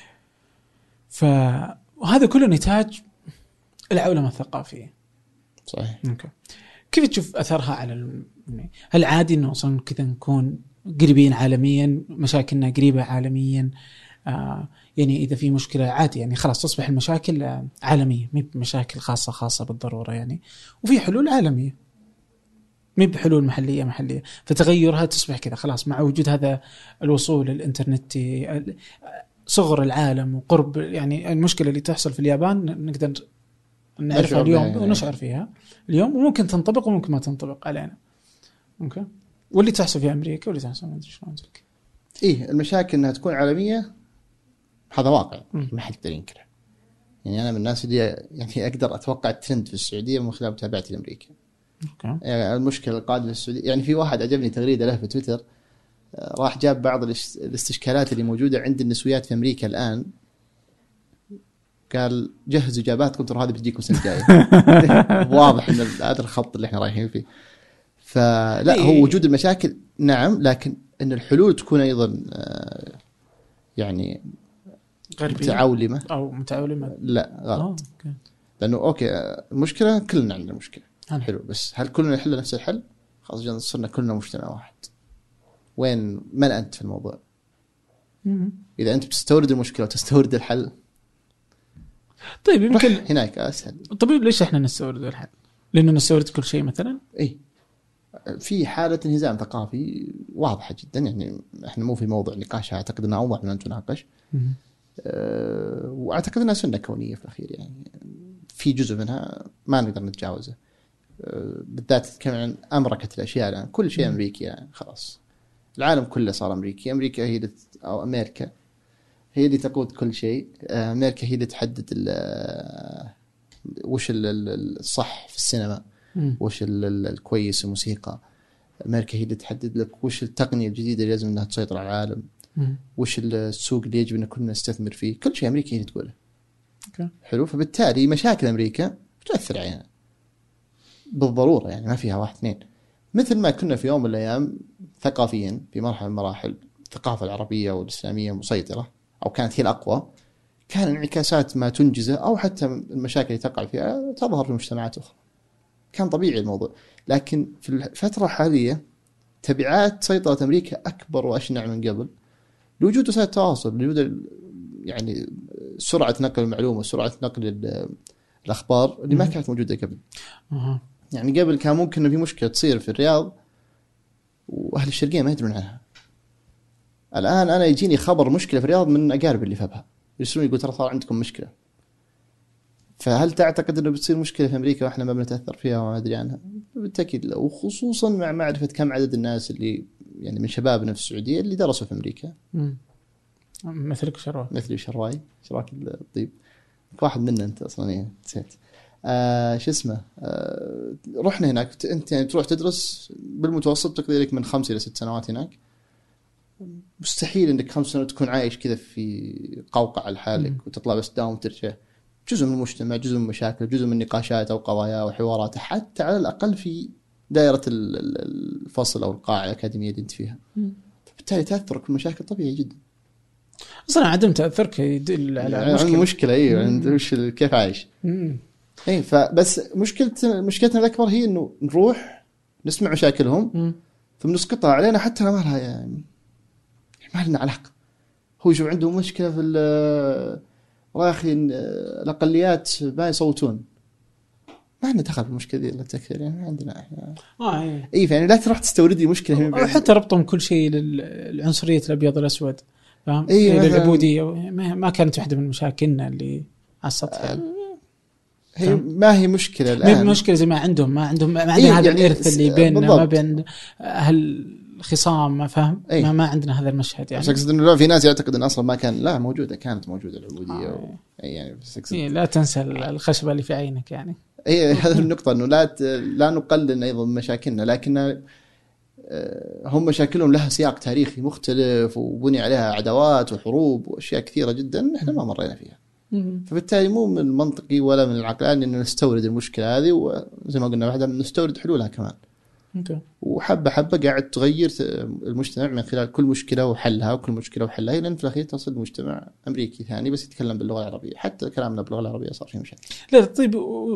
فهذا كله نتاج العولمة الثقافية. صحيح. أوكي. كيف تشوف أثرها على هل عادي إنه أصلاً كذا نكون قريبين عالمياً، مشاكلنا قريبة عالمياً؟ يعني إذا في مشكلة عادي يعني خلاص تصبح المشاكل عالمية، مي بمشاكل خاصة بالضرورة يعني، وفي حلول عالمية مي بحلول محلية. فتغيرها تصبح كذا خلاص مع وجود هذا الوصول الإنترنتي، صغر العالم وقرب يعني. المشكلة اللي تحصل في اليابان نقدر نعرفها اليوم ونشعر فيها اليوم، وممكن تنطبق وممكن ما تنطبق علينا. أوكي. واللي تحصل في أمريكا واللي تحصل ما أدري شلون ذلك. إيه المشاكل إنها تكون عالمية هذا واقع ما حد يقدر ينكره. يعني أنا من الناس اللي يعني أقدر أتوقع الترند في السعودية من خلال متابعتي لأمريكا. يعني المشكله القادمه السعوديه، يعني في واحد عجبني تغريده له في تويتر، راح جاب بعض الاستشكالات اللي موجوده عند النسويات في امريكا الان، قال جهزوا اجاباتكم ترى هذه بتجيكم السنه الجايه. واضح ان هذا الخط اللي احنا رايحين فيه. فلا هو وجود المشاكل نعم، لكن ان الحلول تكون ايضا يعني متعاولمه او متعاولمه، لا غلط. لانه اوكي المشكله كلنا عندنا مشكله حلو، بس هل كلنا نحل نفس الحل؟ خلاص صرنا كلنا مجتمع واحد. من انت في الموضوع؟ اذا انت بتستورد المشكله وتستورد الحل، طيب يمكن هناك اسهل. طيب ليش احنا نستورد الحل؟ لانه نستورد كل شيء مثلا. اي في حاله انهزام ثقافي واضحه جدا، يعني احنا مو في موضوع نقاش، اعتقد انه اوضح من ان تناقش. واعتقد انها سنه كونيه في الاخير، يعني في جزء منها ما نقدر نتجاوزه. بالذات تتكلم عن امركه الاشياء الان، كل شيء امريكي يعني خلاص، العالم كله صار امريكي. امريكا هي او امريكا هي اللي تقود كل شيء. امريكا هي اللي تحدد وش الصح في السينما، وش الكويس الموسيقى. امريكا هي اللي تحدد لك وش التقنيه الجديده اللي لازم انها تسيطر على العالم، وش السوق اللي يجب ان كلنا نستثمر فيه. كل شيء امريكا هي اللي تقوله. حلو. فبالتالي مشاكل امريكا تؤثر علينا بالضروره، يعني ما فيها واحد اثنين. مثل ما كنا في يوم من الايام ثقافيا في مرحله من المراحل الثقافه العربيه والاسلاميه مسيطره او كانت هي الاقوى، كان انعكاسات ما تنجزه او حتى المشاكل اللي تقع فيها تظهر في مجتمعات اخرى. كان طبيعي الموضوع. لكن في الفتره الحاليه تبعات سيطره امريكا اكبر واشنع من قبل، لوجود وسائل التواصل، لوجود يعني سرعه نقل المعلومه وسرعه نقل الاخبار اللي ما كانت موجوده قبل. يعني قبل كان ممكن انه في مشكله تصير في الرياض واهل الشرقيه ما يدرون عنها. الان انا يجيني خبر مشكله في الرياض من اقارب اللي في ابها، يرسلون يقول ترى صار عندكم مشكله. فهل تعتقد انه بتصير مشكله في امريكا واحنا ما بنتاثر فيها وما ندري عنها؟ بالتاكيد لا، وخصوصا مع معرفه كم عدد الناس اللي يعني من شبابنا في السعوديه اللي درسوا في امريكا. مثلك شرواي، مثلي شرواي، شراك الطيب، واحد منا انت اصلا نسيت. شو اسمه، رحنا هناك. انت يعني تروح تدرس بالمتوسط تقضي لك من 5 إلى 6 سنوات هناك. مستحيل انك 5 سنوات تكون عايش كذا في قوقعة لحالك وتطلع بس داوم وترجع. جزء من المجتمع، جزء من المشاكل، جزء من نقاشات او قضايا وحوارات، حتى على الاقل في دائرة الفصل او القاعة الأكاديمية اللي انت فيها. بالتالي تأثرك بالمشاكل طبيعي جدا. اصلا عدم تأثرك يدل على مشكلة. ايوه وش كيف عايش. اي فبس مشكلتنا الاكبر هي انه نروح نسمع مشاكلهم ثم نسقطها علينا حتى ما لها يعني ما لنا علاقه. هو شوف عنده مشكله في راخي الاقليات ما يصوتون، ما عندنا دخل بالمشكله دي الا تكثير، يعني ما عندنا احنا اي يعني لا تروح تستوردي مشكله. حتى ربطهم كل شيء للعنصريه الابيض والاسود، فاهم؟ للعبوديه ما كانت واحده من مشاكلنا اللي على السطح يعني. هي ما هي مشكلة الآن، مشكلة زي ما عندهم هذا يعني الإرث اللي بيننا ما بين أهل الخصام، ما فهم ما عندنا هذا المشهد يعني. أقصد إنه في ناس يعتقد إن أصلا ما كان، لا موجودة، كانت موجودة العبودية يعني لا تنسى الخشبة اللي في عينك يعني. هذا النقطة إنه لا نقلل أيضا مشاكلنا، لكن هم مشاكلهم لها سياق تاريخي مختلف وبني عليها عداوات وحروب وأشياء كثيرة جدا إحنا ما مرينا فيها. فبالتالي مو من المنطقي ولا من العقلاني إنه نستورد المشكلة هذه، وزي ما قلنا واحدة نستورد حلولها كمان. وحبة حبة قاعد تغير المجتمع من خلال كل مشكلة وحلها وكل مشكلة وحلها، لأن في الأخير تصل مجتمع أمريكي ثاني بس يتكلم باللغة العربية. حتى كلامنا باللغة العربية صار فيه مشاكل. لا طيب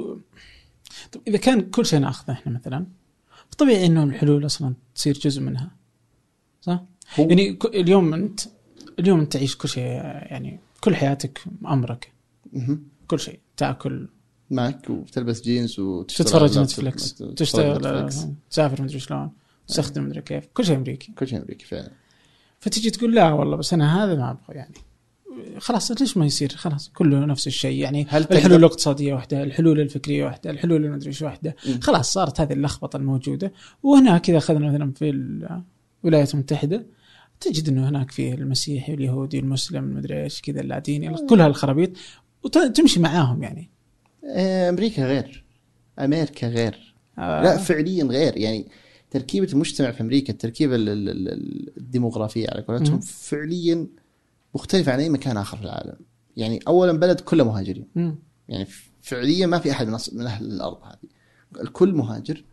إذا كان كل شيء نأخذه إحنا مثلا، طبيعي إنه الحلول أصلا تصير جزء منها، صح؟ يعني اليوم أنت تعيش كل شيء، يعني كل حياتك أمرك، كل شيء تأكل معك وتلبس جينز وتتفرج نتفليكس، تشتغل، تسافر مدري شلون، تستخدم مدري كيف، كل شيء أمريكي، كل شيء أمريكي فعلا. فتجي تقول لا والله بس أنا هذا ما أبغى، يعني خلاص ليش ما يصير؟ خلاص كله نفس الشيء يعني. الحلول الاقتصادية واحدة، الحلول الفكرية واحدة، الحلول المدري شو واحدة. خلاص صارت هذه اللخبطة الموجودة. وهنا كذا أخذنا مثلا في الولايات المتحدة تجد إنه هناك فيه المسيحي واليهودي المسلم المدري إيش كذا اللاديني، كل هالخرابيط وتمشي معاهم يعني. أمريكا غير، أمريكا غير. لا فعليا غير، يعني تركيبة المجتمع في أمريكا، التركيبة الديموغرافية على قولتهم فعليا مختلفة عن أي مكان آخر في العالم. يعني أولا بلد كله مهاجرين، يعني فعليا ما في أحد من أهل الأرض هذه، الكل مهاجر.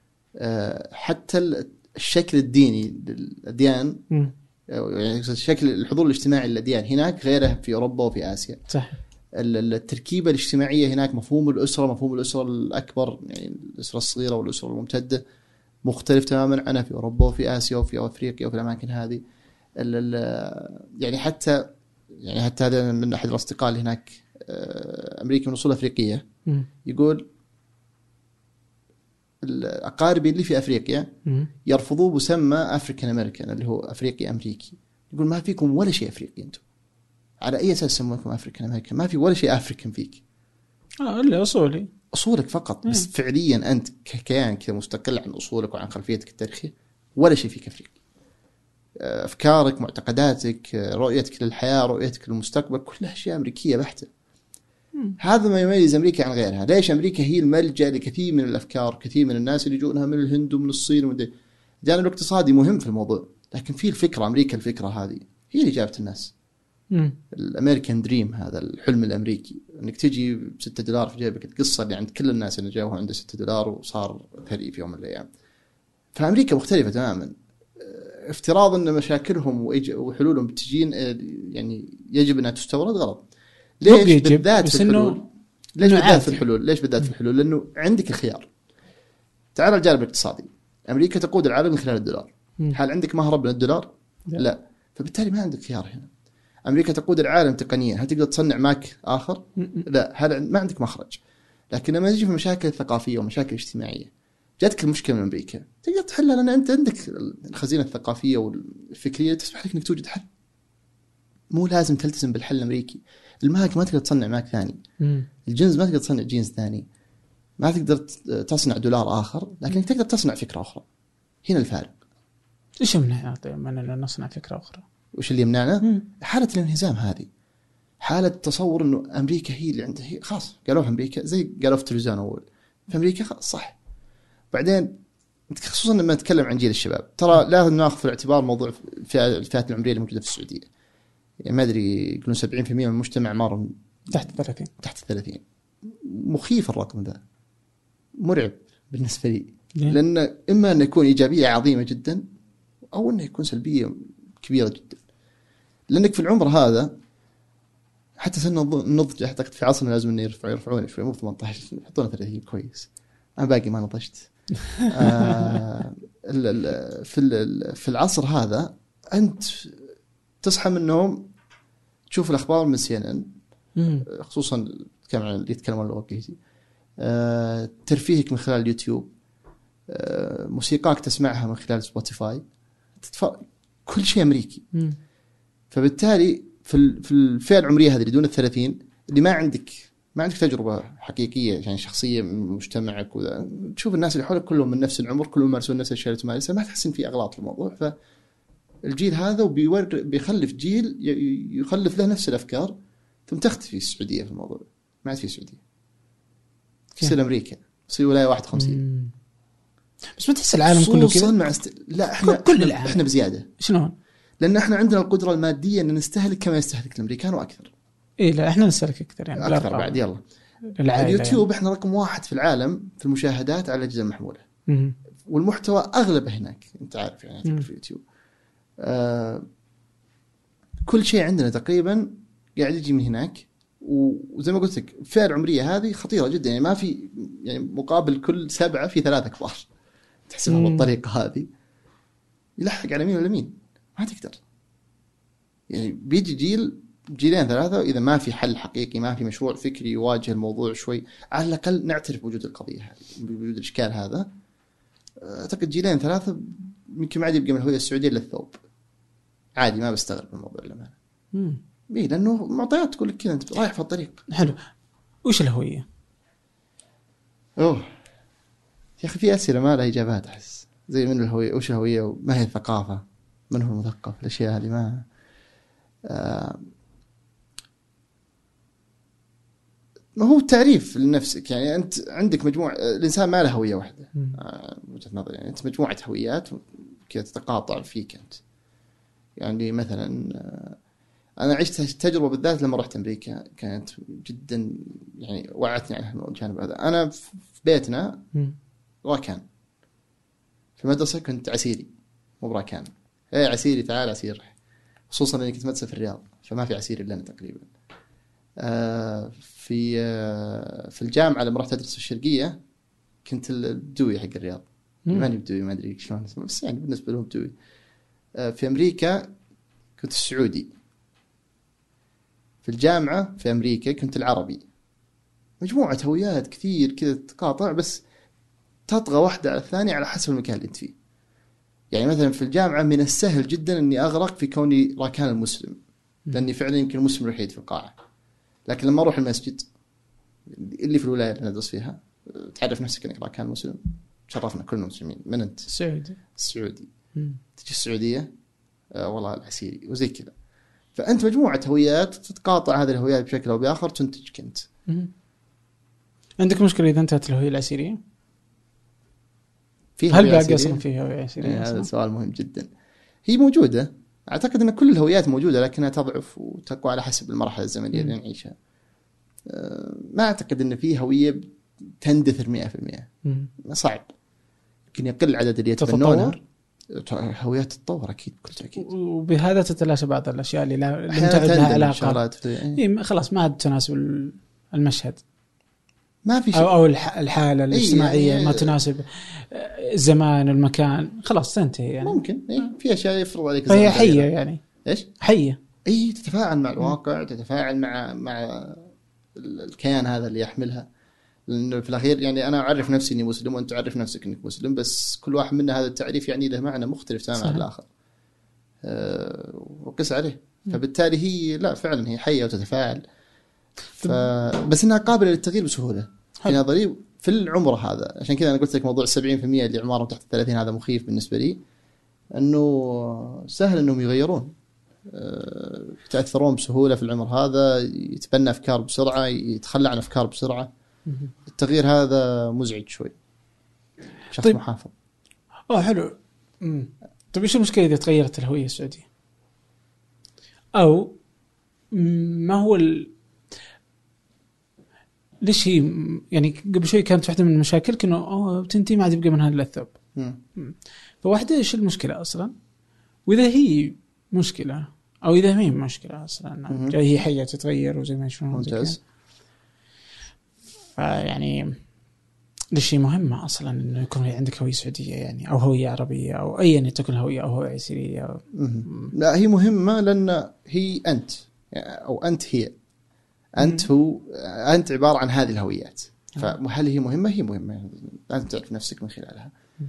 حتى الشكل الديني للأديان، يعني الشكل الحضور الاجتماعي للأديان هناك غيره في أوروبا وفي آسيا. صح. التركيبة الاجتماعية هناك، مفهوم الأسرة الأكبر، يعني الأسرة الصغيرة والأسرة الممتدة مختلف تماما عنها في أوروبا وفي آسيا وفي أفريقيا وفي الأماكن هذه. يعني حتى هذا من أحد الأصدقاء اللي هناك، أمريكي من أصول أفريقية، يقول الأقارب اللي في أفريقيا يرفضوا مسمى أفريكان أمريكان اللي هو أفريقي أمريكي. يقول ما فيكم ولا شيء أفريقي أنتم، على أي أساس سموكم أفريكان أمريكان؟ ما في ولا شيء أفريكان فيك، إلا أصولك فقط. بس فعليا أنت ككيان كذا مستقل عن أصولك وعن خلفيتك التاريخية، ولا شيء فيك أفريقي. أفكارك، معتقداتك، رؤيتك للحياة، رؤيتك للمستقبل، كلها أشياء أمريكية بحتة. هذا ما يميز أمريكا عن غيرها. ليش أمريكا هي الملجأ لكثير من الأفكار، كثير من الناس اللي يجونها من الهند ومن الصين الجانب الاقتصادي مهم في الموضوع، لكن في الفكرة، أمريكا الفكرة هذه هي اللي جابت الناس. الأمريكان دريم، هذا الحلم الأمريكي، أنك تجي $6 في جيبك، القصة اللي عند كل الناس اللي جاوها عنده $6 وصار ثري في يوم من الأيام. فأمريكا مختلفة تماما. افتراض أن مشاكلهم وحلولهم بتجين يعني يجب أنها تستورد، غلط. ليش بالذات في الحلول؟ ليش بالذات في الحلول؟ لأنه عندك الخيار. تعال الجانب الاقتصادي، أمريكا تقود العالم من خلال $. هل عندك مهرب من $؟ لا. فبالتالي ما عندك خيار هنا. أمريكا تقود العالم تقنيا، هل تقدر تصنع ماك آخر؟ لا. هل ما عندك مخرج. لكن لما يجي في مشاكل ثقافية ومشاكل اجتماعية، جاتك المشكلة من أمريكا، تقدر تحلها، لأن أنت عندك الخزينة الثقافية والفكرية تسمح لك إنك توجد حل. مو لازم تلتزم بالحل الأمريكي. الماك ما تقدر تصنع ماك ثاني، الجينز ما تقدر تصنع جينز ثاني، ما تقدر تصنع $. آخر، لكن تقدر تصنع فكرة أخرى. هنا الفارق. إيش يمنعنا من نصنع فكرة أخرى؟ وش اللي يمنعنا؟ حالة الانهزام هذه، حالة تصور إنه أمريكا هي اللي عندها، هي خاص قالوها أمريكا، زي قالوا في التلفزيون أول في أمريكا خاص، صح. بعدين خصوصا لما نتكلم عن جيل الشباب، ترى لازم ناخذ في الاعتبار موضوع الفئات العمرية الموجودة في السعودية. يعني ما أدري يقولون 70% من المجتمع مر تحت 30. مخيف الرقم ذا، مرعب بالنسبة لي، لأن إما أن يكون إيجابية عظيمة جدا، أو أنه يكون سلبية كبيرة جدا. لأنك في العمر هذا حتى سن النضج، أعتقد في عصرنا لازم أن يرفعونه شوي، مو 18، يحطونه 30 كويس. أنا باقي ما نضجت. في العصر هذا أنت تصحى من النوم تشوف الأخبار من CNN، خصوصا اللي يتكلم عن اللغة الإنجليزية، ترفيهك من خلال اليوتيوب، موسيقاك تسمعها من خلال سبوتيفاي، كل شيء أمريكي. فبالتالي في الفئة العمرية هذه اللي دون 30، اللي ما عندك تجربة حقيقية يعني شخصية من مجتمعك، وذا تشوف الناس اللي حولك كلهم من نفس العمر، كلهم يمارسون نفس الشيء اللي تمارسه، ما تحس إن في أغلاط في الموضوع. فالجيل هذا بيخلف جيل يخلف له نفس الأفكار، ثم تختفي السعودية في الموضوع. ما عاد في السعودية، تصير أمريكا، تصير ولاية 51. بس ما تحس العالم كله كذا؟ لا، احنا بزيادة. شلون؟ لأن احنا عندنا القدرة المادية أن نستهلك كما يستهلك الأمريكان وأكثر. إيه لا، احنا نستهلك أكثر يعني. أكثر بعد. يلا اليوتيوب يعني. احنا رقم 1 في العالم في المشاهدات على الأجهزة المحمولة، والمحتوى أغلبه هناك، أنت عارف يعني في اليوتيوب. كل شيء عندنا تقريبا قاعد يجي من هناك. وزي ما قلت لك الفئة العمرية هذه خطيرة جدا، يعني ما في يعني مقابل كل 7 في 3 كبار، تحسبها بالطريقة هذه يلحق على مين ولا مين، ما تقدر. يعني بيجي جيلين 3، إذا ما في حل حقيقي، ما في مشروع فكري يواجه الموضوع شوي، على الأقل نعترف بوجود القضية هذه، بوجود الإشكال هذا. أعتقد جيلين 3 يمكن ما عاد يبقى من الهوية السعودية إلا الثوب، عادي ما بستغرب من الموضوع للأمانة. إيه، لأنه معطيات تقول لك كذا أنت رايح في الطريق. حلو. وش الهوية؟ يا أخي في أسئلة ما لها إجابات، أحس زي من الهوية، وش الهوية، وما هي الثقافة، من هو المثقف، الأشياء هذه ما ما هو تعريف لنفسك. يعني أنت عندك مجموعة، الإنسان ما له هوية واحدة وجهة نظري. يعني أنت مجموعة هويات كذا تتقاطع فيك أنت. يعني مثلا أنا عشت تجربة بالذات لما رحت أمريكا كانت جدا يعني وعتني عن الجانب هذا. أنا في بيتنا راكان، في المدرسة كنت عسيري مو براكان. إيه عسيري تعال عسير، خصوصا أني كنت مدرسة في الرياض فما في عسيري إلا أنا تقريبا. في الجامعة لما رحت أدرس في الشرقية كنت البدوي حق الرياض. ماني بدوي ما أدري شلون بس يعني بالنسبة لهم بدوي. في أمريكا كنت السعودي. في الجامعة في أمريكا كنت العربي. مجموعة هويات كثير كذا تقاطع، بس تطغى واحدة على الثانية على حسب المكان اللي أنت فيه. يعني مثلا في الجامعة من السهل جدا أني أغرق في كوني راكان المسلم، لأني فعلا يمكن المسلم الوحيد في القاعة. لكن لما أروح المسجد اللي في الولاية اللي ندرس فيها تعرف نفسك أنك راكان مسلم. شرفنا كلنا مسلمين. من أنت؟ السعودي. تجي السعودية والله العسيري وزي كذا. فأنت مجموعة هويات تتقاطع هذه الهويات بشكل أو بآخر تنتجك أنت. عندك مشكلة إذا انتهت الهوية العسيرية؟ هل باقي أصلا فيها هوية عسيرية؟ هذا سؤال مهم جدا. هي موجودة، أعتقد أن كل الهويات موجودة لكنها تضعف وتقوى على حسب المرحلة الزمنية اللي نعيشها. ما أعتقد أن في هوية تندثر 100%. صعب. يمكن يقل عدد اللي يتبنونها. هويات تتطور أكيد بكل تأكيد. وبهذا تتلاشى بعض الأشياء اللي لم تعد لها علاقة. خلاص ما تناسب المشهد. ما في شيء. أو الحالة الاجتماعية ما تناسب الزمان والمكان. خلاص تنتهي يعني. ممكن في أشياء يفرض عليك. فهي حية يعني. إيش؟ حية. تتفاعل مع الواقع، تتفاعل مع الكيان هذا اللي يحملها. لأنه في الأخير يعني أنا أعرف نفسي إني مسلم وأنت تعرف نفسك إنك مسلم، بس كل واحد منا هذا التعريف يعني له معنى مختلف تماماً عن الآخر. وقس عليه. فبالتالي هي لا فعلا هي حية وتتفاعل. بس إنها قابلة للتغيير بسهولة في نظري في العمر هذا. عشان كذا أنا قلت لك موضوع 70% اللي عمرهم تحت 30 هذا مخيف بالنسبة لي، أنه سهل أنهم يغيرون، يتأثرون بسهولة في العمر هذا، يتبنى أفكار بسرعة، يتخلى عن أفكار بسرعة. التغيير هذا مزعج شوي. شخص طيب. محافظ. حلو. طيب إيش المشكلة إذا تغيرت الهوية السعودية؟ أو ما هو ليش هي يعني قبل شوي كانت واحدة من المشاكل كأنه بتنتي ما عاد يبقى منها إلا الثوب. فواحدة إيش المشكلة أصلا؟ وإذا هي مشكلة أو إذا ما هي مشكلة أصلا هي حية تتغير وزي ما يشوفون. ممتاز. فيعني ليش هي مهمة أصلا إنه يكون عندك هوية سعودية يعني أو هوية عربية أو أي أن تكون هوية أو هوية عسيرية؟ لا هي مهمة لأن هي أنت أو أنت هي أنت هو أنت عبارة عن هذه الهويات. فهل هي مهمة؟ هي مهمة. لازم تعرف نفسك من خلالها.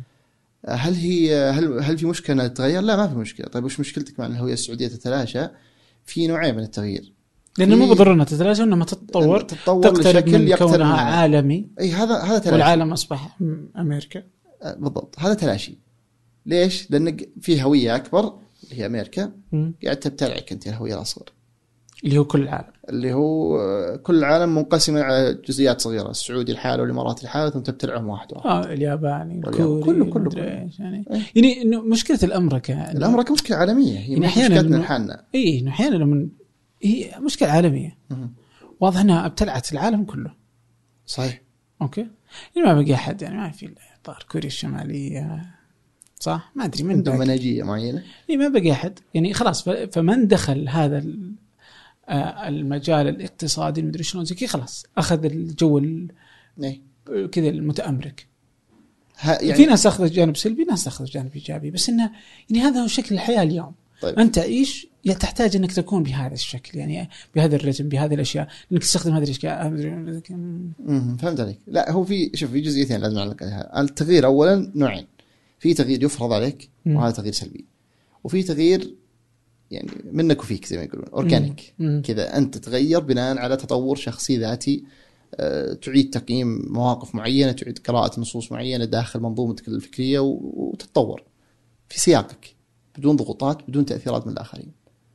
هل في مشكلة أنها تتغير؟ لا ما في مشكلة. طيب وش مشكلتك مع الهوية السعودية تتلاشى؟ في نوعين من التغيير. لأنه مو بضر أنها تتلاشى إنما تتطور تقترب من كونها عالمي. هذا تلاشي. والعالم أصبح أمريكا. بالضبط. هذا تلاشي. ليش؟ لأن في هوية أكبر اللي هي أمريكا قاعد تبتلعك أنت الهوية الأصغر اللي هو كل العالم. اللي هو كل العالم منقسم على جزئيات صغيرة. السعودي الحالة والإمارات الحالة ثم تبتلعهم واحد واحد. الياباني الكوري كله. يعني إنه مشكلة الأمريكا مشكلة عالمية. هي يعني مشكلتنا الحالنا. إنه أحيانا لما هي مشكلة عالمية واضح أنها ابتلعت العالم كله. صحيح. أوكي. يعني ما بقي أحد يعني ما في طار كوريا الشمالية صح ما أدري من عنده منهجية معينة. ما بقي أحد يعني خلاص. فمن دخل هذا المجال الاقتصادي المدري شلون زي كذا خلاص أخذ الجو كذا المتأمرك. يعني في ناس أخذ جانب سلبي ناس أخذ جانب إيجابي بس إنه يعني هذا هو شكل الحياة اليوم. طيب. أنت تعيش تحتاج أنك تكون بهذا الشكل يعني بهذا الرتم بهذه الأشياء إنك تستخدم هذه الأشياء. فهمت عليك. لا هو في جزئيتين لازم نعلق عليها. التغيير أولا نوعين. في تغيير يفرض عليك وهذا تغيير سلبي. وفي تغيير يعني منك وفيك زي ما يقولون أورجانيك كذا. أنت تتغير بناء على تطور شخصي ذاتي. تعيد تقييم مواقف معينة تعيد قراءة نصوص معينة داخل منظومتك الفكرية وتتطور في سياقك بدون ضغوطات بدون تأثيرات من الآخرين.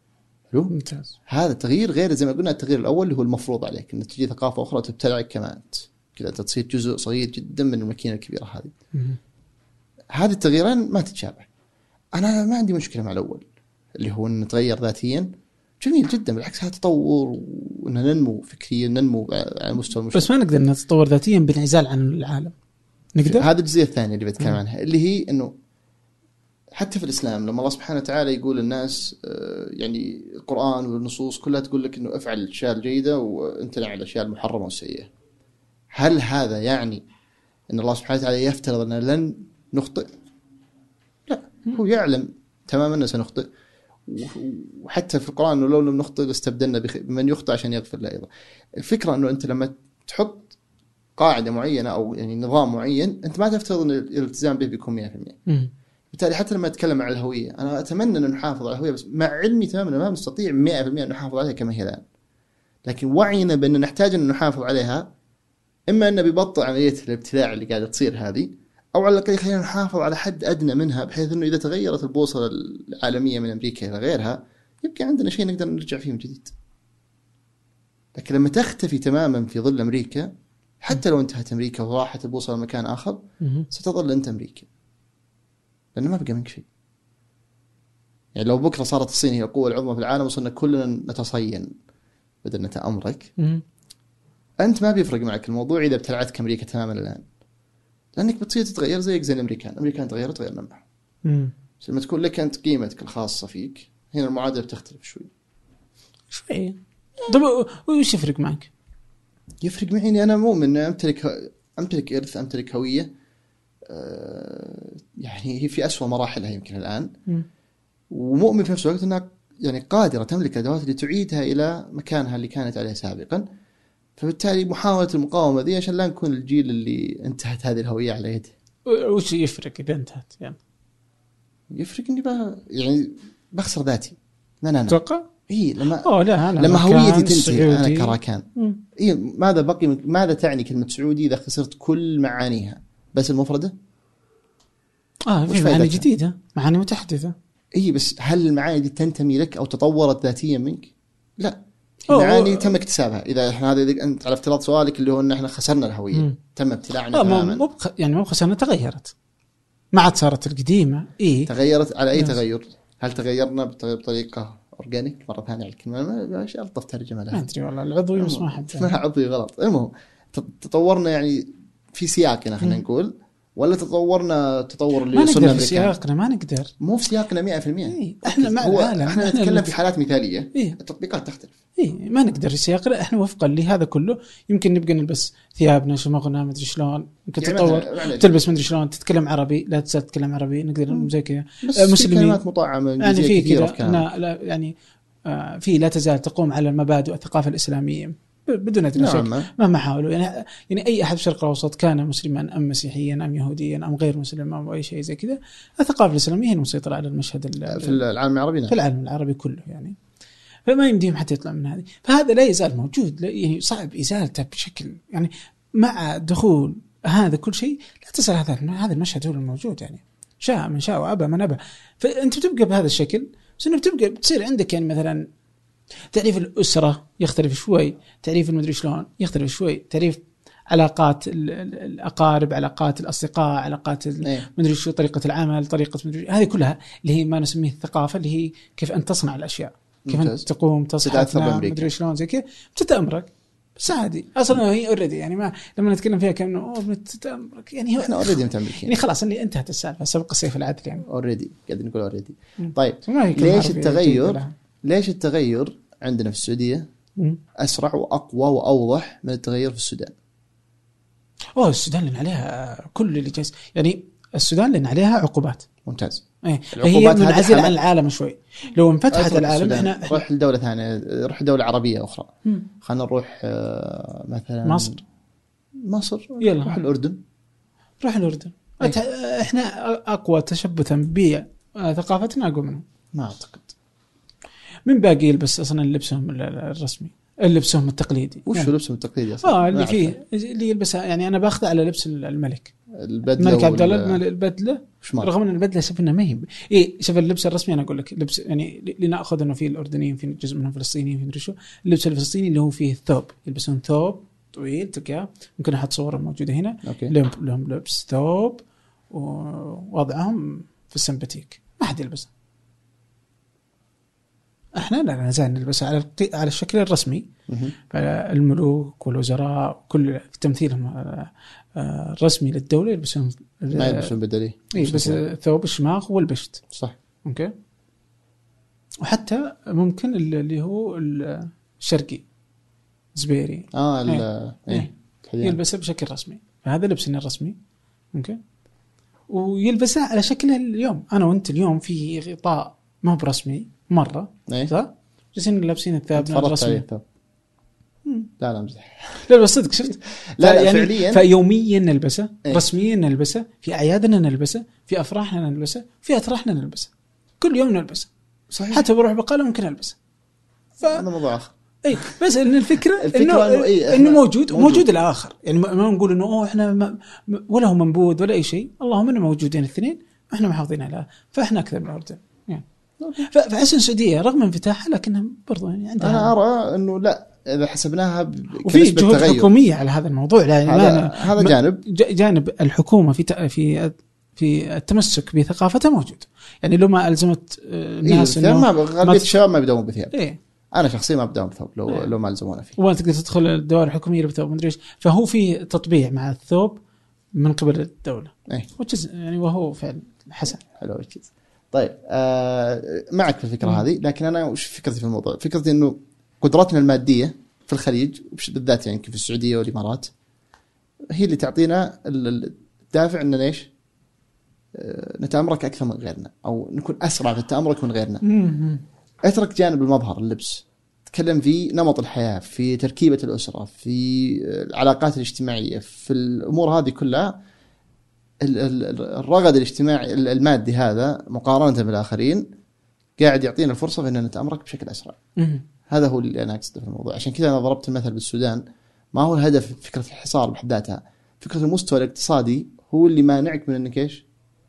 ممتاز. هذا تغيير غير زي ما قلنا التغيير الأول اللي هو المفروض عليك أن تجي ثقافة أخرى وتبتلعك كمان كذا، أنت تصير جزء صغير جدا من الماكينة الكبيرة هذه. هذه التغييرين ما تتشابه. أنا ما عندي مشكلة مع الأول اللي هو أن نتغير ذاتيا، جميل جدا، بالعكس هذا تطور وأن ننمو فكريا، ننمو على مستوى المجتمع. بس ما نقدر نتطور ذاتيا بانعزال عن العالم. نقدر. هذا الجزئية الثانية اللي بتكلم عنها، اللي هي أنه حتى في الإسلام لما الله سبحانه وتعالى يقول للناس يعني القرآن والنصوص كلها تقول لك أنه افعل الأشياء الجيدة وامتنع عن الأشياء المحرمة والسيئة. هل هذا يعني أن الله سبحانه وتعالى يفترض أن لن نخطئ؟ لا، هو يعلم تماما أننا سنخطئ، وحتى في القرآن أنه لو لم نخطئ لاستبدلنا بمن يخطئ عشان يغفر له أيضا. الفكرة أنه أنت لما تحط قاعدة معينة أو يعني نظام معين أنت ما تفترض أن الالتزام به بيكون 100%. بالتالي حتى لما أتكلم عن الهوية أنا أتمنى أن نحافظ على الهوية، بس مع علمي تماما ما نستطيع 100% أن نحافظ عليها كما هي الآن. لكن وعينا بأن نحتاج أن نحافظ عليها، إما أنه بيبطئ عملية الابتلاع اللي قاعدة تصير هذه، أو على الأقل خلينا نحافظ على حد أدنى منها، بحيث أنه إذا تغيرت البوصلة العالمية من أمريكا إلى غيرها يبقى عندنا شيء نقدر نرجع فيه من جديد. لكن لما تختفي تماما في ظل أمريكا، حتى لو انتهت أمريكا وراحت البوصلة لمكان آخر ستظل أنت أمريكا، لأنه ما بقى منك شيء. يعني لو بكرة صارت الصين هي القوة العظمى في العالم وصلنا كلنا نتصين بدل نتأمرك، أنت ما بيفرق معك الموضوع إذا ابتلعتك أمريكا تماما الآن، لأنك بتصير تتغير زيك زي الأمريكان تغيروا تغيرنا معهم. لما تكون لك أنت قيمتك الخاصة فيك، هنا المعادلة بتختلف شوي. طب وش يفرق معك؟ يفرق معي إني أنا مؤمن أمتلك إرث، أمتلك هوية، يعني هي في أسوأ مراحلها يمكن الآن، ومؤمن في نفس الوقت أنها يعني قادرة تملك الأدوات اللي تعيدها إلى مكانها اللي كانت عليه سابقا. فبالتالي محاولة المقاومة ذي عشان لا نكون الجيل اللي انتهت هذه الهوية على يده. وش يفرق إذا انتهت؟ يعني يفرق إني يعني بخسر ذاتي. لا توقع؟ إيه لما لما هويتي تنتهي أنا كراكان. إيه ماذا بقي ماذا تعني كلمة سعودي إذا خسرت كل معانيها بس المفردة؟ في معاني جديدة، معاني متحدثة. إيه بس هل المعاني دي تنتمي لك أو تطورت ذاتيا منك؟ لا، المعاني تم اكتسابها. إذا هذا أنت على افتراض سؤالك اللي هو إن إحنا خسرنا الهوية، تم ابتلاعنا تماما. يعني مو خسرنا، تغيرت، ما عاد صارت القديمة. تغيرت على أي تغير؟ هل تغيرنا بطريقة أورجانيك مرة ثانية على الكلمة؟ ما ألطف ترجمة لها. ما أدري والله، العضوي بس ما حد اسمها عضوي غلط. المهم تطورنا يعني في سياقنا خلينا نقول، ولا تطورنا تطور اللي وصلنا أمريكان؟ سياقنا ما نقدر، مو في سياقنا 100%. احنا مع العالم، احنا نتكلم في حالات مثالية. التطبيقات تختلف. ما نقدر سياقنا احنا وفقا لهذا كله. يمكن نبقى نلبس ثيابنا شماغنا مدري شلون، يمكن يعني تطور تلبس مدري شلون، تتكلم عربي لا تزال تتكلم عربي، نقدر زي كذا مسلمين كلمات مطعمة يعني في كذا. يعني في لا تزال تقوم على المبادئ والثقافة الإسلامية بدون أدنى شك مهما حاولوا. يعني أي أحد في الشرق الأوسط كان مسلما أم مسيحيا أم يهوديا أم غير مسلم أو أي شيء زي كذا، الثقافة الإسلامية هي المسيطرة على المشهد في العالم العربي. في العالم العربي كله يعني، فما يمديهم حتى يطلع من هذه. فهذا لا يزال موجود، يعني صعب إزالته بشكل يعني مع دخول هذا كل شيء. لا تزال هذا المشهد هو الموجود، يعني شاء من شاء وأبى من أبى. فأنت بتبقى بهذا الشكل، بس إنه بتصير عندك يعني مثلا تعريف الأسرة يختلف شوي، تعريف المدري شلون يختلف شوي، تعريف علاقات الأقارب، علاقات الأصدقاء، علاقات مدري شو، طريقة العمل، طريقة مدري، هذه كلها اللي هي ما نسميه الثقافة، اللي هي كيف أن تصنع الأشياء، كيف أن تقوم تصحى تنام مدري شلون زي كذا، بتتأمرك. بس عادي أصلاً هي أوريدي، يعني ما لما نتكلم فيها كأنه بتتأمرك، يعني إحنا أوريدي متأمركين، يعني خلاص اللي انتهت السالفة، سبق السيف العدل يعني أوريدي قاعد نقول أوريدي. طيب ليش التغير عندنا في السعودية أسرع وأقوى وأوضح من التغير في السودان؟ السودان لأن عليها كل اللي جالس، يعني السودان لأن عليها عقوبات. ممتاز. هي منعزلة عن العالم شوي. لو انفتحت العالم احنا نروح لدولة ثانية، نروح دولة عربية أخرى. خلينا نروح مثلا مصر. يلا نروح الأردن. احنا أقوى تشبثا بثقافتنا أقوى منهم. ما أعتقد. من باقي يلبس أصلا لبسهم الرسمي، لبسهم التقليدي. وش يعني لبسهم التقليدي أصلا؟ اللي يلبسها، يعني أنا باخذ على لبس الملك البدلة، الملك عبد الله البدلة رغم ان البدله شوف انها ما هي ايه. شوف اللبس الرسمي انا اقول لك لبس يعني لناخذ انه في الاردنيين في جزء منهم فلسطينيين في مدري شو. اللبس الفلسطيني اللي هو فيه ثوب يلبسون ثوب طويل تلقاه ممكن احط صوره موجوده هنا لهم لبس ثوب ووضعهم في السمباتيك ما حد يلبسه. احنا لا نزال نلبسه على الشكل الرسمي. الملوك والوزراء كل تمثيلهم الرسمي للدوله يلبسون ما يلبسون بدلي بس ثوب الشماغ والبشت صح. اوكي. وحتى ممكن اللي هو الشرقي زبيري يلبسه بشكل رسمي. فهذا لبسنا الرسمي اوكي. ويلبسه على شكله اليوم. انا وانت اليوم في غطاء ما هو برسمي مره صح جالسين لابسين الثوب الرسمي. لا مزح. لا بس صدق شفت لا يعني فعليا فيوميا نلبسه رسميا نلبسه في اعيادنا نلبسه في افراحنا نلبسه في اتراحنا نلبسه كل يوم نلبسه صحيح. حتى بروح بقاله ممكن البسه هذا موضوع اخر. اي بس ان الفكره انه موجود الاخر يعني ما نقول انه احنا ولا هو منبوذ ولا اي شيء. اللهم انه موجودين الاثنين واحنا محافظين عليها فاحنا اكثر من الاردن يعني. فحسن السعوديه رغم انفتاحها لكنها برضو يعني عندها انا ارى انه لا اذا حسبناها وفي جهود حكوميه على هذا الموضوع. هذا جانب الحكومه في التمسك بثقافتها موجود. يعني لو ما الزمت الناس انه غالبيه الشباب ما بداون بثياب. إيه؟ انا شخصيا ما بداون بثوب لو ما الزمونا فيه. وانت تقدر تدخل الدوائر الحكوميه بثوب مدري ايش. فهو في تطبيع مع الثوب من قبل الدوله يعني وهو فعلا حسن حلو وجز. طيب معك في الفكره هذه. لكن انا وش فكرتي في الموضوع؟ فكرتي انه قدراتنا الماديه في الخليج بالذات يعني في السعوديه والامارات هي اللي تعطينا الدافع ان ليش نتأمرك اكثر من غيرنا او نكون اسرع في التأمرك من غيرنا. اترك جانب المظهر اللبس تكلم في نمط الحياه في تركيبه الاسره في العلاقات الاجتماعيه في الامور هذه كلها. الرغد الاجتماعي المادي هذا مقارنه بالاخرين قاعد يعطينا الفرصه ان نتأمرك بشكل اسرع. هذا هو اللي انا اقصده في الموضوع. عشان كذا انا ضربت المثل بالسودان. ما هو الهدف فكره الحصار بحد ذاتها. فكره المستوى الاقتصادي هو اللي مانعك من انك ايش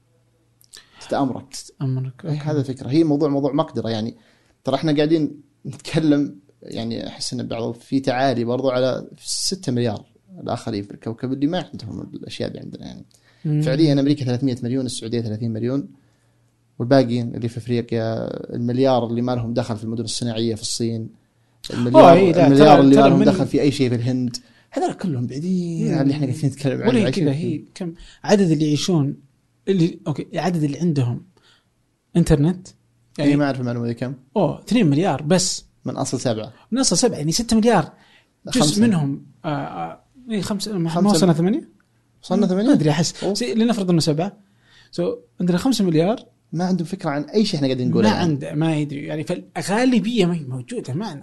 تتأمرك. هذا الفكره. هي موضوع مقدره يعني. ترى احنا قاعدين نتكلم يعني احس ان بعض في تعالي برضو على 6 مليار الاخرين في الكوكب اللي ما عندهم الاشياء اللي عندنا يعني. فعليا امريكا 300 مليون السعوديه 30 مليون والباقيين اللي في افريقيا المليار اللي ما لهم دخل في المدن الصناعيه في الصين المليار اللي ما لهم دخل في اي شيء في الهند. هذول كلهم بعيدين عن اللي احنا قاعدين نتكلم عنه. ولا كذا هي كم عدد اللي يعيشون عدد اللي عندهم انترنت يعني ما اعرف المعلومه دي كم. 2 مليار بس من اصل 7 يعني 6 مليار جزء منهم 5 ما وصلنا 8 ما ادري احس لنفرض انه 7 عندنا 5 مليار ما عندهم فكره عن اي شيء احنا قاعدين نقوله ما يدري يعني. فالغالبيه ما هي موجوده معنا.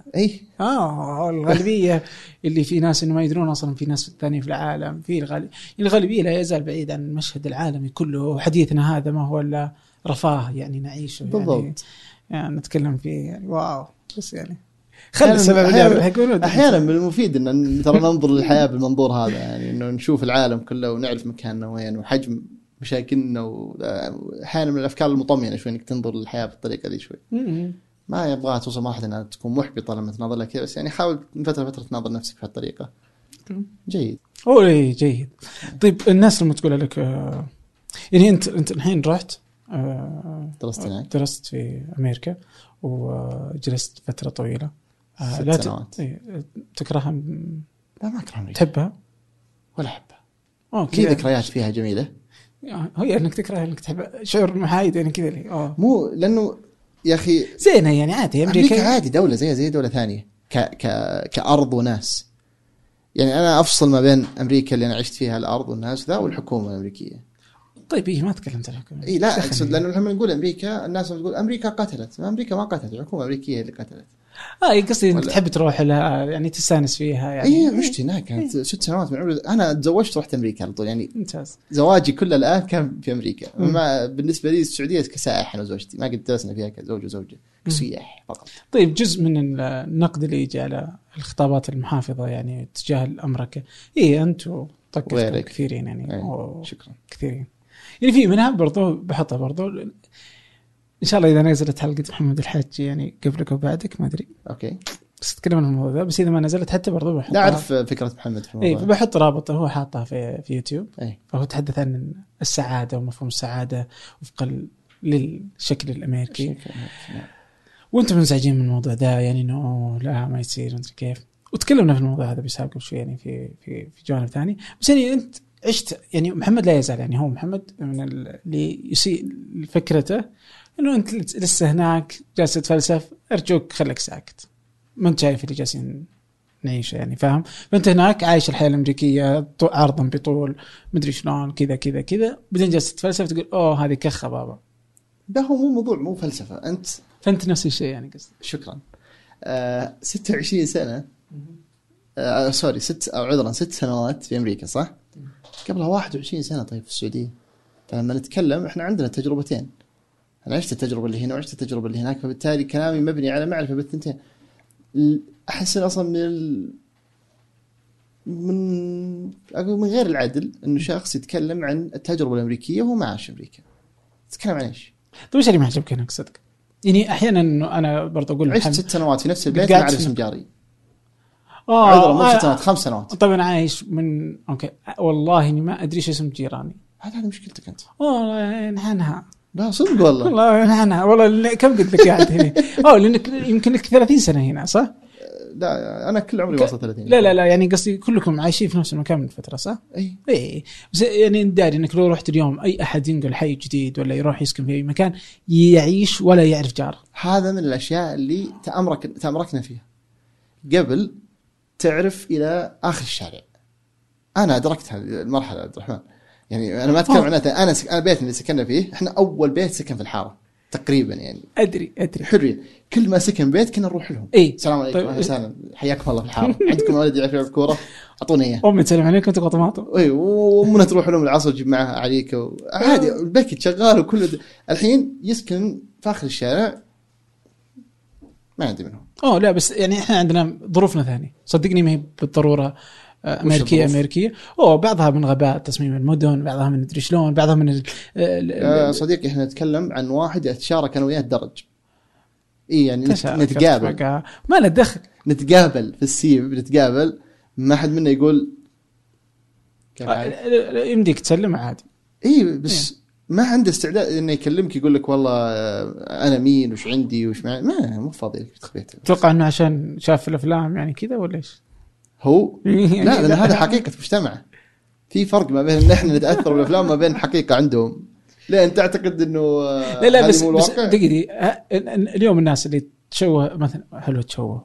الغالبيه اللي في ناس انه ما يدرون اصلا في ناس ثانيه في العالم. في الغالبيه لا يزال بعيد عن المشهد العالمي كله. حديثنا هذا ما هو الا رفاه يعني نعيشه بالضبط. يعني نتكلم فيه يعني واو بس يعني خلي السبب احيانا من المفيد ان ترى ننظر للحياه بالمنظور هذا يعني انه نشوف العالم كله ونعرف مكاننا وين وحجم مشاكلنا. واحيانا من الافكار المطمئنه شوي انك تنظر للحياه بالطريقه دي شوي. ما يبغى توصل مرحله انها تكون محبطه لما تناظر لها كذا بس يعني حاول من فتره لفتره تناظر نفسك بهالطريقه. جيد. جيد. طيب الناس لما تقول لك يعني انت الحين رحت درست في امريكا وجلست فتره طويله. لا تكرهها؟ لا ما اكرهها. تحبها ولا احبها؟ في ذكريات فيها جميله. هي انك تكره انك تحب شعور محايد يعني كذا مو لانه يا اخي زينه يعني عادي. امريكا عادي دوله زي دوله ثانيه كارض وناس. يعني انا افصل ما بين امريكا اللي انا عشت فيها الارض والناس ذا والحكومه الامريكيه. طيب ما تكلمت عن الحكومه. لا اقصد لانه لما نقول امريكا الناس بتقول امريكا قتلت. امريكا ما قتلت الحكومه الامريكيه اللي قتلت. قصدي انك تحب تروح لها يعني تستانس فيها يعني. عشت هناك كانت 6 سنوات من عمري. انا تزوجت رحت امريكا على طول يعني. ممتاز. زواجي كله الان كان في امريكا. ما بالنسبه لي السعوديه كسائح انا وزوجتي ما قد درسنا فيها كزوج وزوجه كسياح فقط. طيب جزء من النقد اللي يجي على الخطابات المحافظه يعني تجاه الامريكا انتم طقتوا كثيرين يعني. شكرا كثيرين يعني في منها برضو بحطها برضو ان شاء الله اذا نزلت حلقه محمد الحاج يعني قبلك وبعدك ما ادري اوكي بس تتكلم عن الموضوع ذا. بس اذا ما نزلت حتى برضو بحطها. لا اعرف فكره محمد في الموضوع. اي بحط رابطه هو حاطها في يوتيوب. أي. فهو تحدث عن السعاده ومفهوم السعاده وفقا للشكل الامريكي. وانتم منزعجين من الموضوع ده يعني انه لا ما يصير انت كيف. وتكلمنا في الموضوع هذا بسابق قبل شوي يعني في جوانب ثاني. بس يعني انت عشت يعني محمد لا يزال يعني هو محمد من اللي يسيء فكرته انه انت لسه هناك جالس تتفلسف. ارجوك خليك ساكت ما انت شايف اللي جالسين نعيشه يعني فاهم. فانت هناك عايش الحياه الامريكيه عرضا بطول مدري شلون كذا كذا كذا بعدين جالس تتفلسف تقول اوه هذه كخه بابا. ده هو مو موضوع مو فلسفه. فانت نفس الشيء يعني قصدي. شكرا. 26 سنه سوري 6 سنوات في امريكا صح. قبلها 21 سنه طيب في السعوديه. فلما نتكلم احنا عندنا تجربتين. انا عشت التجربه اللي هنا وعشت التجربه اللي هناك فبالتالي كلامي مبني على معرفه بالثنتين. احس اصلا من غير العدل انه شخص يتكلم عن التجربه الامريكيه وهو ما عاش امريكا. تتكلم عن ايش؟ طيب ايش اللي ما عجبك هناك صدق؟ يعني احيانا انه انا برضه اقول عشت 6 سنوات في نفس البيت ما اعرف اسم جاري. مو 6 سنوات 5 سنوات. طيب انا عايش من اوكي والله اني ما ادري ايش اسم جيراني. هذا مشكلتك انت. والله نحنها. لا صدق والله نحنها والله كم قلت لك قاعد هنا. لانك يمكن لك 30 سنه هنا صح؟ لا انا كل عمري وصل 30. لا يعني قصدي كلكم عايشين في نفس المكان من فتره صح؟ اي بس يعني داري انك لو رحت اليوم اي احد ينقل حي جديد ولا يروح يسكن في اي مكان يعيش ولا يعرف جاره. هذا من الاشياء اللي تأمركنا فيها. قبل تعرف الى اخر الشارع. انا ادركت هذه المرحله عبد الرحمن. يعني انا ما اتكلم عنها. انا بيتنا اللي سكننا فيه احنا اول بيت سكن في الحاره تقريبا يعني. ادري حريه كل ما سكن بيت كنا نروح لهم. السلام عليكم اهلا وسهلا حياكم الله في الحاره. عندكم ولد يعرف يلعب كوره اعطوني اياه. امي تسلم عليكم انتم طماطم. وامنا تروح لهم العصر تجيب معها عليك عادي البيت شغال وكل الحين يسكن في اخر الشارع ما عندي منهم. لا بس يعني احنا عندنا ظروفنا ثانيه صدقني ما هي بالضروره أمريكية بعضها من غباء تصميم المدن بعضها من ندري شلون بعضها من صديقي احنا نتكلم عن واحد يتشارك انا وياه الدرج. يعني نتقابل ما له دخل نتقابل في السيب نتقابل ما حد منا يقول يمديك تسلم عادي. بس ما عنده استعداد انه يكلمك يقول لك والله انا مين وش عندي وش ما مو فاضي لك تخبيت. تتوقع انه عشان شاف الافلام يعني كذا ولا ايش؟ هو لا لأن هذا حقيقة مجتمع. في فرق ما بين ان احنا نتاثر بالافلام ما بين حقيقة عندهم. لا انت تعتقد انه لا بس دقيقة اليوم الناس اللي تشوه مثلا حلوة تشوه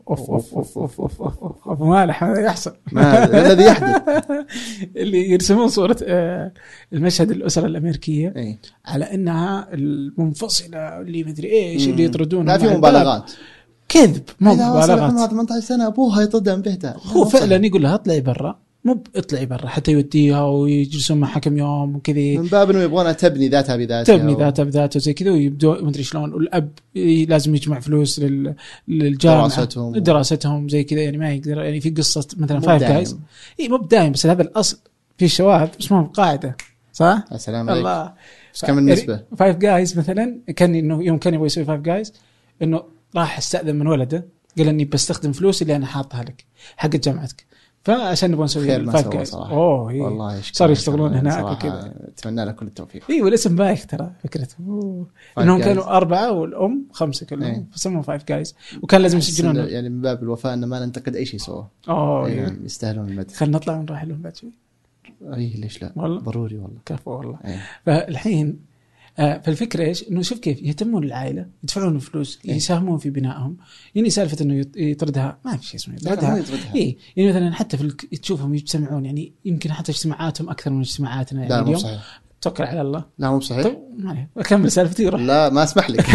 اوف ما له يحصل ما الذي يحدث اللي يرسمون صورة المشهد الأسرة الأمريكية على انها المنفصلة اللي مدري ايش اللي يطردون. لا في مبالغات كذب مو مبالغات. 18 سنة أبوها يطردها من بيتها. هو فعلا يقول لها اطلعي برا مو اطلعي برا حتى يوديها ويجلسون معها كم يوم وكذا من باب انه يبغونها تبني ذاتها بذاتها وزي كذا ويبدو ما ادري شلون. والاب لازم يجمع فلوس للجامعه دراستهم زي كذا يعني ما يقدر يعني في قصه مثلا فايف جايز مو بدايم بس هذا الاصل في الشواذ اسمهم قاعده صح. السلام عليكم. الله بس كم النسبه فايف جايز مثلا كان انه يوم كان يبغى يسوي فايف جايز انه راح استأذن من ولده قال اني بستخدم فلوس اللي انا حاطها لك حق جامعتك فعشان نبغى نسوي الفايف جايز. والله صار يشتغلون هناك وكذا. اتمنى له كل التوفيق. والاسم بايخ ترى فكرته انهم كانوا 4 والام 5 كلهم فسموا فايف جايز وكان لازم يسجلون يعني من باب الوفاء ان ما ننتقد اي شيء سووه. يعني يستاهلون المدح. خلينا نطلع ونروح لهم بعد شوي. ليش لا والله. ضروري والله كفو والله. فالحين فالفكرة إيش إنه شوف كيف يهتمون للعائلة يدفعون فلوس يساهمون في بنائهم. يعني سالفة إنه يطردها ما في شيء اسمه يطردها. يعني مثلا حتى تشوفهم يجتمعون يعني يمكن حتى اجتماعاتهم أكثر من اجتماعاتنا يعني اليوم. توكل على الله. لا مو صحيح. طب ما عليه أكمل سالفتي روح. لا ما أسمح لك.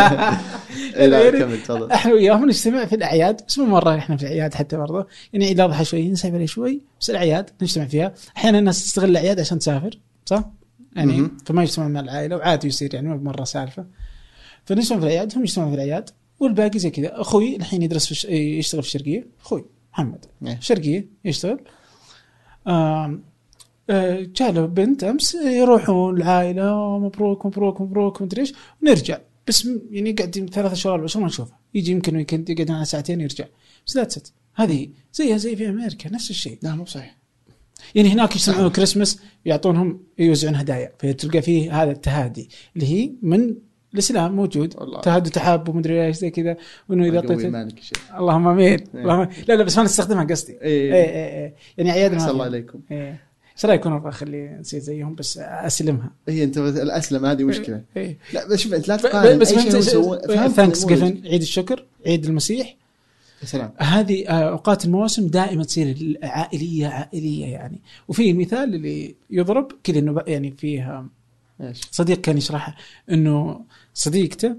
لا كمل تفضل. إحنا وياهم نجتمع في الأعياد بس مو مرة إحنا في الأعياد حتى برضه يعني عيد الأضحى شوي نسحب عليه شوي بس الأعياد نجتمع فيها. أحيانا الناس تستغل الأعياد عشان تسافر صح؟ يعني فما يجتمع مع العائلة وعادي يصير يعني مرة سالفة. فنجتمع في الأعياد هم يجتمعوا في الأعياد والباقي زي كذا. أخوي الحين يدرس يشتغل في الشرقية. أخوي محمد الشرقية يشتغل جاء له بنت امس يروحون العائله مبروك مبروك مبروك مدري ايش ونرجع بس يعني قاعد 3 شهور بس ما نشوفه يجي يمكن ويكند يقعد معنا ساعتين يرجع بس لا تست هذه زي في امريكا نفس الشيء. لا مو صحيح يعني هناك يجتمعون كريسمس يعطونهم يوزعون هدايا فتلقى فيه هذا التهادي اللي هي من الاسلام موجود تهادي تحاب ومدري ايش زي كذا وانه اذا اعطيته اللهم امين لا بس ما نستخدمها قصدي يعني عيادنا الله عليكم ايش رايكم اخلي نصير زيهم بس اسلمها هي انت الاسلم هذه مشكله لا بس شوف انت لا تقارن بس ثانكس جيفن عيد الشكر عيد المسيح سلام هذه اوقات المواسم دائما تصير عائليه يعني. وفي مثال اللي يضرب كذا انه يعني فيها صديق كان يشرح انه صديقته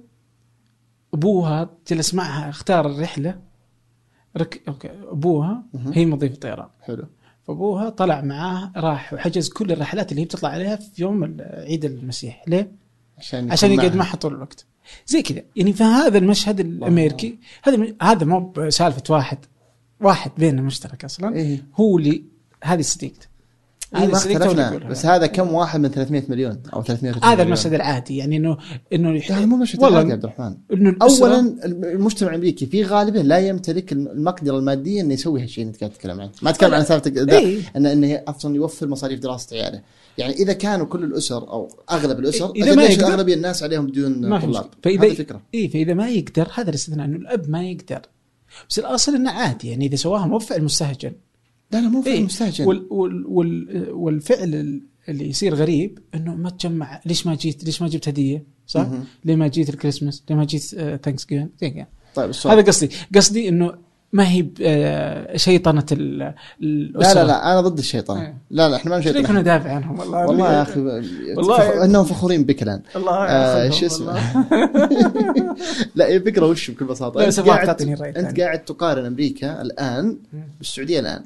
ابوها جلس معها اختار الرحله اوكي ابوها هي مضيفه طيران حلو فابوها طلع معاه راح وحجز كل الرحلات اللي هي بتطلع عليها في يوم عيد المسيح ليه عشان يقعد معها طول الوقت زي كذا يعني. فهذا المشهد الامريكي هذا مو بسالفه واحد بيننا مشترك اصلا هو اللي هذه صديقته ما اختلفنا بس هذا كم واحد من 300 مليون او 300 مليون هذا المشهد العادي يعني انه يعني مو مشهد عادي عبد الرحمن. اولا المجتمع الامريكي في غالبه لا يمتلك المقدره الماديه انه يسوي هالشيء اللي انت قاعد تتكلم عنه. ما اتكلم عن سالفه انه اصلا يوفر مصاريف دراسه عياله. يعني اذا كانوا كل الاسر او اغلب الاسر ليش اغلبيه الناس عليهم بدون طلاب هذه الفكره. فاذا ما يقدر هذا الاستثناء انه الاب ما يقدر بس الاصل انه عادي يعني اذا سواها مو فعل مستهجن. لا مو فعل مستهجن. والفعل اللي يصير غريب انه ما تجمع ليش ما جبت هديه صح ليه ما جيت الكريسماس ليه ما جيت ثانكس جيفن طيب هذا قصدي انه ما هي شيطنه الاسره. لا انا ضد الشيطان. لا احنا ما شيطان كنا ندافع عنهم والله يا اخي والله انهم فخورين بك الان شو اسمه لا الفكره وش بكل بساطه انت قاعد تقارن امريكا الان بالسعوديه الان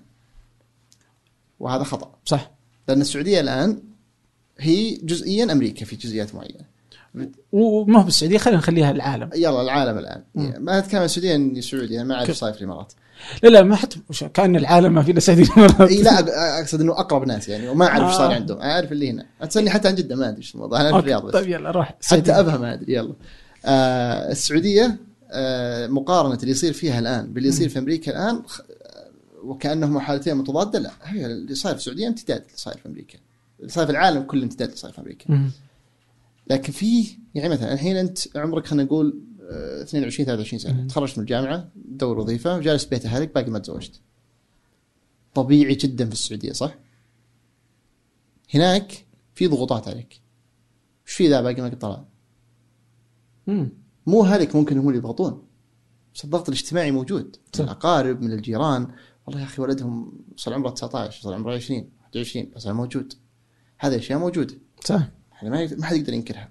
وهذا خطا صح لان السعوديه الان هي جزئيا امريكا في جزئيات معينه وما هو بالسعوديه خلينا نخليها العالم يلا العالم الان ما اتكلم السعوديه اني سعودي انا ما اعرف صاير في الامارات لا ما حتى كان العالم ما في الا سعوديه الامارات لا اقصد انه اقرب ناس يعني وما اعرف ايش صار عندهم اعرف اللي هنا اتسني حتى عن جده ما ادري ايش الموضوع انا في الرياض بس طيب يلا روح حتى ابها ما ادري يلا السعوديه مقارنه اللي يصير فيها الان باللي يصير في امريكا الان وكانهما حالتين متضاده لا هي اللي صاير في السعوديه امتداد اللي صاير في امريكا اللي صاير في العالم كله امتداد اللي صاير في امريكا لكن في يعني مثلا الحين انت عمرك خلينا نقول 22 23 سنه تخرجت من الجامعه تدور وظيفه وجالس بيت اهلك باقي ما تزوجت طبيعي جدا في السعوديه صح هناك في ضغوطات عليك وش في ذا باقي ما قد طلع مو اهلك ممكن هم اللي يضغطون بس الضغط الاجتماعي موجود من الاقارب من الجيران والله يا اخي ولدهم وصل عمره 19 وصل عمره 20 21 بس موجود هذا الشيء موجود صح ما حد يقدر ينكرها.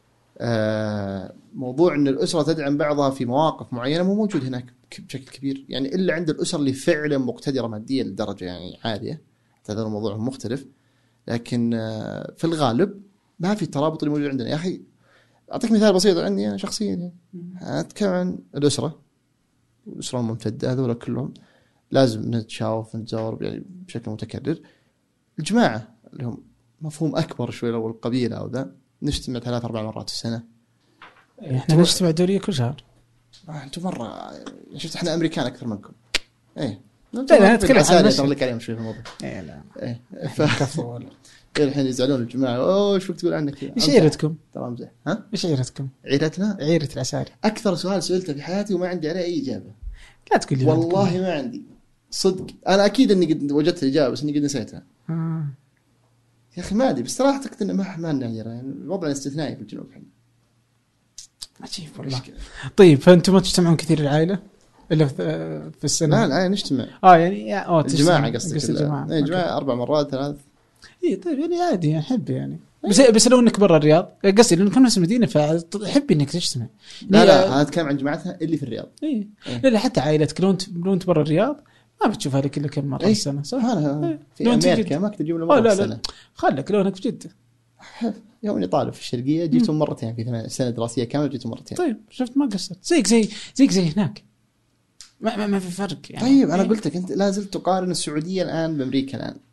موضوع ان الاسره تدعم بعضها في مواقف معينه مو موجود هناك بشكل كبير يعني الا عند الاسر اللي فعلا مقتدره ماديا لدرجه يعني عاليه هذا الموضوع مختلف لكن في الغالب ما في الترابط اللي موجود عندنا. يا اخي اعطيك مثال بسيط عني انا شخصيا يعني اتكلم عن الاسره الممتده هذول كلهم لازم نتشاوف نتزور يعني بشكل متكرر. الجماعه اللي هم مفهوم أكبر شوي لو القبيلة أو ذا نجتمع 3-4 مرات في السنة. إحنا نجتمع دورية كل شهر. أنتم مرة شفت إحنا أمريكان أكثر منكم. إيه. لا نتكلم عن أتكلم لك عليهم شوي في الموضوع. إيه لا. إيه. الحين يزعلون الجماعة. أوه شو تقول عنك؟ إيش عيرتكم؟ ترى مزح. ها؟ إيش عيرتكم؟ عيرتنا؟ عيرة العساري. أكثر سؤال سئلته في حياتي وما عندي عليه أي إجابة. لا تقول لي. والله ما عندي. صدق. أنا أكيد إني قد وجدت الإجابة بس إني قد نسيتها. يا أخي ما أدري بس صراحة أعتقد إنه ما لنا عيرة يعني الوضع استثنائي في الجنوب حنا. عجيب والله. طيب فأنتم ما تجتمعون كثير العائلة إلا في السنة؟ لا نجتمع. يعني الجماعة قصدك الجماعة 4 مرات 3. إيه طيب يعني عادي أحب يعني. بس لو إنك برا الرياض قصدي لأنك في المدينة فأحب إنك تجتمع. لا أنا أتكلم عن جماعتنا اللي في الرياض. إيه. لا حتى عائلتك لو أنت برا الرياض ما بتشوفها لك إلا كم مرة السنة صح؟ في أمريكا ما كنت تجيب له مرة في السنة. خلك لو إنك في جدة. يومني طالب في الشرقية جيتهم مرتين في سنة دراسية كاملة جيتهم مرتين. طيب شفت ما قصرت زي هناك. ما في فرق يعني. طيب أنا قلت لك أنت لازلت تقارن السعودية الآن بأمريكا الآن.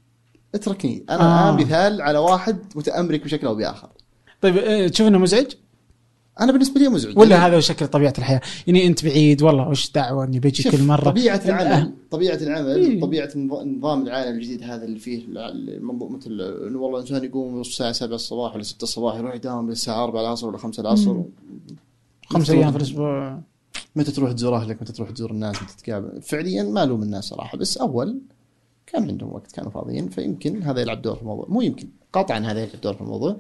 اتركني انا مثال على واحد متأمرك بشكل او باخر. طيب تشوف انه مزعج؟ انا بالنسبه لي مزعج. ولا يعني هذا هو شكل طبيعه الحياه؟ يعني انت بعيد والله وش دعوه اني بيجي كل مره. طبيعه العمل طبيعه نظام العالم الجديد هذا اللي فيه المنظور مثل انه والله الانسان يقوم الساعه 7 الصباح ولا 6 الصباح يروح يداوم للساعه 4 العصر ولا 5 العصر 5 ايام في الاسبوع. متى تروح تزور اهلك، متى تروح تزور الناس، متى تتقابل. فعليا ما لوم الناس صراحه، بس اول كان عندهم وقت كانوا فاضيين، فيمكن هذا يلعب دور في الموضوع. مو يمكن، قطعا هذا يلعب دور في الموضوع.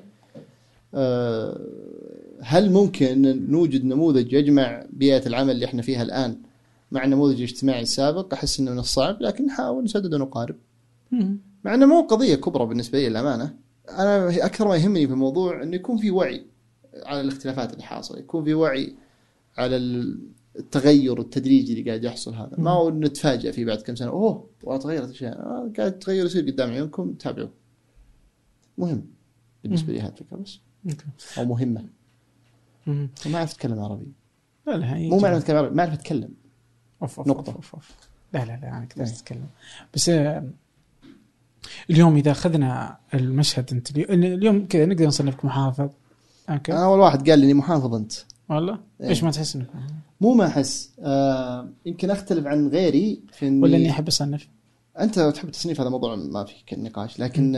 هل ممكن نوجد نموذج يجمع بيئة العمل اللي احنا فيها الآن مع النموذج الاجتماعي السابق؟ أحس إنه من الصعب، لكن نحاول نسدد ونقارب. مع إنه مو قضية كبرى بالنسبة لي الأمانة. أنا أكثر ما يهمني في الموضوع إنه يكون في وعي على الاختلافات اللي حاصلة، يكون في وعي على التغير التدريجي اللي قاعد يحصل. هذا ما هو نتفاجأ فيه بعد كم سنة والله تغيرت أشياء، قاعد تغير يصير قدام عيونكم، تابعوا. مهم بالنسبة لي هذا الفكرة بس. أو مهمة. ما أعرف أتكلم عربي. لا مو ما أعرف أتكلم عربي، ما أعرف أتكلم. نقطة. لا أنا كنت أتكلم. بس اليوم إذا أخذنا المشهد أنت اليوم كذا نقدر نصنفك محافظ. أنا أول واحد قال لي محافظ أنت. والله إيش ما تحس إنك؟ مو ما أحس. يمكن أختلف عن غيري في إني ولا إني أحب أصنف. أنت تحب التصنيف، هذا موضوع ما في كالنقاش. لكن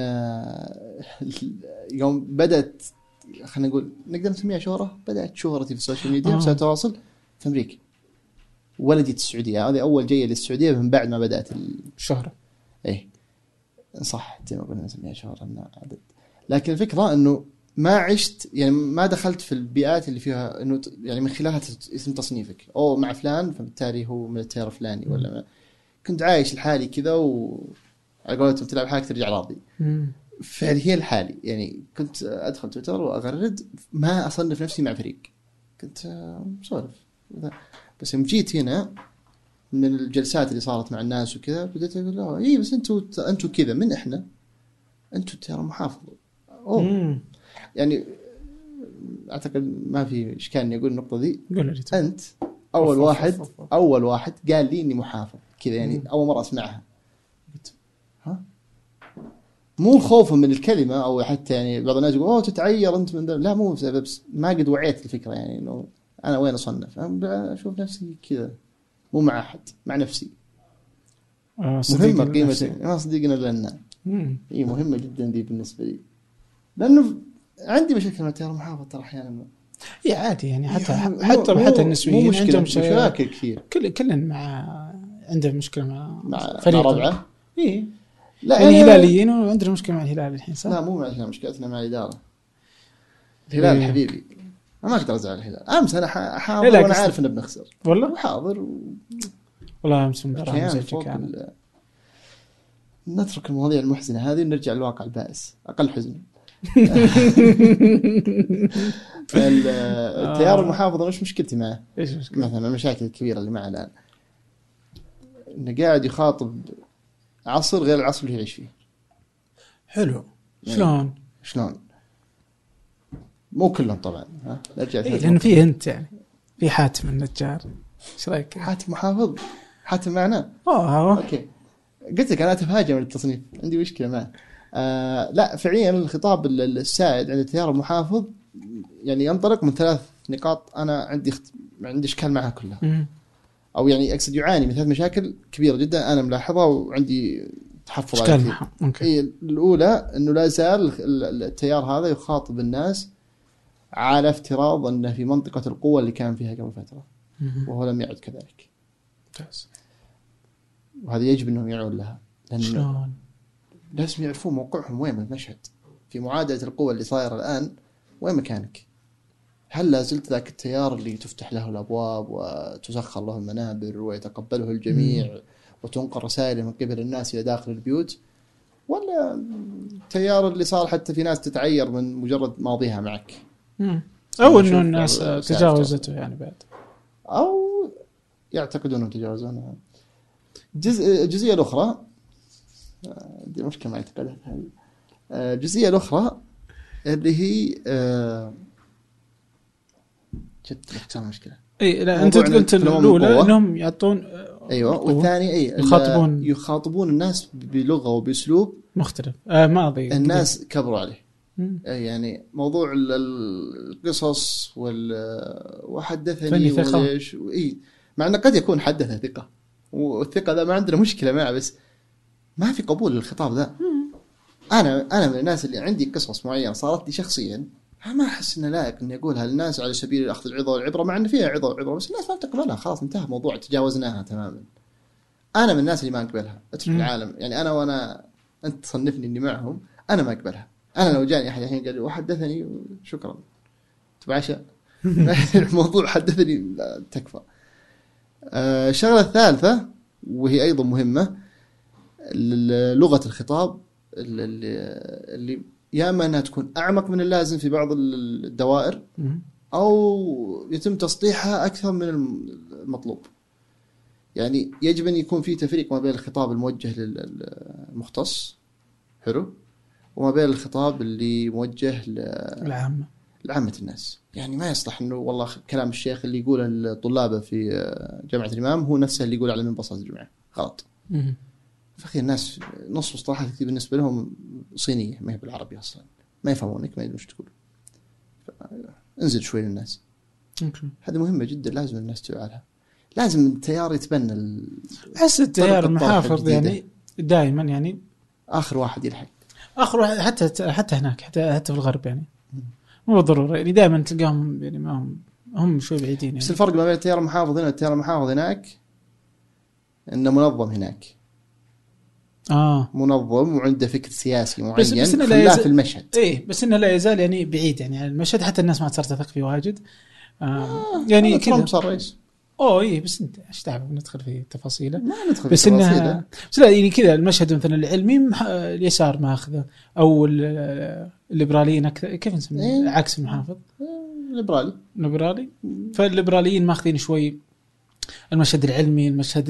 يوم بدأت خلينا نقول نقدر نسميها شهرة، بدأت شهرتي في السوشيال ميديا وسائل التواصل في أمريكا، ولدت السعودية. هذه أول جاية للسعودية من بعد ما بدأت الشهرة. إيه صح، زي ما قلنا نسميها شهرة عدد. لكن الفكرة إنه ما عشت، يعني ما دخلت في البيئات اللي فيها إنه يعني من خلالها اسم تصنيفك أو مع فلان فبالتالي هو من التيار فلاني ولا ما. كنت عايش لحالي كذا وعلى قولتهم تلعب حالك ترجع راضي. فهي الحالي، يعني كنت أدخل تويتر وأغرد، ما أصنف نفسي مع فريق، كنت سولف. بس يوم جيت هنا من الجلسات اللي صارت مع الناس وكذا، بدأت أقول له إيه بس أنتوا كذا من إحنا، أنتوا ترى محافظ. يعني أعتقد ما في إشكال إني أقول النقطة دي. أنت أول واحد قال لي إني محافظ كذا، يعني أول مرة أسمعها. ها مو خوفا من الكلمة أو حتى يعني بعض الناس يقول تتعير أنت من لا، مو بس ما قد وعيت الفكرة، يعني إنه أنا وين أصنف، أنا أشوف نفسي كذا، مو مع أحد، مع نفسي. مهمة قيمة ما صديقنا لنا. هي مهمة جدا دي بالنسبة لي، لأنه عندي مشاكل مع التيار المحافظ ترى أحيانا. إيه عادي يعني، حتى النسويين عندهم مشاكل كثير. كلن مع عنده مشكلة مع فريق ربعه. إيه لا يعني هلاليين وعندنا مشكلة مع الهلال الحين صح؟ لا مو معنا مشكلتنا مع الإدارة. الهلال حبيبي ما أقدر أزعل الهلال. أمس أنا حاضر وأنا عارف إنه بنخسر والله حاضر والله أمس كان. نترك المواضيع المحزنة هذه ونرجع للواقع البائس أقل حزن. التيار المحافظ مش مشكلتي معه. مثلا المشاكل الكبيرة اللي معه الآن إنه قاعد يخاطب عصر غير العصر اللي يعيش فيه. حلو يعني شلون مو كلهم طبعا. نرجع لأنه فيه أنت يعني في حاتم النجار، إيش رأيك؟ حاتم محافظ، حاتم معنا. أوكي قلت لك أنا أتفاجأ من التصنيف، عندي مشكلة معه. لا فعليا الخطاب السائد عند التيار المحافظ يعني ينطلق من 3 نقاط أنا عندي إشكال معها كلها. أو يعني أقصد يعاني من 3 مشاكل كبيرة جدا أنا ملاحظها وعندي تحفظ عليها. الأولى أنه لا زال التيار هذا يخاطب الناس على افتراض أنه في منطقة القوة اللي كان فيها قبل فترة، وهو لم يعد كذلك. وهذا يجب أنهم يعون لها، لأنه لازم يعرفون موقعهم وين بالمشهد في معادلة القوة اللي صايرة الآن. وين مكانك؟ هل لا زلت ذاك التيار اللي تفتح له الأبواب وتسخر له المنابر ويتقبله الجميع وتنقل رسائل من قبل الناس إلى داخل البيوت، ولا التيار اللي صار حتى في ناس تتعير من مجرد ماضيها معك، أو إنه الناس تجاوزته يعني بعد، أو يعتقدون أنهم تجاوزونه. الجزئية الأخرى دي مشكلة مع اعتقادات هذه. الجزئية الأخرى اللي هي جد كان مشكلة. إيه لا أنت قلت الأولى إنهم يعطون ايوه، والثاني يخاطبون الناس بلغه وباسلوب مختلف. ماضي الناس كبروا عليه. يعني موضوع القصص وحدثني وليش مع انه قد يكون حدث ثقه، والثقه ذا ما عندنا مشكله معه، بس ما في قبول للخطاب ذا. انا من الناس اللي عندي قصص معينه صارت لي شخصيا ما احس انه لائق اني اقولها للناس على سبيل اخذ العظه والعبره، مع ان فيها عظه وعبره بس الناس ما تقبلها. خلاص انتهى الموضوع، تجاوزناها تماما. انا من الناس اللي ما اقبلها. اترك العالم، يعني انا انت تصنفني اني معهم، انا ما اقبلها. انا لو جاني احد الحين قال لي وحدثني شكرا تبع عشاء الموضوع حدثني تكفى. الشغله الثالثه وهي ايضا مهمه، لغه الخطاب اللي يا اما انها تكون اعمق من اللازم في بعض الدوائر، او يتم تسطيحها اكثر من المطلوب. يعني يجب ان يكون في تفريق ما بين الخطاب الموجه للمختص حلو، وما بين الخطاب اللي موجه لعامة الناس. يعني ما يصلح انه والله كلام الشيخ اللي يقوله لطلابه في جامعة الإمام هو نفسه اللي يقول على منبر صلاة الجمعة. غلط. فخي الناس نص مصطلحات كثير بالنسبة لهم صينية، ما هي بالعربي أصلا، ما يفهمونك، ما يدرون ايش تقول. انزل شوي للناس. هذه مهمة جدا، لازم الناس توعالها. لازم التيار يتبنى أحس التيار المحافظ يعني دائما يعني آخر واحد يلحق، آخر واحد حتى هناك حتى في الغرب يعني مو بالضرورة، يعني دائما تلقاهم يعني ما هم شوي بعيدين يعني. بس الفرق ما بين التيار المحافظ هنا والتيار المحافظ هناك إنه منظم هناك. منظم وعنده فكر سياسي معين بس خلاه في المشهد. بس إنه لا يزال يعني بعيد يعني عن المشهد، حتى الناس ما صارت تثق فيه واجد. يعني كذا صار رئيس. بس انت ايش تعرف ندخل في تفاصيله؟ ما ندخل بس في تفاصيله. بس لا يعني كذا المشهد مثلا العلمي اليسار ماخذه، او الليبراليين كيف نسميه عكس المحافظ، ليبرالي. فالليبراليين ماخذين شوي المشهد العلمي، المشهد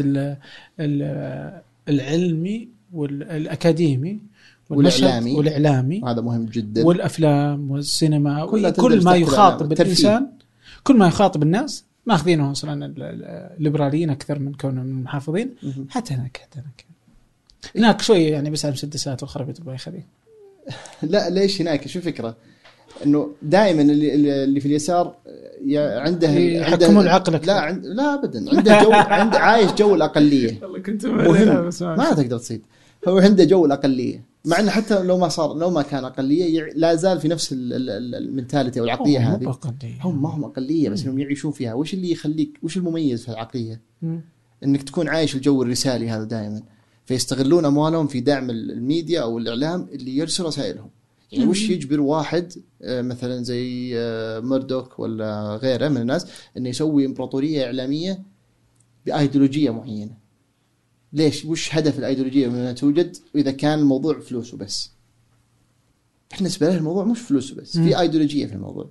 العلمي والاكاديمي والاعلامي، هذا مهم جدا، والافلام والسينما، كل ما يخاطب الانسان، كل ما يخاطب الناس ماخذينه اصلا الليبراليين اكثر من كونهم المحافظين. حتى هناك شوي يعني بس على المسدسات والخرابيط الله يخليه. لا ليش هناك شو فكره انه دائما اللي في اليسار عنده يحكمون عقلك. لا ابدا، عنده جو عايش جو الاقليه. مهم ما تقدر تصيد. هو عنده جو الاقليه، مع انه حتى لو ما كان اقليه لا زال في نفس المنتاليتي او العقليه هذه. هم ما هم اقليه بس انهم يعيشون فيها. وش اللي يخليك، وش المميز في العقليه؟ انك تكون عايش الجو الرسالي هذا دائما. فيستغلون اموالهم في دعم الميديا او الاعلام اللي يرسل رسائلهم. يعني وش يجبر واحد مثلا زي مردوك ولا غيره من الناس انه يسوي امبراطوريه اعلاميه بايديولوجيه معينه؟ ليش؟ وش هدف الايديولوجيه من أنها توجد اذا كان الموضوع فلوسه بس؟ بالنسبه له الموضوع مش فلوسه بس، في ايديولوجيه في الموضوع.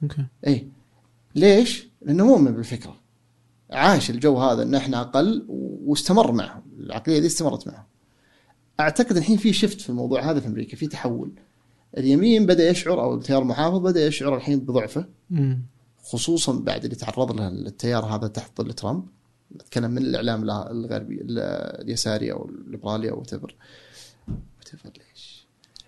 ليش؟ لانه مؤمن بالفكره، عاش الجو هذا ان احنا اقل واستمر معهم، العقليه دي استمرت معهم. اعتقد الحين في شفت في الموضوع هذا في امريكا، في تحول. اليمين بدا يشعر، او التيار المحافظ بدا يشعر الحين بضعفه، خصوصا بعد اللي تعرض له التيار هذا تحت ظل ترامب. نتكلم من الاعلام الغربي اليساري او الليبرالي او whatever ليش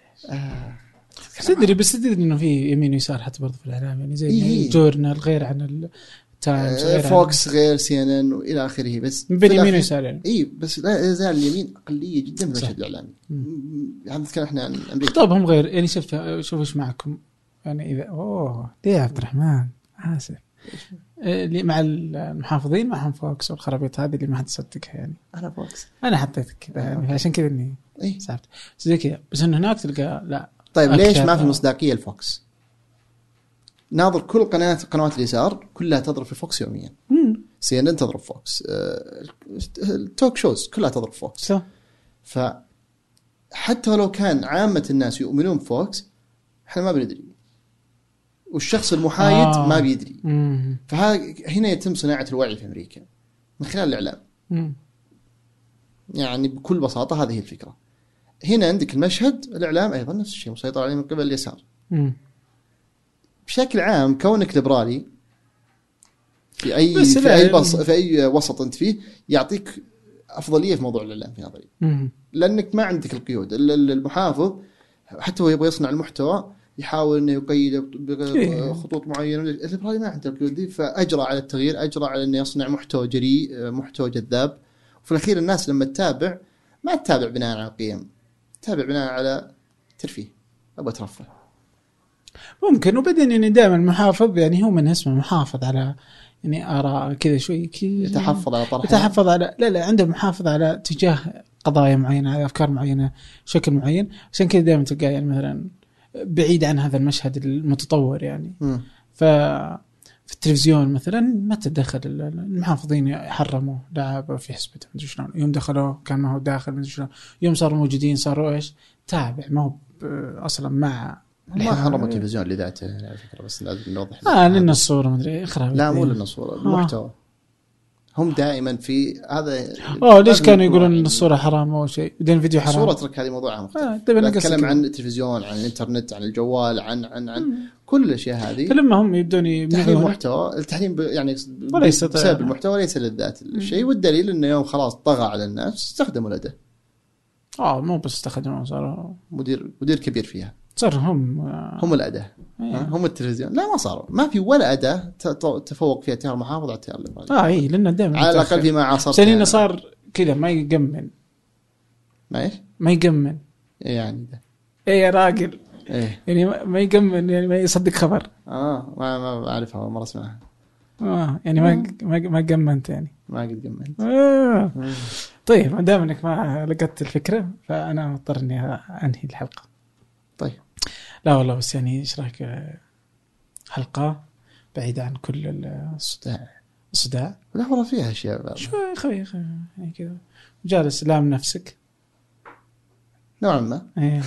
بس تدري انه في يمين ويسار حتى برضه في الاعلام، يعني زي جورنال غير عن التايمز، غير فوكس غير سي ان ان والى اخره. بس بين يمين ويسار يعني بس لا يزال اليمين اقليه جدا في المشهد الاعلامي. يعني نتكلم احنا عن امريكا، خطابهم غير. يعني شوف ايش معكم يعني اذا ليه يا عبد الرحمن اسف اللي مع المحافظين معهم فوكس والخرابيط هذه اللي ما حد يصدقها. يعني انا فوكس، انا حطيتك كذا يعني عشان كذا اني صعبت زي كذا. بس انه هناك تلقى لا. طيب ليش ما في مصداقيه الفوكس؟ ناظر كل قنوات اليسار كلها تضرب في فوكس يوميا. سي ان ان تضرب فوكس، التوك شوز كلها تضرب فوكس. فحتى لو كان عامه الناس يؤمنون بفوكس احنا ما بندري، والشخص المحايد ما بيدري. فهنا يتم صناعة الوعي في أمريكا من خلال الإعلام. يعني بكل بساطة هذه الفكرة. هنا عندك المشهد، الإعلام أيضا نفس الشيء مسيطر عليه من قبل اليسار. بشكل عام كونك ليبرالي في أي وسط أنت فيه يعطيك افضليه في موضوع الاعلام في نظري، لانك ما عندك القيود. المحافظ حتى هو يبغى يصنع المحتوى يحاول انه يقيد بخطوط معينه، الليبرالي ما عنده القيود دي، فاجرى على التغيير، اجرى على انه يصنع محتوى جريء، محتوى جذاب. وفي الاخير الناس لما تتابع ما تتابع بناء على القيم، تتابع بناء على ترفيه، ابغى اترفه ممكن. وبعدين يعني دائما المحافظ يعني هو من اسمه محافظ على يعني آراء كذا شوي يتحفظ على طرحه، يتحفظ على لا عنده محافظ على تجاه قضايا معينة، على أفكار معينة، شكل معين. عشان كذا دائما تلقى يعني مثلا بعيد عن هذا المشهد المتطور يعني. في التلفزيون مثلا ما تدخل المحافظين، يحرموا لاعب في حسبته مدري شلون، يوم دخلوا كان ما هو داخل مدري شلون، يوم صاروا موجودين صاروا ايش تابع، ما هو اصلا مع ما حرموا التلفزيون لذاته على فكره، بس لازم نوضح لنا الصوره مدري اخرى. لا مو لنا الصوره، المحتوى هم دائما في هذا. ليش كانوا يقولون ان الصوره حرام او شيء، بعدين الفيديو حرام؟ الصوره ترك هذه موضوعها مختلف. نتكلم عن التلفزيون، عن الانترنت، عن الجوال، عن كل الاشياء هذه. فلما هم يبدون تحريم محتوى، التحريم يعني بسبب المحتوى ليس للذات الشيء. والدليل انه يوم خلاص طغى على الناس استخدموا الأداة. مو بس استخدموا، صاروا مدير كبير فيها، صار هم الأداة، هم التلفزيون. لا ما صاروا، ما في ولا أداة تفوق فيها تيار محافظ على التيار الليبرالي. لأن دائما على الأقل فيما عاصرت سنين صار كذا ما يقمن. ما يقمن يعني ده يا راجل يعني ما يقمن، يعني ما يصدق خبر. ما أعرفها مرة اسمعها. يعني ما قمنت، يعني ما قد قمنت. طيب ما دام انك ما لقيت الفكرة فأنا مضطر إني أنهي الحلقة. طيب لا والله، بس يعني إيش رأيك حلقة بعيدة عن كل الصداع؟ لا والله فيها أشياء شوي خفيف يعني كذا، جالس لام نفسك نوعا ما.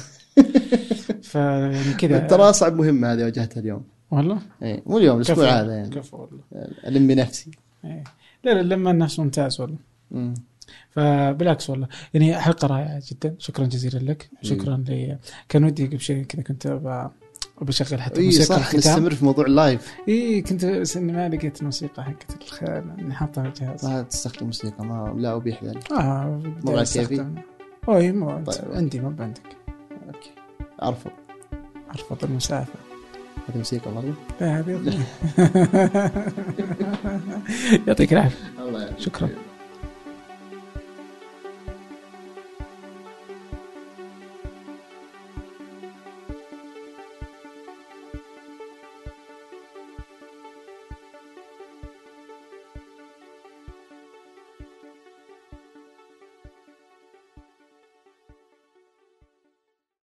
فيعني كذا ترى صعب مهمة هذه واجهتها اليوم والله. مو اليوم، الأسبوع هذا يعني. كفو والله. ألم بنفسي. لا لما النفس ممتاز والله. فبالعكس والله يعني حلقة رائعة جدا. شكرا جزيلا لك. شكرا لي. كان ودي قبل شيء كذا كنت بشغل حتى موسيقى الختام. نستمر في موضوع اللايف. كنت بس إني ما لقيت الموسيقى حقت نحطها في الجهاز. ما تستخدم موسيقى، ما لا أبيح ذلك. مو كيفي. مو طيب. عندي ما عندك. أوكي. أرفض المسافة. هذه موسيقى برضو. هذه يعطيك العافية. الله شكرا.